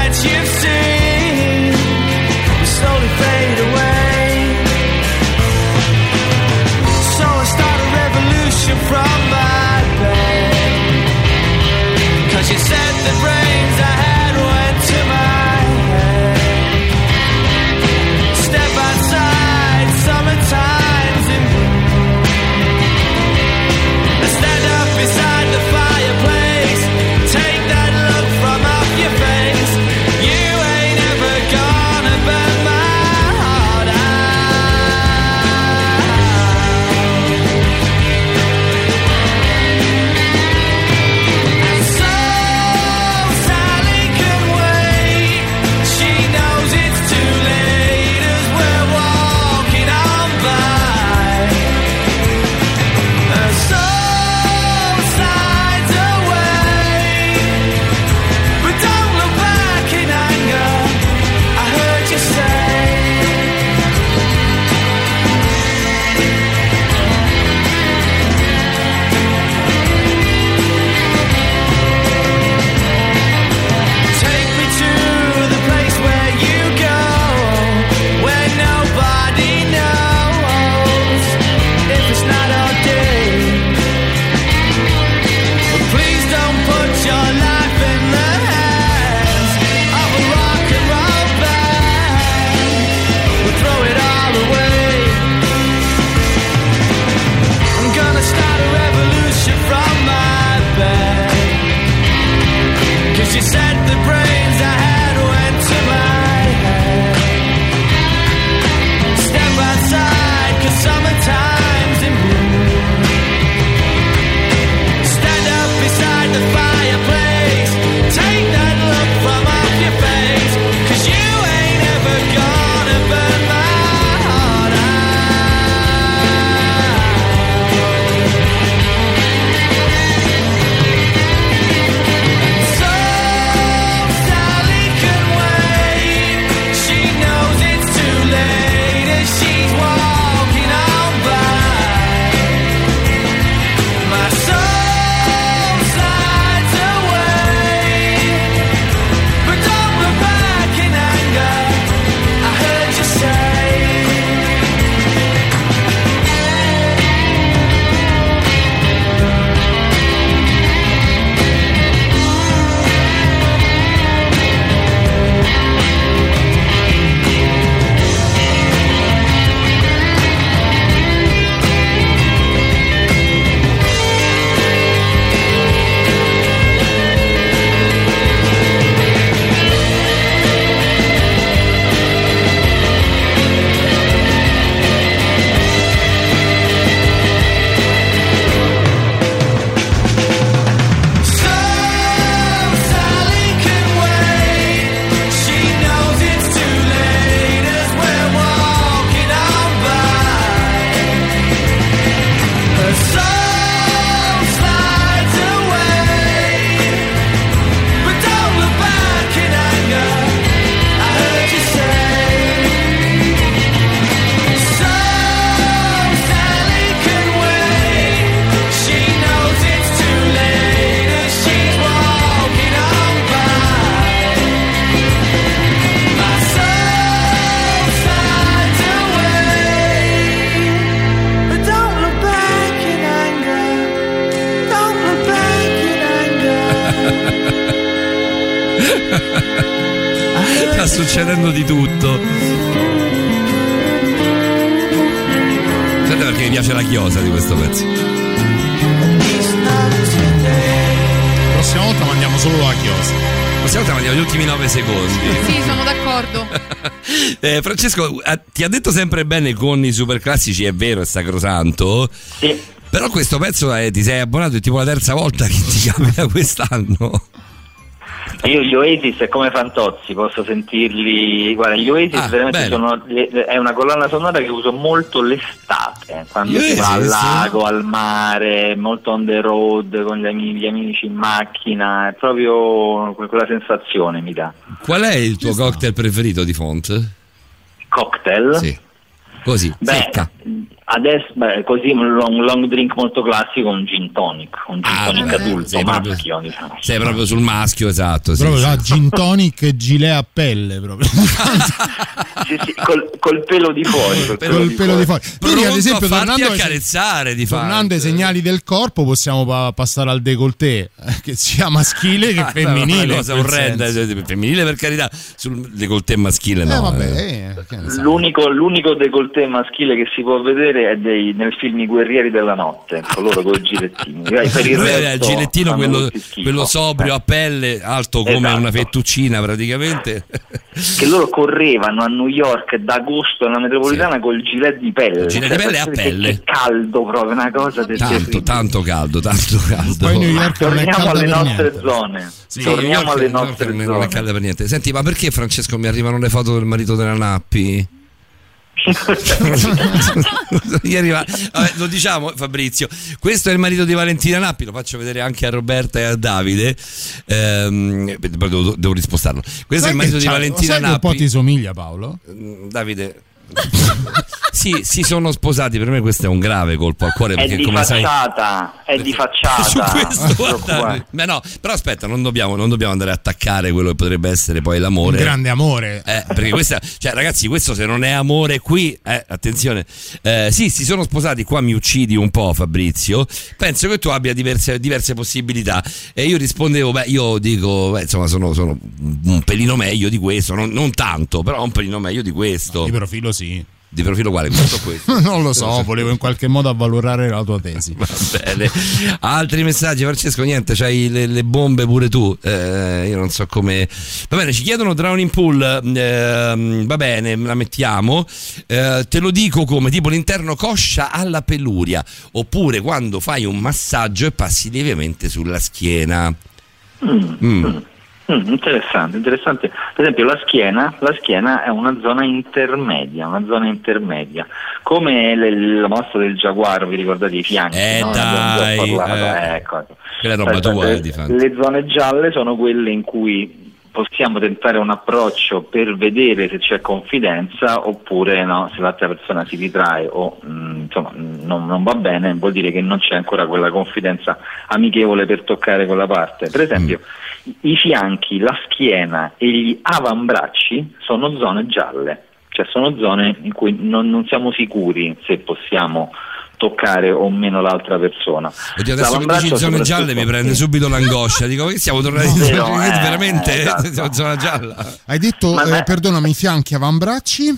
Sta succedendo di tutto. Senti perché mi piace la chiosa di questo pezzo. La prossima volta mandiamo solo la chiosa. La prossima volta mandiamo gli ultimi nove secondi. Sì, sono d'accordo. eh, Francesco, ti ha detto sempre bene con i super classici, è vero, è sacrosanto. Sì. Però questo pezzo eh, ti sei abbonato, è tipo la terza volta che ti capita quest'anno. Io gli Oasis è come Fantozzi, posso sentirli. Guarda, gli Oasis Ah, veramente bene. sono. È una colonna sonora che uso molto l'estate, quando Gli si va al Oasis? lago, al mare, molto on the road con gli amici, gli amici in macchina. È proprio quella sensazione mi dà. Qual è il tuo cocktail preferito di Font? Cocktail? Sì. Così, Beh, secca. adesso beh, così un long, long drink molto classico, un gin tonic, un gin Ah, tonic beh, adulto, sei proprio- maschio, diciamo. Sei proprio sul maschio, esatto. Sì, Proprio sì. la gin tonic e gilet a pelle proprio. Sì, sì, col, col pelo di fuori. Col Col pelo di fuori. Quindi, Pronto ad esempio, a farti tornando ai- accarezzare di tornando ai segnali del corpo, possiamo pa- passare al décolleté, eh, che sia maschile che Ah, femminile. una cosa in quel orrenda, senso. femminile per carità, sul décolleté maschile no. Eh, vabbè, eh. eh, che ne so. L'unico, l'unico décolleté maschile che si può vedere è dei, nel film I Guerrieri della Notte, coloro con i gilettini. Dai, per il Lui era il resto gilettino, fanno quello, tutti schifo. quello sobrio Eh. a pelle, alto come Esatto. una fettuccina praticamente. Che loro correvano a New York d'agosto nella metropolitana col gilet di pelle. Gilet di pelle a Che- pelle. Che caldo proprio, una cosa del Tanto, tanto caldo, tanto caldo. Poi New York non è Torniamo calda alle per nostre niente. zone. Sì, Torniamo New York- alle New York nostre non è zone. calda per niente. Senti, ma perché Francesco mi arrivano le foto del marito della Nappi? Ieri va- vabbè, lo diciamo Fabrizio, questo è il marito di Valentina Nappi, lo faccio vedere anche a Roberta e a Davide. Ehm, però devo, devo rispostarlo. Questo Sai è il marito che di c'ha- Valentina sai che un po' Nappi. ti somiglia, Paolo? Davide, sì, si sono sposati, per me questo è un grave colpo al cuore È perché di come sai facciata, è di facciata. su questo Non ti guarda, preoccupare. beh, no, però aspetta, non dobbiamo, non dobbiamo andare a attaccare quello che potrebbe essere poi l'amore. Un grande amore. Eh, perché questa, cioè ragazzi, questo se non è amore qui, eh, attenzione. Eh, sì, si sono sposati, qua mi uccidi un po', Fabrizio. Penso che tu abbia diverse, diverse possibilità. E io rispondevo, beh, io dico, beh, insomma, sono, sono un pelino meglio di questo, non, non tanto, però un pelino meglio di questo. Di profilo sì. Di profilo quale? Questo o questo? Non lo so, volevo in qualche modo avvalorare la tua tesi. Va bene. Altri messaggi, Francesco? Niente, c'hai le, le bombe pure tu. Eh, io non so come. Va bene, ci chiedono Drowning Pool. ehm, va bene, la mettiamo. Eh, te lo dico come tipo l'interno coscia alla peluria. Oppure quando fai un massaggio e passi lievemente sulla schiena. Mm. Mm, interessante, interessante. Per esempio la schiena, la schiena è una zona intermedia, una zona intermedia. Come le- la mostra del giaguaro, vi ricordate i fianchi? Eh, no? dai, Abbiamo già parlato, eh. ecco. Quella è roba Aspetta, tua, le- eh, di fatto. Le zone gialle sono quelle in cui possiamo tentare un approccio per vedere se c'è confidenza oppure no, se l'altra persona si ritrae o mh, insomma non, non va bene, vuol dire che non c'è ancora quella confidenza amichevole per toccare quella parte. Per esempio i fianchi, la schiena e gli avambracci sono zone gialle, cioè sono zone in cui non, non siamo sicuri se possiamo toccare o meno l'altra persona. Oddio, adesso che dici L'avambraccio zone gialle soprattutto- mi prende subito l'angoscia. Dico che siamo tornati No, però, eh, veramente esatto. siamo in zona gialla. Hai detto, Ma- eh, ma- perdonami, fianchi, avambracci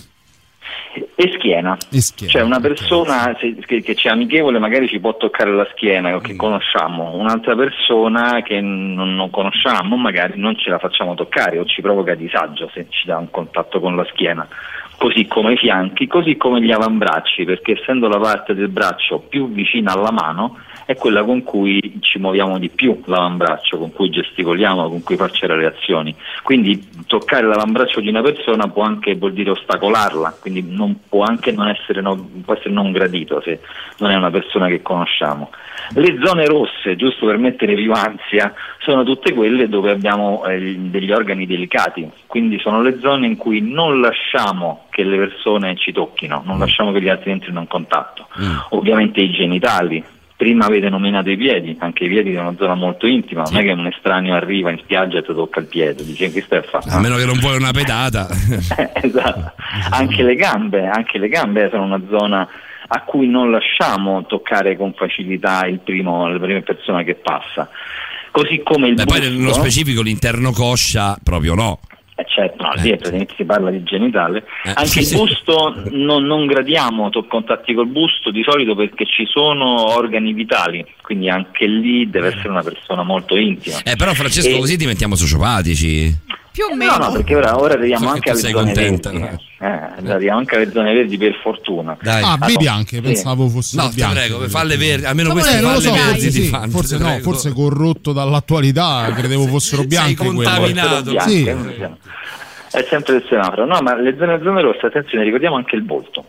e schiena. e schiena. Cioè una persona se- che, che ci è amichevole magari ci può toccare la schiena o che conosciamo, un'altra persona che non, non conosciamo magari non ce la facciamo toccare o ci provoca disagio se ci dà un contatto con la schiena, così come i fianchi, così come gli avambracci, perché essendo la parte del braccio più vicina alla mano è quella con cui ci muoviamo di più, l'avambraccio, con cui gesticoliamo, con cui facciamo le reazioni. Quindi toccare l'avambraccio di una persona può anche vuol dire ostacolarla, quindi non può anche non essere, no, può essere non gradito se non è una persona che conosciamo. Le zone rosse, giusto per mettere più ansia, sono tutte quelle dove abbiamo eh, degli organi delicati, quindi sono le zone in cui non lasciamo che le persone ci tocchino, non lasciamo che gli altri entrino in contatto. Ovviamente i genitali. Prima avete nominato i piedi, anche i piedi sono una zona molto intima, non è che un estraneo arriva in spiaggia e ti tocca il piede, dice che stai a fare? A meno che non vuoi una pedata. Esatto. Anche le gambe, anche le gambe sono una zona a cui non lasciamo toccare con facilità il primo, la prima persona che passa. così come il Beh, busto. poi nello specifico l'interno coscia proprio no. Eh certo, no, Eh, lì praticamente si parla di genitale. Eh, Anche sì, il sì. busto non, non gradiamo to- contatti col busto di solito perché ci sono organi vitali, quindi anche lì deve essere una persona molto intima. Eh, però Francesco, E- così diventiamo sociopatici. Più o Eh, meno. No, no, perché ora, ora arriviamo So che anche tu alle sei zone contenta, verdi. Eh, arriviamo anche alle zone verdi per fortuna. Dai. Ah, Ah, bi no. bianche, Sì. pensavo fossero No, ti bianche. prego, falle verdi, almeno Eh, queste non lo falle so, verdi forse, ti sì, fanno, forse ti no, prego. forse corrotto dall'attualità, credevo fossero bianche quelle. contaminato. Bianche, Sì. eh, È sempre il semaforo. No, ma le zone zone rosse, attenzione, ricordiamo anche il volto.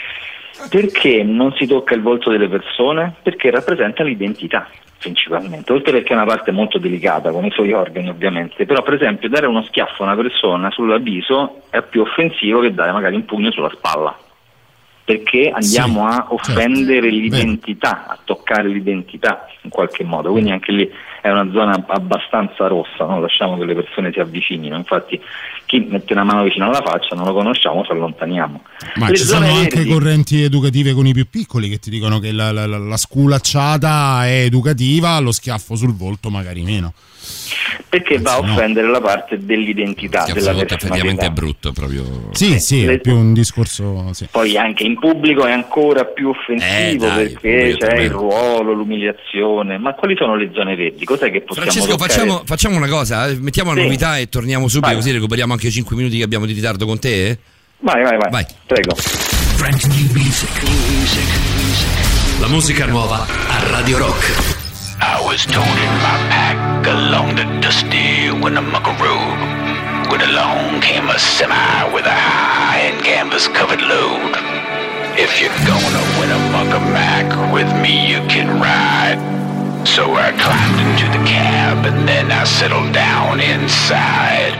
Perché non si tocca il volto delle persone? Perché rappresenta l'identità, principalmente, oltre perché è una parte molto delicata con i suoi organi ovviamente, però per esempio dare uno schiaffo a una persona sul viso è più offensivo che dare magari un pugno sulla spalla, perché andiamo Sì, a offendere certo. l'identità, a toccare l'identità in qualche modo, quindi anche lì è una zona abbastanza rossa, no? Lasciamo che le persone si avvicinino, infatti chi mette una mano vicino alla faccia non lo conosciamo, ci allontaniamo. Ma Le ci zone sono anche verdi- correnti educative con i più piccoli che ti dicono che la, la, la- la sculacciata è educativa, lo schiaffo sul volto magari meno. perché va a Anzi, no. offendere la parte dell'identità Che della volta effettivamente è personalità. brutto proprio. Sì, sì, le- è più un discorso. Sì. Poi anche in pubblico è ancora più offensivo Eh, dai, perché pubblico c'è tremendo. il ruolo, l'umiliazione. Ma quali sono le zone verdi? Cos'è che possiamo Francesco, toccare? facciamo, facciamo una cosa, eh, mettiamo la Sì. novità e torniamo subito, Vai. così recuperiamo anche i cinque minuti che abbiamo di ritardo con te. eh? Vai, vai, vai, Vai. prego. Brand new music. Music. La musica nuova a Radio Rock. I was toting my pack along the dusty Winnemucca Road, when along came a semi with a high and canvas covered load. If you're gonna Winnemucca Mac with me, you can ride. So I climbed into the cab and then I settled down inside.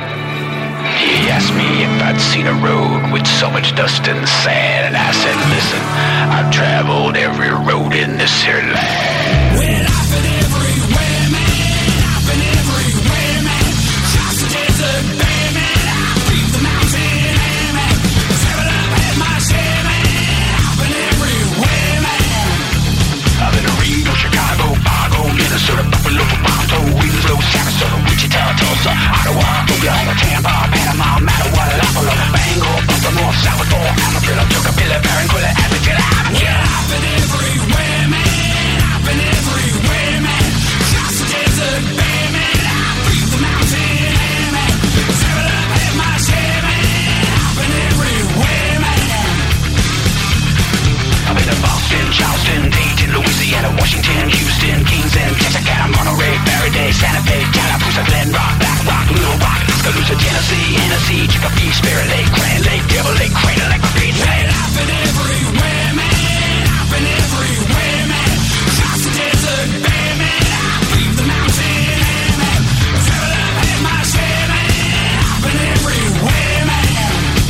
He asked me if I'd seen a road with so much dust and sand, and I said, listen, I've traveled every road in this here land. Well, I've been everywhere, man. I've been everywhere, man. Across the desert, bare, man. I leave the mountain air, man. Travel up, had my share, man. I've been everywhere, man. I've been to Reno, Chicago, Fargo, Minnesota, Buffalo, Toronto, Winslow, Sarasota, Wichita, Tulsa, Ottawa, Oklahoma, Tampa, Panama, Mattawa, Bangor, Baltimore, Salvador, Amarillo, Tucapilla, Barranquilla, Advocate. Well, I've been everywhere, man. I've been everywhere, man. Across the desert, bare, man. I leave the mountain air, man. Travel up, had my share, man. I've been everywhere, man. I've been to Boston, Charleston, Dayton, Louisiana, Washington, Houston, Kingston, Texarkana, Monterey, Faraday, Santa Fe, Tallapoosa, Glen Rock, Black Rock, Little Rock, Oskaloosa, Tennessee, Hennessy, Chicopee, Spirit Lake, Grand Lake, Devil Lake, Crater Lake, Green Lake. I've been everywhere, man. I've been everywhere, man. Across the desert, bare, man. I leave the mountain air, man. Travel up, had my share, man. I've been everywhere, man.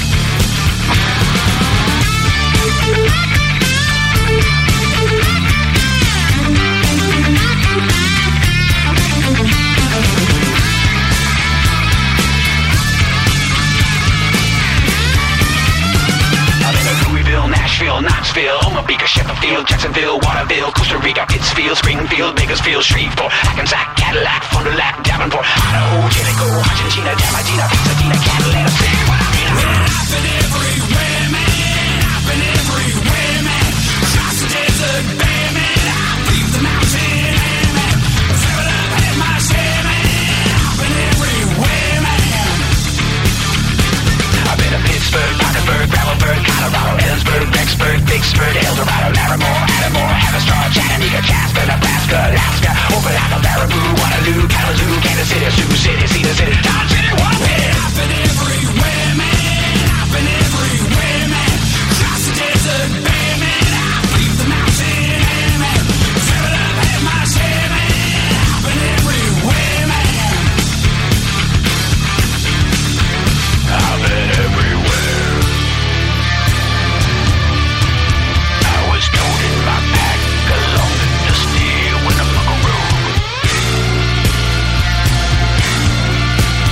I've been to Louisville, Nashville, Knoxville, Omaha, Sheffield, Jacksonville, Waterville, Costa Rica, Pittsfield, Springfield, Bakersfield, Shreveport, Hackensack, Cadillac, Fond du Lac, Davenport, Idaho, Jellicoe, Argentina, Diamantina, Pasadena, Catalina, see what I mean? I've been everywhere, man. I've been everywhere, man. Across the desert, bare, man. I leave the mountain air, man. Travel up, had my share, man. I've been everywhere, man. I've been to Pittsburgh, Parkersburg, Gravelburg, Colorado, Ellensburg, Rexburg, Vicksburg, Eldorado, Larimore, Adamore, Haverstraw, Chattanooga, Jasper, Nebraska, Alaska, Opelika, Baraboo, Waterloo, Kalamazoo, Kansas City, Sioux City, Cedar City, Dodge City, Waterhead. I've been everywhere, man. I've been everywhere, man. Across the desert, bare, man. I leave the mountain air, man. Travel up, had my share, man. I've been everywhere, man. I've been everywhere. I was toting my pack along the dusty Winnemucca Road.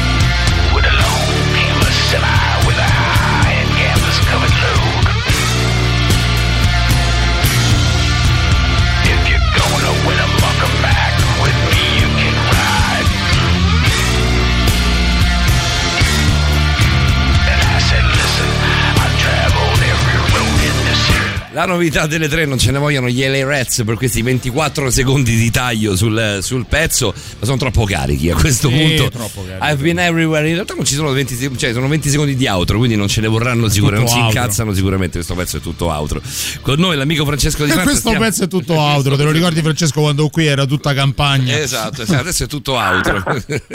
La novità delle tre, non ce ne vogliono gli L A Rats per questi ventiquattro secondi di taglio sul, sul pezzo, ma sono troppo carichi a questo sì, punto. Troppo carichi. I've been everywhere. In realtà non ci sono venti, cioè sono venti secondi di outro, quindi non ce ne vorranno sicuramente, non si outro. incazzano sicuramente, questo pezzo è tutto outro. Con noi l'amico Francesco Di Fanta. Questo stiamo... pezzo è tutto outro, te lo ricordi Francesco quando qui era tutta campagna? Esatto, adesso è tutto outro.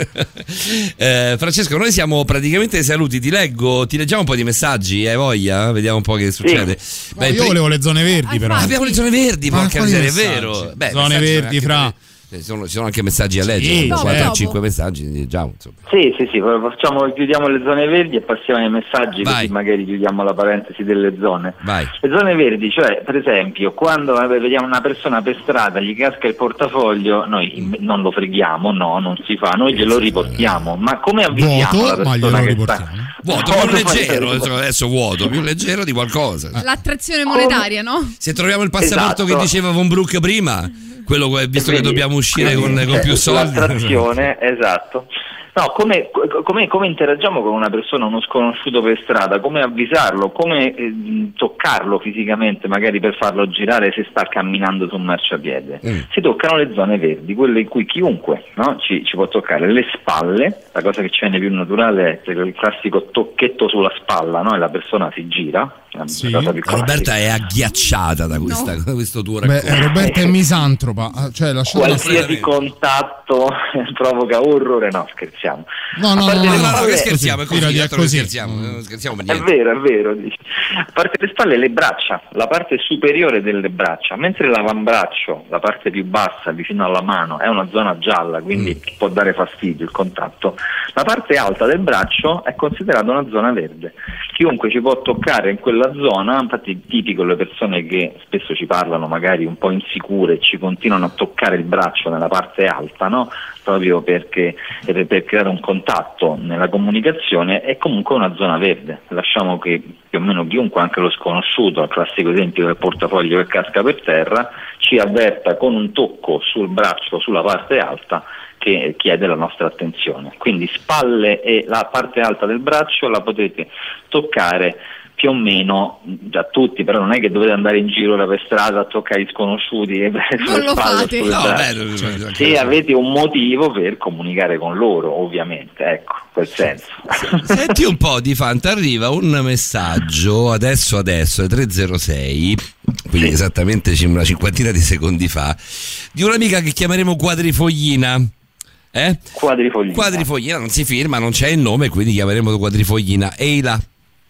eh, Francesco, noi siamo praticamente ai saluti, ti leggo, ti leggiamo un po' di messaggi, hai voglia? Vediamo un po' che succede. No, Beh, io volevo le zone verdi, però. Abbiamo le zone verdi, Ma porca quali miseria, è messaggi? vero. Beh, Zone messaggi verdi, sono anche- fra. Ci sono, ci sono anche messaggi a Sì, leggere, dopo, quattro dopo. cinque messaggi, leggiamo, insomma. Sì, sì, sì, facciamo, chiudiamo le zone verdi e passiamo ai messaggi, Vai. così magari chiudiamo la parentesi delle zone. Vai. Le zone verdi, cioè per esempio quando eh, vediamo una persona per strada, gli casca il portafoglio, noi non lo freghiamo, no, non si fa, noi glielo riportiamo, ma come avvisiamo Vuoto, la ma glielo persona che riportiamo. sta... Vuoto, più leggero, insomma, adesso vuoto, più leggero di qualcosa. L'attrazione monetaria, no? Se troviamo il passaporto Esatto. che diceva Von Broek prima, quello che- visto che Quindi- dobbiamo uscire con, quindi, con più eh, soldi. L'attrazione, esatto. No, come, come, come interagiamo con una persona, uno sconosciuto per strada, come avvisarlo, come eh, toccarlo fisicamente, magari per farlo girare se sta camminando su un marciapiede. Mm. Si toccano le zone verdi, quelle in cui chiunque, no, ci, ci può toccare. Le spalle, la cosa che ci viene più naturale è il classico tocchetto sulla spalla, no? E la persona si gira. Una Sì. cosa più classica. Roberta è agghiacciata da, questa, da questo tuo Beh, racconto. eh, Roberta è misantropa, cioè lasciatela Qualsiasi contatto provoca orrore, no scherziamo. No, no, A parte no, le no, no, spalle- che scherziamo, è così, Tirati, è altro che così. scherziamo, non scherziamo per È niente. vero, è vero. dici. A parte le spalle, le braccia, la parte superiore delle braccia, mentre l'avambraccio, la parte più bassa, vicino alla mano, è una zona gialla, quindi Mm. può dare fastidio il contatto. La parte alta del braccio è considerata una zona verde. Chiunque ci può toccare in quella zona, infatti è tipico le persone che spesso ci parlano magari un po' insicure e ci continuano a toccare il braccio nella parte alta, no? Proprio perché per, per creare un contatto nella comunicazione, è comunque una zona verde. Lasciamo che più o meno chiunque, anche lo sconosciuto, il classico esempio del portafoglio che casca per terra, ci avverta con un tocco sul braccio, sulla parte alta, che chiede la nostra attenzione. Quindi spalle e la parte alta del braccio la potete toccare più o meno da tutti, però non è che dovete andare in giro per strada a toccare gli sconosciuti e sulle lo spalle o fate. sulle No, braccia. beh, cioè, Se avete un motivo per comunicare con loro, ovviamente, ecco, quel senso. Senti un po' Di Fanta, arriva un messaggio adesso adesso alle tre zero sei, quindi esattamente una cinquantina di secondi fa, di un'amica che chiameremo Quadrifoglina. Eh? Quadrifoglina. Quadrifoglina, non si firma, non c'è il nome, quindi chiameremo Quadrifoglina. Eila.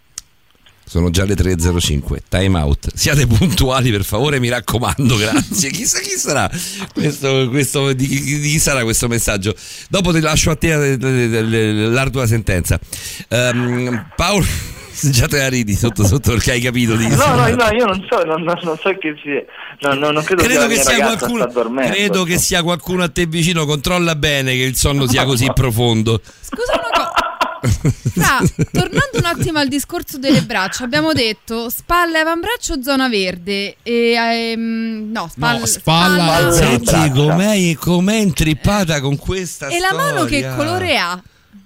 Sono già le tre e zero cinque, time out. Siate puntuali per favore, mi raccomando, grazie. Chissà chi sarà questo, questo di, di chi sarà questo messaggio. Dopo ti lascio a te l'ardua sentenza. Um, Paolo, già te la ridi sotto sotto perché hai capito di chi No, sarà. no, no, io non so, non, non, non so che sia. No, no, non credo, Credo sia la che mia sia ragazza, qualcuno, sta dormendo. credo che sia qualcuno a te vicino, controlla bene che il sonno sia così profondo. Scusa una cosa. Fra, tornando un attimo al discorso delle braccia, abbiamo detto spalle, avambraccio, zona verde. E, ehm, no, spalle, No, spalla- Senti com'è, com'è intrippata con questa E la mano che storia. colore ha?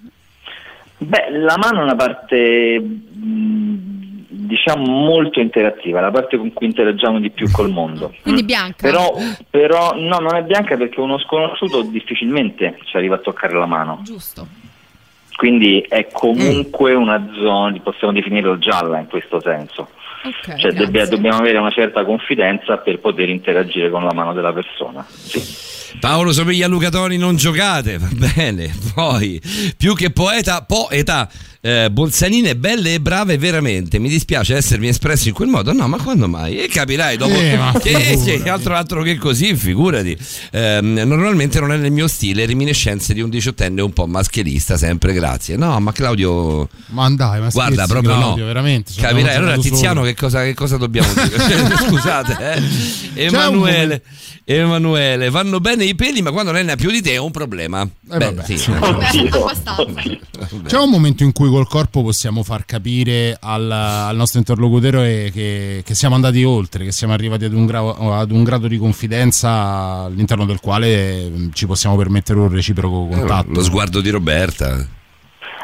Beh, la mano è una parte mh, diciamo molto interattiva, la parte con cui interagiamo di più col mondo. Quindi bianca. Però, però no, non è bianca perché uno sconosciuto difficilmente ci arriva a toccare la mano. Giusto. Quindi è comunque una zona, possiamo definirlo gialla in questo senso. Ok, Cioè grazie. dobbia- dobbiamo avere una certa confidenza per poter interagire con la mano della persona. Sì. Paolo somiglia a Luca Toni, non giocate, va bene. Poi, più che poeta, poeta. Eh, Bolzanine belle e brave veramente. Mi dispiace essermi espresso in quel modo. No, ma quando mai? E capirai dopo Eh, ma che figurati. sì, altro, altro che così, figurati. Eh, normalmente non è nel mio stile, reminiscenze di un diciottenne un po' maschilista, sempre grazie. No, ma Claudio, Ma dai, ma guarda, scherzi, proprio Claudio, no. veramente. ci Capirai, abbiamo allora giocato Tiziano solo. che cosa, che cosa dobbiamo dire? Scusate, eh. C'è un Emanuele, momento- Emanuele, vanno bene i peli, ma quando lei ne ha più di te è un problema. Beh, vabbè. sì. Beh, abbastanza. C'è un momento in cui col corpo possiamo far capire al, al nostro interlocutore che, che siamo andati oltre, che siamo arrivati ad un, gra- ad un grado di confidenza all'interno del quale ci possiamo permettere un reciproco contatto. Lo sguardo di Roberta.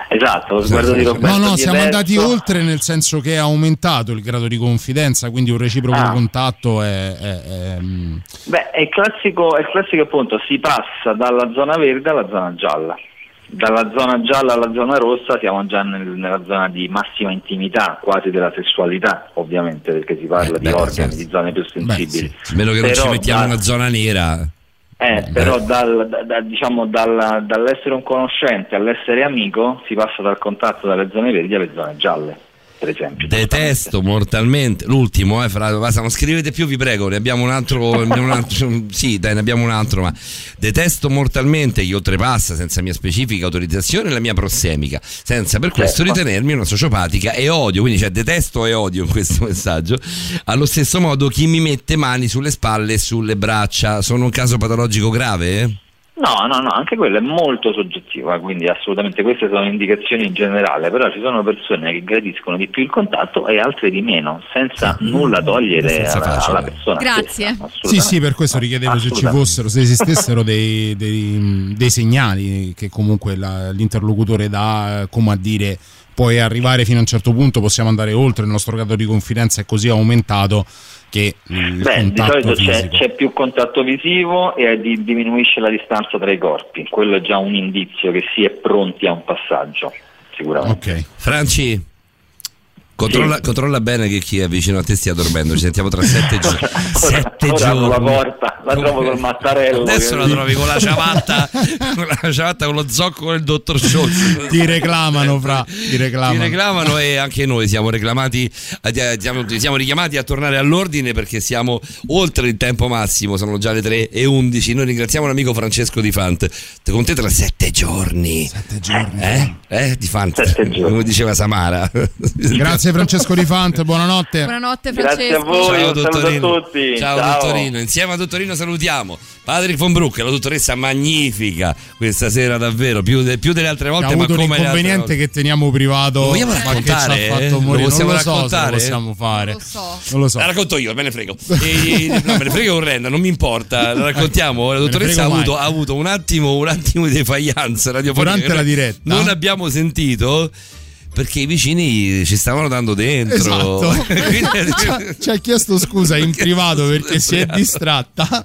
Esatto, lo sguardo di Roberto. No, no, Di siamo Verso. andati oltre, nel senso che è aumentato il grado di confidenza, quindi un reciproco Ah. contatto è, è, è, Beh, è il classico, è il classico appunto, si passa dalla zona verde alla zona gialla. Dalla zona gialla alla zona rossa siamo già nel- nella zona di massima intimità, quasi della sessualità, ovviamente, perché si parla Eh, di beh, organi, certo. di zone più sensibili. Meno che non Però ci mettiamo da- una zona nera. Eh, però dal, da- da- diciamo dal- dall'essere un conoscente all'essere amico si passa dal contatto dalle zone verdi alle zone gialle, per esempio. Detesto mortalmente l'ultimo, eh, fra, basta, non scrivete più, vi prego, ne abbiamo un altro, ne abbiamo un altro sì, dai, ne abbiamo un altro, ma detesto mortalmente chi oltrepassa senza mia specifica autorizzazione la mia prossemica, senza per questo Certo. ritenermi una sociopatica, e odio, quindi c'è detesto e odio in questo messaggio, allo stesso modo chi mi mette mani sulle spalle e sulle braccia. Sono un caso patologico grave? eh? No, no, no, anche quello è molto soggettivo, eh, quindi assolutamente queste sono indicazioni in generale, però ci sono persone che gradiscono di più il contatto e altre di meno, senza nulla togliere abbastanza alla, facile. alla persona. Grazie. stessa, sì, assolutamente. sì, per questo richiedevo se ci Assolutamente. fossero, se esistessero dei, dei, dei segnali che comunque la- l'interlocutore dà, come a dire puoi arrivare fino a un certo punto, possiamo andare oltre, il nostro grado di confidenza è così aumentato che il Beh, di contatto solito c'è, fisico. c'è più contatto visivo e di- diminuisce la distanza tra i corpi, quello è già un indizio che si è pronti a un passaggio, sicuramente. Ok. Franci, controlla, Sì. controlla bene che chi è vicino a te stia dormendo, ci sentiamo tra sette giorni. Sette Ora apro giorni. la porta, la trovo col mattarello. Adesso che- la trovi con la ciabatta, con la ciabatta con lo zoccolo del dottor Scholz. Ti reclamano, fra, ti reclamano. Ti reclamano e anche noi siamo reclamati, eh, siamo, siamo richiamati a tornare all'ordine perché siamo oltre il tempo massimo, sono già le tre e undici. Noi ringraziamo l'amico Francesco Di Fant. Con te tra sette giorni. Sette giorni. Eh? Eh? Di Fant, Sette giorni. come diceva Samara. Grazie Francesco Di Fant, buonanotte. Buonanotte Grazie a Francesco. voi, Ciao un saluto a dottorino. tutti. Ciao, Ciao. dottorino. Insieme a dottorino salutiamo Patrick von Broek, la dottoressa magnifica questa sera davvero, più, de- più delle altre volte, Ha ma avuto un come le altre inconveniente volte. che teniamo privato, Lo vogliamo ma che ci raccontare? ha fatto Lo morire. possiamo non lo so raccontare? se lo possiamo fare. Non lo so. Non lo so. La racconto io, me ne frego. E, no, me ne frego orrenda, non mi importa. La raccontiamo. La Me ne dottoressa ha frego avuto, mai. ha avuto un attimo, un attimo di defiance radiofonica Durante che la noi diretta. non abbiamo sentito perché i vicini ci stavano dando dentro. Esatto. Quindi- ci, ha, ci ha chiesto scusa in privato perché si è distratta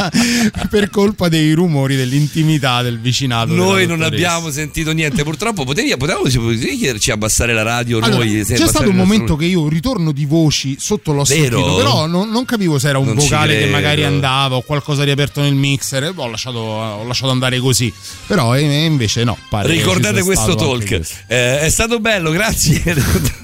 per colpa dei rumori dell'intimità del vicinato. Noi della non dottoressa. abbiamo sentito niente, purtroppo potevi, potevamo potevi chiederci a abbassare la radio. Allora, noi, se c'è abbassare stato un il nostro- momento che io un ritorno di voci sotto l'ho Vero? sentito, però non, non capivo se era un Non ci vocale che credo. magari andava o qualcosa riaperto nel mixer, e ho lasciato, ho lasciato andare così, però eh, invece no, pare che ci Ricordate sia questo stato anche talk, questo. Eh, è stato bello, grazie.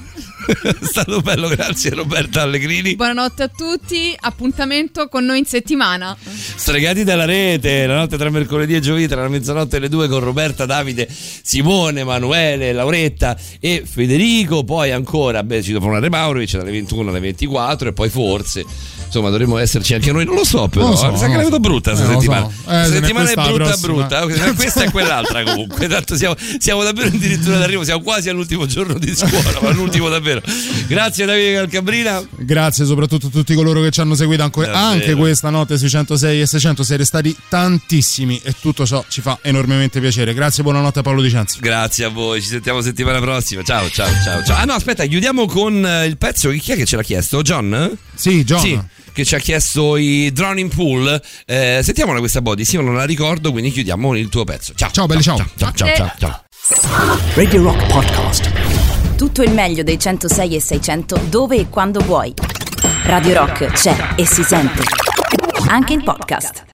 È stato bello, grazie Roberta Allegrini. Buonanotte a tutti, appuntamento con noi in settimana. Stregati dalla rete, la notte tra mercoledì e giovedì, tra la mezzanotte e le due, con Roberta, Davide, Simone, Emanuele, Lauretta e Federico. Poi ancora, beh, ci Citofonare Maurovic dalle ventuno alle ventiquattro, e poi forse, insomma, dovremmo esserci anche noi. Non lo so, però. Non lo so, Mi sa non che lo è venuta so. brutta Eh, questa non lo settimana. so. Eh, Questa se ne è settimana è questa la brutta, prossima. brutta. Questa è quell'altra comunque. Tanto siamo, siamo davvero addirittura d'arrivo, siamo quasi all'ultimo giorno di scuola, ma l'ultimo davvero. Grazie Davide Calcabrina. Grazie soprattutto a tutti coloro che ci hanno seguito ancora, Davvero. anche questa notte sui centosei e seicento. Siete stati tantissimi e tutto ciò ci fa enormemente piacere. Grazie, buonanotte a Paolo Di Cenzo. Grazie a voi, ci sentiamo settimana prossima. Ciao, ciao, ciao, ciao. Ah no, aspetta, chiudiamo con eh, il pezzo. Chi è che ce l'ha chiesto? John? Sì, John. Sì, che ci ha chiesto i Drowning Pool. Eh, sentiamola questa body, sì, io non la ricordo, quindi chiudiamo con il tuo pezzo. Ciao. Ciao, belli, ciao. Ciao, ciao, ciao, ciao. Radio Rock Podcast. Tutto il meglio dei centosei e seicento dove e quando vuoi. Radio Rock c'è e si sente. Anche in podcast.